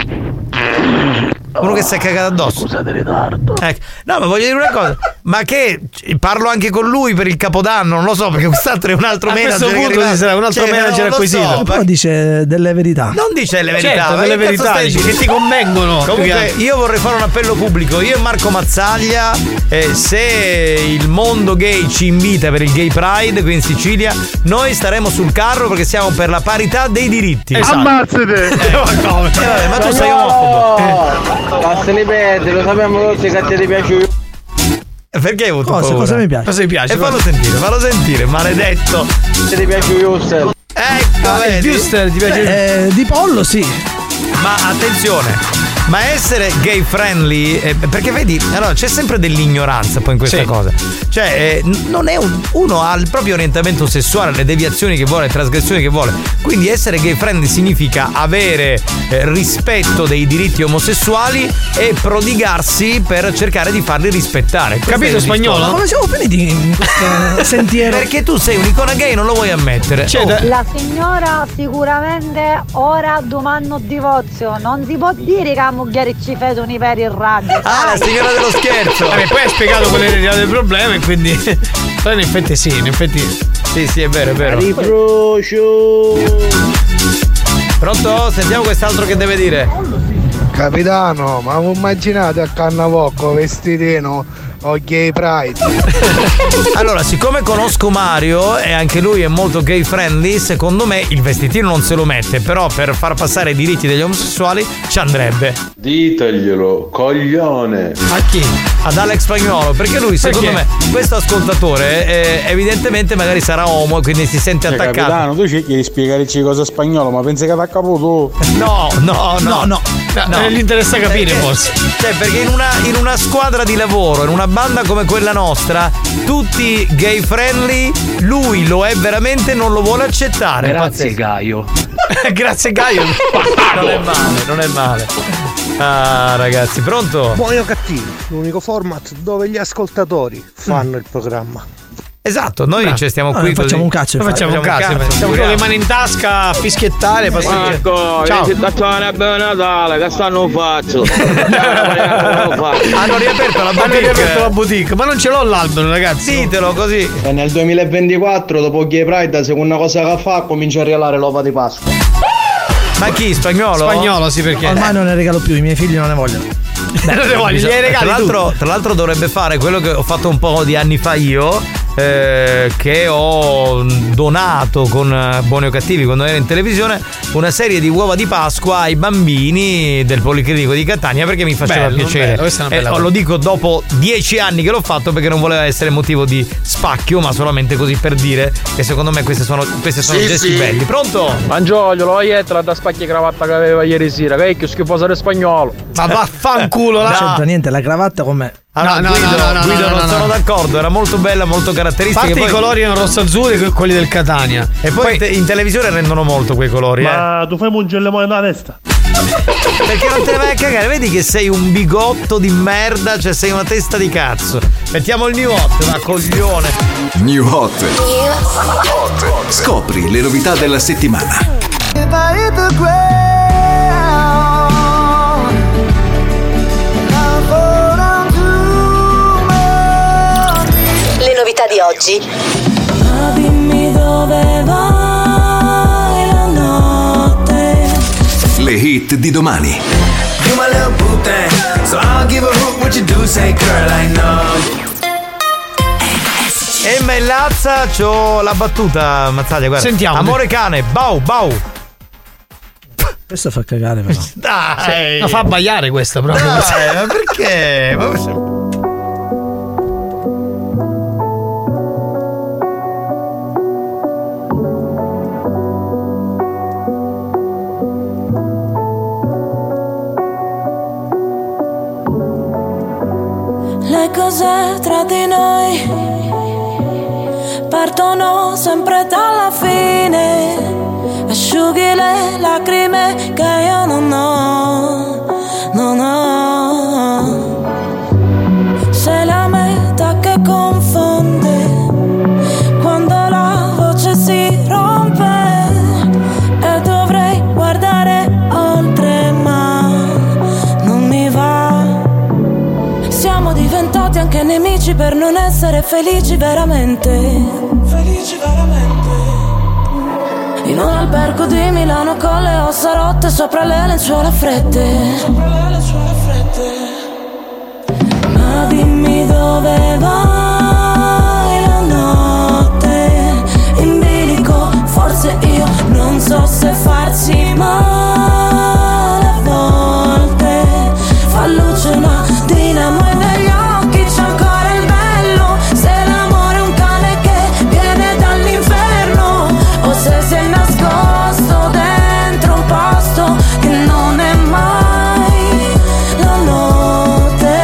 Uno che si è cagato addosso. Scusate ritardo. No, ma voglio dire una cosa. Ma che parlo anche con lui per il Capodanno? Non lo so, perché quest'altro è un altro manager. A questo punto ci sarà un altro manager acquisito. So, però dice delle verità. Non dice le verità, certo, delle verità che ti convengono. Comunque io vorrei fare un appello pubblico. Io e Marco Mazzaglia, se il mondo gay ci invita per il Gay Pride qui in Sicilia, noi staremo sul carro perché siamo per la parità dei diritti. Esatto. Ammazzate! Ma tu sei omofobo. Passali perde, lo sappiamo tutti che ti piace. Perché hai avuto paura? Cosa mi piace? Cosa mi piace? E fallo sentire, maledetto. Se ti piace Wuster. Ecco, Wuster ti piace? Di pollo sì. Ma attenzione, ma essere gay friendly, perché vedi, allora c'è sempre dell'ignoranza poi in questa cosa. Cioè, non è uno ha il proprio orientamento sessuale, le deviazioni che vuole, le trasgressioni che vuole. Quindi essere gay friendly significa avere rispetto dei diritti omosessuali e prodigarsi per cercare di farli rispettare. Capito Spagnolo? Ma come siamo finiti in questo sentiero? Perché tu sei un'icona gay e non lo vuoi ammettere. La signora sicuramente ora domanda divorzio. Non si può dire che a Mugliari ci fedoni per il radio. La signora dello scherzo. Poi hai spiegato qual era il problema e quindi. Però in effetti sì, Sì, è vero, è vero. Pronto? Sentiamo quest'altro che deve dire. Capitano, ma immaginate a Cannavocco vestitino o Gay Pride? Allora, siccome conosco Mario e anche lui è molto gay friendly, secondo me il vestitino non se lo mette, però per far passare i diritti degli omosessuali ci andrebbe. Diteglielo, coglione. A chi? Ad Alex Spagnolo, perché lui secondo me, questo ascoltatore evidentemente magari sarà omo e quindi si sente attaccato. Capitano, tu cerchi di spiegarci cosa Spagnolo, ma pensi che t'ha caputo? No. Non gli interessa capire forse. Cioè, perché in una squadra di lavoro, in una banda come quella nostra, tutti gay friendly, lui lo è veramente, non lo vuole accettare. Grazie Gaio. Grazie Gaio. Non è male. Ah, ragazzi, pronto? Buoni o cattivi, l'unico format dove gli ascoltatori fanno il programma. Esatto, noi ci stiamo qui. Facciamo un cazzo. Facciamo un cazzo. Siamo con le mani in tasca a fischiettare. Marco, ciao. Ciao, buon Natale, che stanno faccio? Hanno riaperto la boutique, ma non ce l'ho l'albero, ragazzi. Ditelo così. E nel 2024, dopo Gay Pride, seconda cosa che fa, comincia a regalare l'uova di Pasqua. Ma chi? Spagnolo? Spagnolo, sì, perché ormai non ne regalo più, i miei figli non ne vogliono. Non ne voglio, gli regali tra l'altro dovrebbe fare quello che ho fatto un po' di anni fa io, che ho donato con Buoni o Cattivi quando ero in televisione una serie di uova di Pasqua ai bambini del Policlinico di Catania, perché mi faceva piacere. Lo dico dopo 10 anni che l'ho fatto, perché non voleva essere motivo di spacchio, ma solamente così per dire che secondo me questi sono gesti belli. Pronto? Mangiolio, lo ietto da spacchi cravatta che aveva ieri sera, che schifoso del Spagnolo. Ma vaffanculo, non c'entra niente, la cravatta con me. Guido, non sono d'accordo, era molto bella, molto caratteristica. Infatti i colori erano rosso-azzurri, quelli del Catania. E poi in televisione rendono molto quei colori. Ma tu fai un gellemone nella testa? Perché non te ne vai a cagare, vedi che sei un bigotto di merda, cioè sei una testa di cazzo. Mettiamo il new hot, ma coglione. New Hot. Scopri le novità della settimana. Le novità di oggi. Ma dimmi dove vai la notte. Le hit di domani. You my little boo thing, so I'll give a hoot what you do, say girl I know. Emma e Lazza, c'ho la battuta, Mazzaglia, guarda. Sentiamo. Amore cane, bau, bau. Questo fa cagare però. Dai. La fa abbaiare questa proprio. Dai, ma perché? Le cose tra di noi partono sempre dalla fine. Asciughi le lacrime che io non ho, non ho. Sei la meta che confonde quando la voce si rompe e dovrei guardare oltre ma non mi va. Siamo diventati anche nemici per non essere felici veramente. Felici veramente. In un albergo di Milano con le ossa rotte sopra le lenzuola fredde. Sopra le lenzuola fredde. Ma dimmi dove vai la notte. In bilico forse io non so se farsi male a volte. Fa luce una dinamo e negli occhi c'è ancora il bello. Se l'amore è un cane che viene dall'inferno o se si è nascosto dentro un posto che non è mai la notte.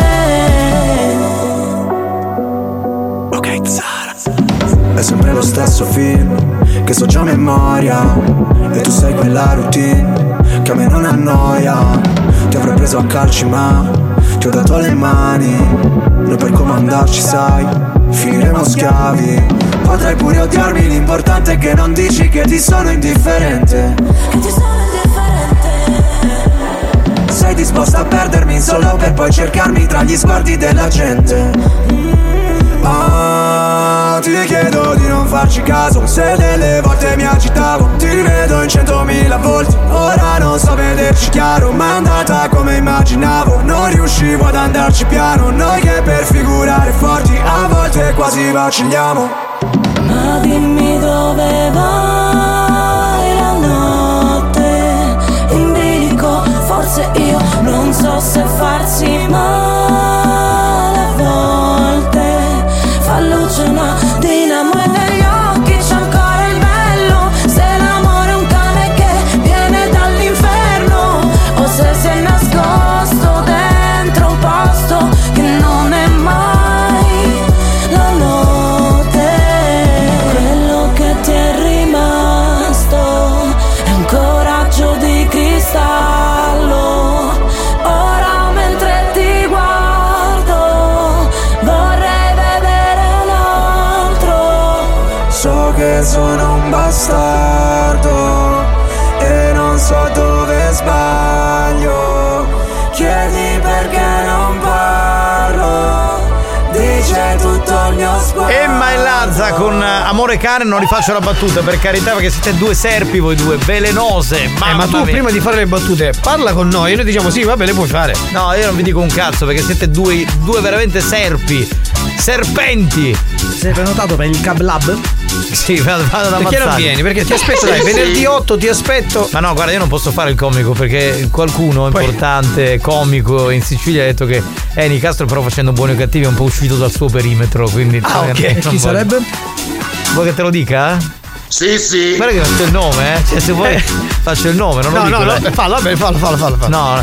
Ok, Zara. È sempre lo stesso film che so già a memoria e tu sai quella routine che a me non annoia. Ti avrei preso a calci ma ti ho dato le mani. Noi per comandarci sai, finiremo schiavi. Potrai pure odiarmi, l'importante è che non dici che ti sono indifferente. Che ti sono indifferente. Sei disposta a perdermi solo per poi cercarmi tra gli sguardi della gente. Ti chiedo di non farci caso, se delle volte mi agitavo. Ti rivedo in 100.000 volti, ora non so vederci chiaro. Ma è andata come immaginavo, non riuscivo ad andarci piano. Noi che per figurare forti a volte quasi vacilliamo. Ma dimmi dove vai la notte. In bilico forse io non so se farsi male a volte. Fa luce una dinamo e negli occhi c'è ancora il bello. Se l'amore è un cane che viene dall'inferno o se si è nascosto dentro un posto che non è mai la notte. Quello che ti è rimasto è un coraggio di cristallo. Ora mentre ti guardo vorrei vedere un altro. So che sono un bastardo e non so dove sbaglio. Chiedi perché non parlo, dice tutto il mio sguardo. Emma e Lazza con Amore cane, non rifaccio la battuta per carità perché siete due serpi voi due, velenose. Ma tu prima di fare le battute parla con noi e noi diciamo sì, vabbè, le puoi fare. No, io non vi dico un cazzo perché siete due veramente serpi, serpenti. Sei prenotato per il Cab Lab? Sì, vado da Perché non vieni? Perché ti aspetto, dai, venerdì 8 ti aspetto. Ma no, guarda, io non posso fare il comico perché qualcuno importante, comico in Sicilia ha detto che Nicastro però facendo buoni o cattivi è un po' uscito dal suo perimetro, quindi ok. Chi sarebbe? Vuoi che te lo dica? Sì, sì. Guarda che faccio il nome, eh. Cioè, se vuoi faccio il nome, non lo dico. No, fallo, vabbè, fallo. No.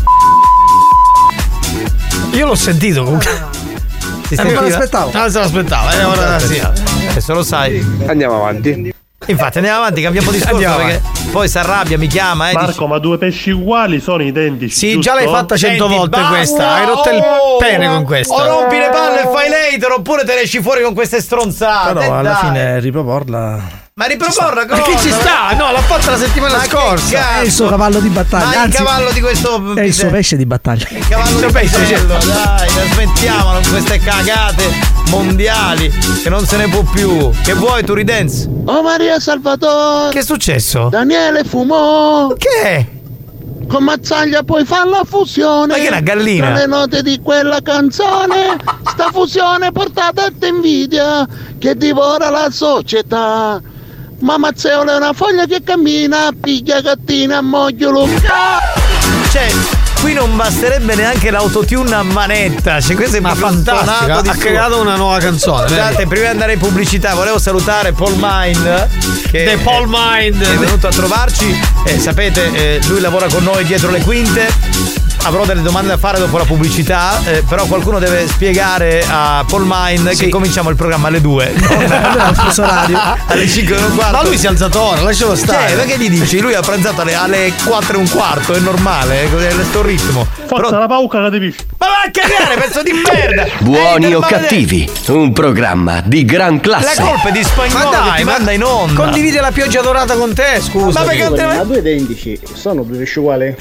Io l'ho sentito comunque. Non me l'aspettavo. Non se l'aspettava, ora sì. Adesso lo sai. Andiamo avanti. Infatti andiamo avanti, cambiamo discorso perché poi si arrabbia, mi chiama. Marco, ma due pesci uguali sono identici. Sì, giusto? già l'hai fatta 100 volte basta! questa. Hai rotto il pene con questa. O rompi le palle e fai later, oppure te ne esci fuori con queste stronzate. Però alla dai. fine riproporla. Ma riproporla cosa? Ma che ci sta? No, l'ha fatta la settimana scorsa. È il suo cavallo di battaglia. Ma Anzi, il cavallo di questo. è il suo pesce di battaglia. Il cavallo di pesce, dai, smettiamola con queste cagate mondiali che non se ne può più. Che vuoi tu, Ridens? Oh Maria Salvatore! Che è successo? Daniele fumò! Che? Con Mazzaglia puoi fare la fusione. Ma che è una gallina? Tra le note di quella canzone, sta fusione porta tanta invidia che divora la società. Ma Mazzeola è una foglia che cammina, piglia gattina a mogliolo. Cioè, qui non basterebbe neanche l'autotune a manetta. Cioè, questo è fantastico. Ha creato una nuova canzone. Scusate, prima di andare in pubblicità, volevo salutare Paul Mind. The Paul Mind è venuto a trovarci. Sapete, lui lavora con noi dietro le quinte. Avrò delle domande da fare dopo la pubblicità, però qualcuno deve spiegare a Paul Mind che cominciamo il programma alle 2. Al fuso orario. Alle 5:15. Ma lui si è alzato ora, lascialo stare. Perché gli dici? Lui ha pranzato alle 4:15, è normale, è sto ritmo. Forza la pauca che devi. Ma va a cagare, pezzo di merda! Buoni o cattivi, un programma di gran classe. La colpa è di Spagnolo che ti manda in onda. Condivide la pioggia dorata con te, scusa. Ma perché Ma due identici sono due pesci uguali?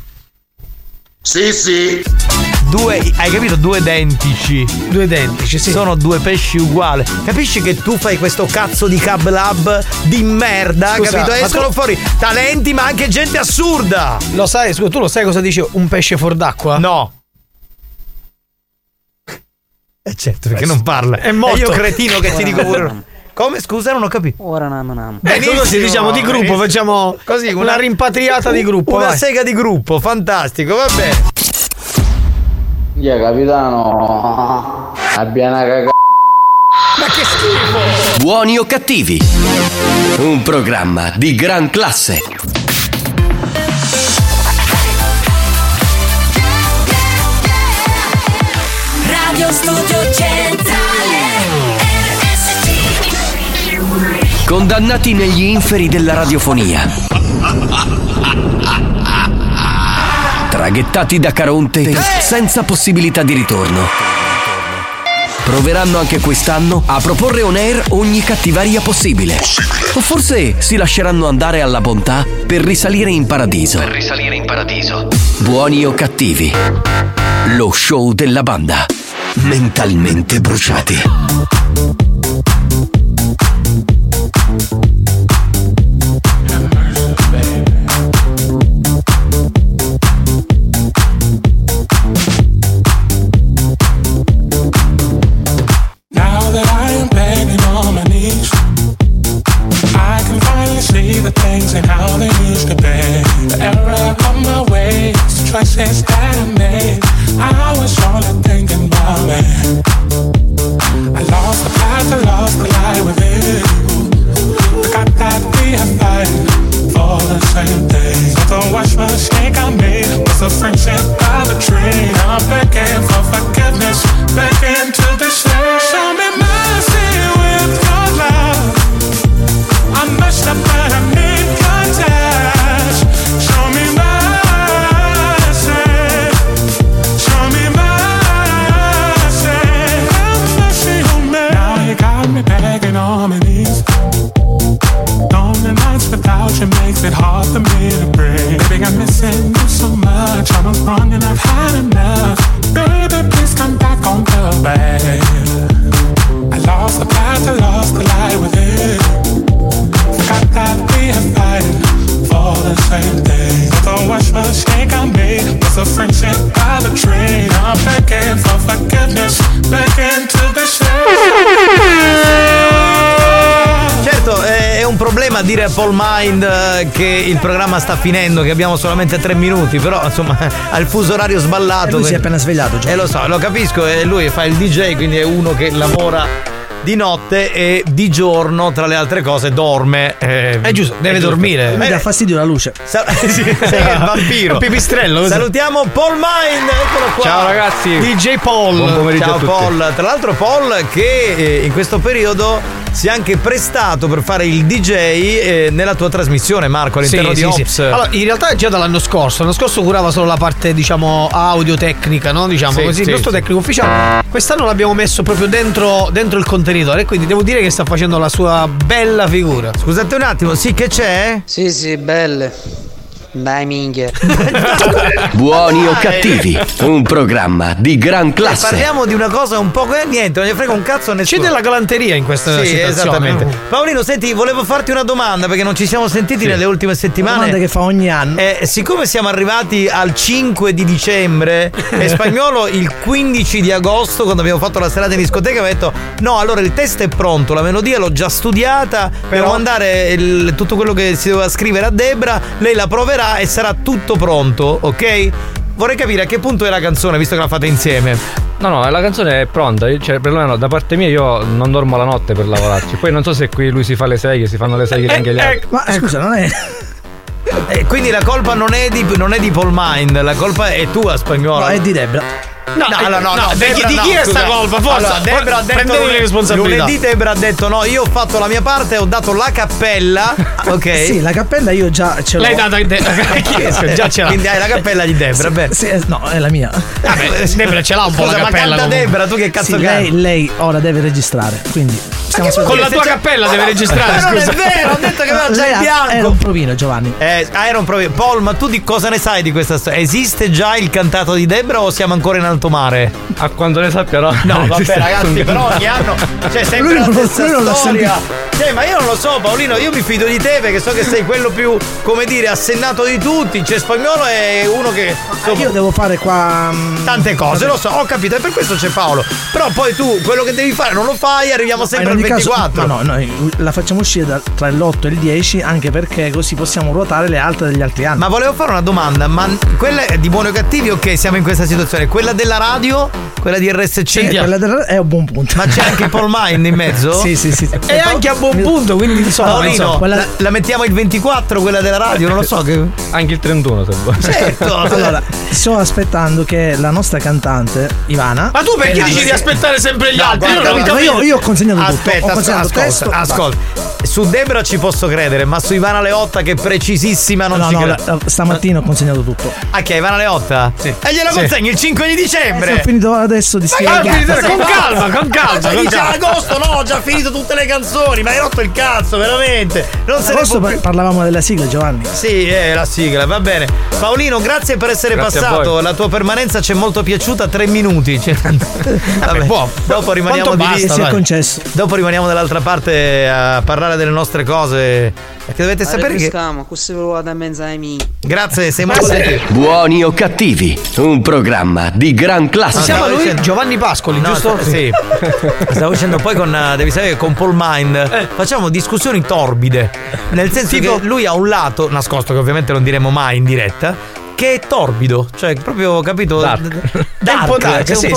Sì. Hai capito? Due identici. Due identici, sì. Sono due pesci uguali. Capisci che tu fai questo cazzo di Cab Lab di merda? Scusa, capito? ma Escono fuori talenti, ma anche gente assurda. Lo sai, scusa, tu lo sai cosa dice un pesce fuor d'acqua? No. Certo, perché non parla. È morto. E io cretino che ti dico pure. Come? Scusa, non ho capito. Ora namo. Ecco così, diciamo di gruppo, facciamo così una rimpatriata di gruppo. Una vai. sega di gruppo, fantastico, va bene. Capitano, abbiamo una cagata. Ma che schifo! Buoni o cattivi, un programma di gran classe. Radio Studio Centrale Condannati negli inferi della radiofonia, traghettati da Caronte senza possibilità di ritorno, proveranno anche quest'anno a proporre on air ogni cattiveria possibile. O forse si lasceranno andare alla bontà per risalire in paradiso. Buoni o cattivi, lo show della banda mentalmente bruciati. And how they used to be. The error of my ways, the choices that I made. I was only thinking about me. I lost the path, I lost the light within. Forgot that we had fighting for the same thing. So the wash mistake I made was a friendship by the tree. Now I'm begging for forgiveness, begging to be saved. Show me mercy with your love. I messed up but I need your touch. Show me mercy. Show me mercy. Have mercy on me. Now you got me begging on my knees. Lonely nights without you makes it hard for me to breathe. Baby, I'm missing you so much. I'm running, I've had enough. Baby, please come back on the way. I lost the path, I lost the light within. Forgot that we are fighting for the same thing. The worst mistake I made was a friendship by the tree. I'm begging for forgiveness, begging to be Certo, è un problema dire a Paul Mind che il programma sta finendo, che abbiamo solamente 3 minuti, però insomma ha il fuso orario sballato. Lui si è appena svegliato. Lo so, lo capisco, e lui fa il DJ, quindi è uno che lavora di notte e di giorno, tra le altre cose, dorme. È giusto, deve dormire. Mi dà fastidio la luce. Sì, è il vampiro. Un pipistrello. Così. Salutiamo Paul Mind, eccolo qua. Ciao ragazzi. DJ Paul. Buon pomeriggio Ciao a tutti. Paul. Tra l'altro Paul che in questo periodo si è anche prestato per fare il DJ nella tua trasmissione, Marco, all'interno di Ops. Sì. Allora, in realtà già dall'anno scorso curava solo la parte, diciamo, audio tecnica, no? Diciamo così, il nostro tecnico ufficiale. Quest'anno l'abbiamo messo proprio dentro il contenitore, e quindi devo dire che sta facendo la sua bella figura. Scusate un attimo, sì, che c'è? Sì, belle. Dai minchia. Buoni o cattivi, un programma di gran classe. Parliamo di una cosa un po'. Niente, non gli frega un cazzo a nessuno. C'è della galanteria in questa situazione. Esattamente. Paolino, senti, volevo farti una domanda perché non ci siamo sentiti nelle ultime settimane. Una domanda che fa ogni anno. Siccome siamo arrivati al 5 di dicembre e Spagnuolo il 15 di agosto, quando abbiamo fatto la serata in discoteca, aveva detto: no, allora il test è pronto, la melodia l'ho già studiata, devo mandare tutto quello che si doveva scrivere a Debra, lei la proverà e sarà tutto pronto, ok? Vorrei capire a che punto è la canzone, visto che la fate insieme. No, la canzone è pronta. Cioè, perlomeno da parte mia, io non dormo la notte per lavorarci. Poi non so se qui lui si fa le seghe, si fanno le seghe anche gli altri. Ma scusa, non è. Quindi la colpa non è di Paul Mind, la colpa è tua, Spagnolo. No, è di Debra. No, Debra, di chi è sta colpa? Forza, allora, Debra ha detto le responsabilità. lunedì Debra ha detto: no, io ho fatto la mia parte, ho dato la cappella. Ok. Sì, la cappella io già ce l'ho. L'hai data già ce l'ha. Quindi hai la cappella di Debra, bene. Sì, no, è la mia. Vabbè, Debra ce l'ha un po' la cappella. Ma canta Debra, tu che cazzo canti? Lei ora deve registrare, quindi con la tua cappella deve registrare. Ma non è vero, ho detto che aveva già il bianco. Era un provino, Giovanni. Era un provino. Paul, ma tu di cosa ne sai di questa storia? Esiste già il cantato di Debra o siamo ancora in alto mare? A quanto ne sappia, no. No, vabbè, ragazzi, però ogni anno c'è sempre la stessa storia. Ma io non lo so, Paolino, io mi fido di te perché so che sei quello più, come dire, assennato di tutti. C'è Spagnolo è uno che. Io devo fare qua tante cose, lo so, ho capito, e per questo c'è Paolo. Però poi tu quello che devi fare non lo fai, arriviamo sempre al 24. No, noi la facciamo uscire tra l'8 e il 10, anche perché così possiamo ruotare le altre degli altri anni. Ma volevo fare una domanda, ma quella di Buoni o Cattivi, ok, siamo in questa situazione. Quella della radio? Quella di RSC? Sì, quella della radio è a buon punto. Ma c'è anche Paul Mind in mezzo? Sì. E anche a buon punto, quindi insomma. Paolino, la mettiamo il 24, quella della radio? Non lo so. Anche il 31 se vuoi. Certo. Allora, sto aspettando che la nostra cantante Ivana. Ma tu perché dici di aspettare sempre gli altri? Io ho consegnato tutto. Ascolta. Su Debra ci posso credere, ma su Ivana Leotta, che è precisissima, non ci credo. Stamattina ho consegnato tutto. Ah, che Ivana Leotta? Sì. E gliela consegni il 5 di dicembre. Ho finito adesso di scrivere. Con calma. Dice agosto, no, ho già finito tutte le canzoni, ma hai rotto il cazzo, veramente. Non se agosto parlavamo della sigla, Giovanni. Sì, la sigla, va bene. Paolino, grazie per essere passato. La tua permanenza ci è molto piaciuta, 3 minuti. Vabbè, dopo rimaniamo dopo rimaniamo dall'altra parte a parlare delle nostre cose. Perché dovete sapere che. Grazie, sei molto gentile. Buoni o cattivi, un programma di gran classe. Siamo lui Giovanni Pascoli, giusto? Sì. Stavo dicendo poi devi sapere che con Paul Mind facciamo discussioni torbide. Nel senso che lui ha un lato nascosto, che ovviamente non diremo mai in diretta, che è torbido. Cioè, proprio, capito? Dark, sì.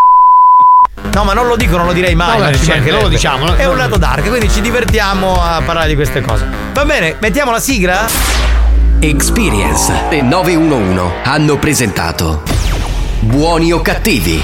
No, ma non lo dico, non lo direi mai. Non lo diciamo. È un lato dark, quindi ci divertiamo a parlare di queste cose. Va bene, mettiamo la sigla? Experience e 911 hanno presentato Buoni o Cattivi.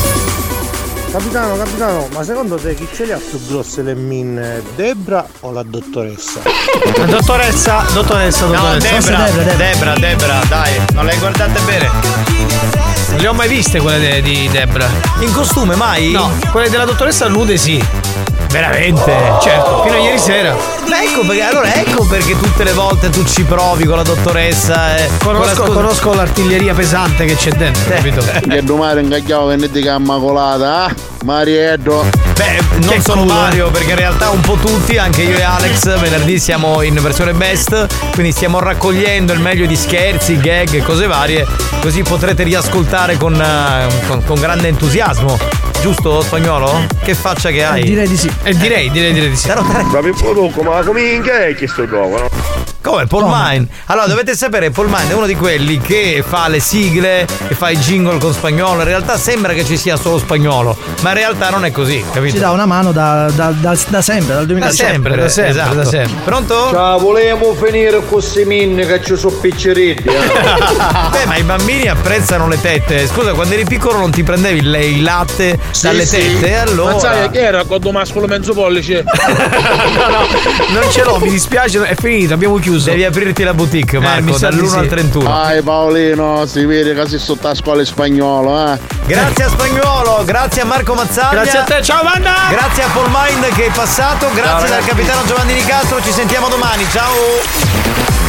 Capitano, ma secondo te chi ce le ha più grosse le mine, Debra o la dottoressa? La dottoressa. No, Debra, dai, non le guardate bene. Non le ho mai viste quelle di Debra. In costume mai? No, quelle della dottoressa nude sì. Veramente? Certo, fino a ieri sera. Ma ecco perché tutte le volte tu ci provi con la dottoressa. Conosco l'artiglieria pesante che c'è dentro, capito? Che domani ingaggiamo che ne di gamma colata, Marietto. Beh, non solo Mario, perché in realtà un po' tutti, anche io e Alex, venerdì siamo in versione best, quindi stiamo raccogliendo il meglio di scherzi, gag e cose varie, così potrete riascoltare con grande entusiasmo. Giusto, Spagnolo? Che faccia che hai? Direi di sì. Direi di sì. Proprio poco, ma come in che sto gioco, no? Come Paul Mine? Allora dovete sapere, Paul Mine è uno di quelli che fa le sigle, che fa i jingle con spagnolo. In realtà sembra che ci sia solo spagnolo, ma in realtà non è così, capito? Ci dà una mano da sempre, dal 2017. Da sempre. Pronto? Ciao, volevamo finire con questi minni che ci sono picceretti. Beh, ma i bambini apprezzano le tette. Scusa, quando eri piccolo non ti prendevi il latte dalle tette? Allora. Ma sai che era quando mascolo mezzo pollice? No, non ce l'ho, mi dispiace, è finito, abbiamo chiuso. Devi aprirti la boutique, Marco, dall'1 al 31. Dai Paolino, si vede che sei sotto a scuola in spagnolo, Grazie a Spagnolo, grazie a Marco Mazzaglia. Grazie a te, ciao Wanda. Grazie a Paul Mind che è passato, grazie dal capitano Giovanni Nicastro, ci sentiamo domani, ciao.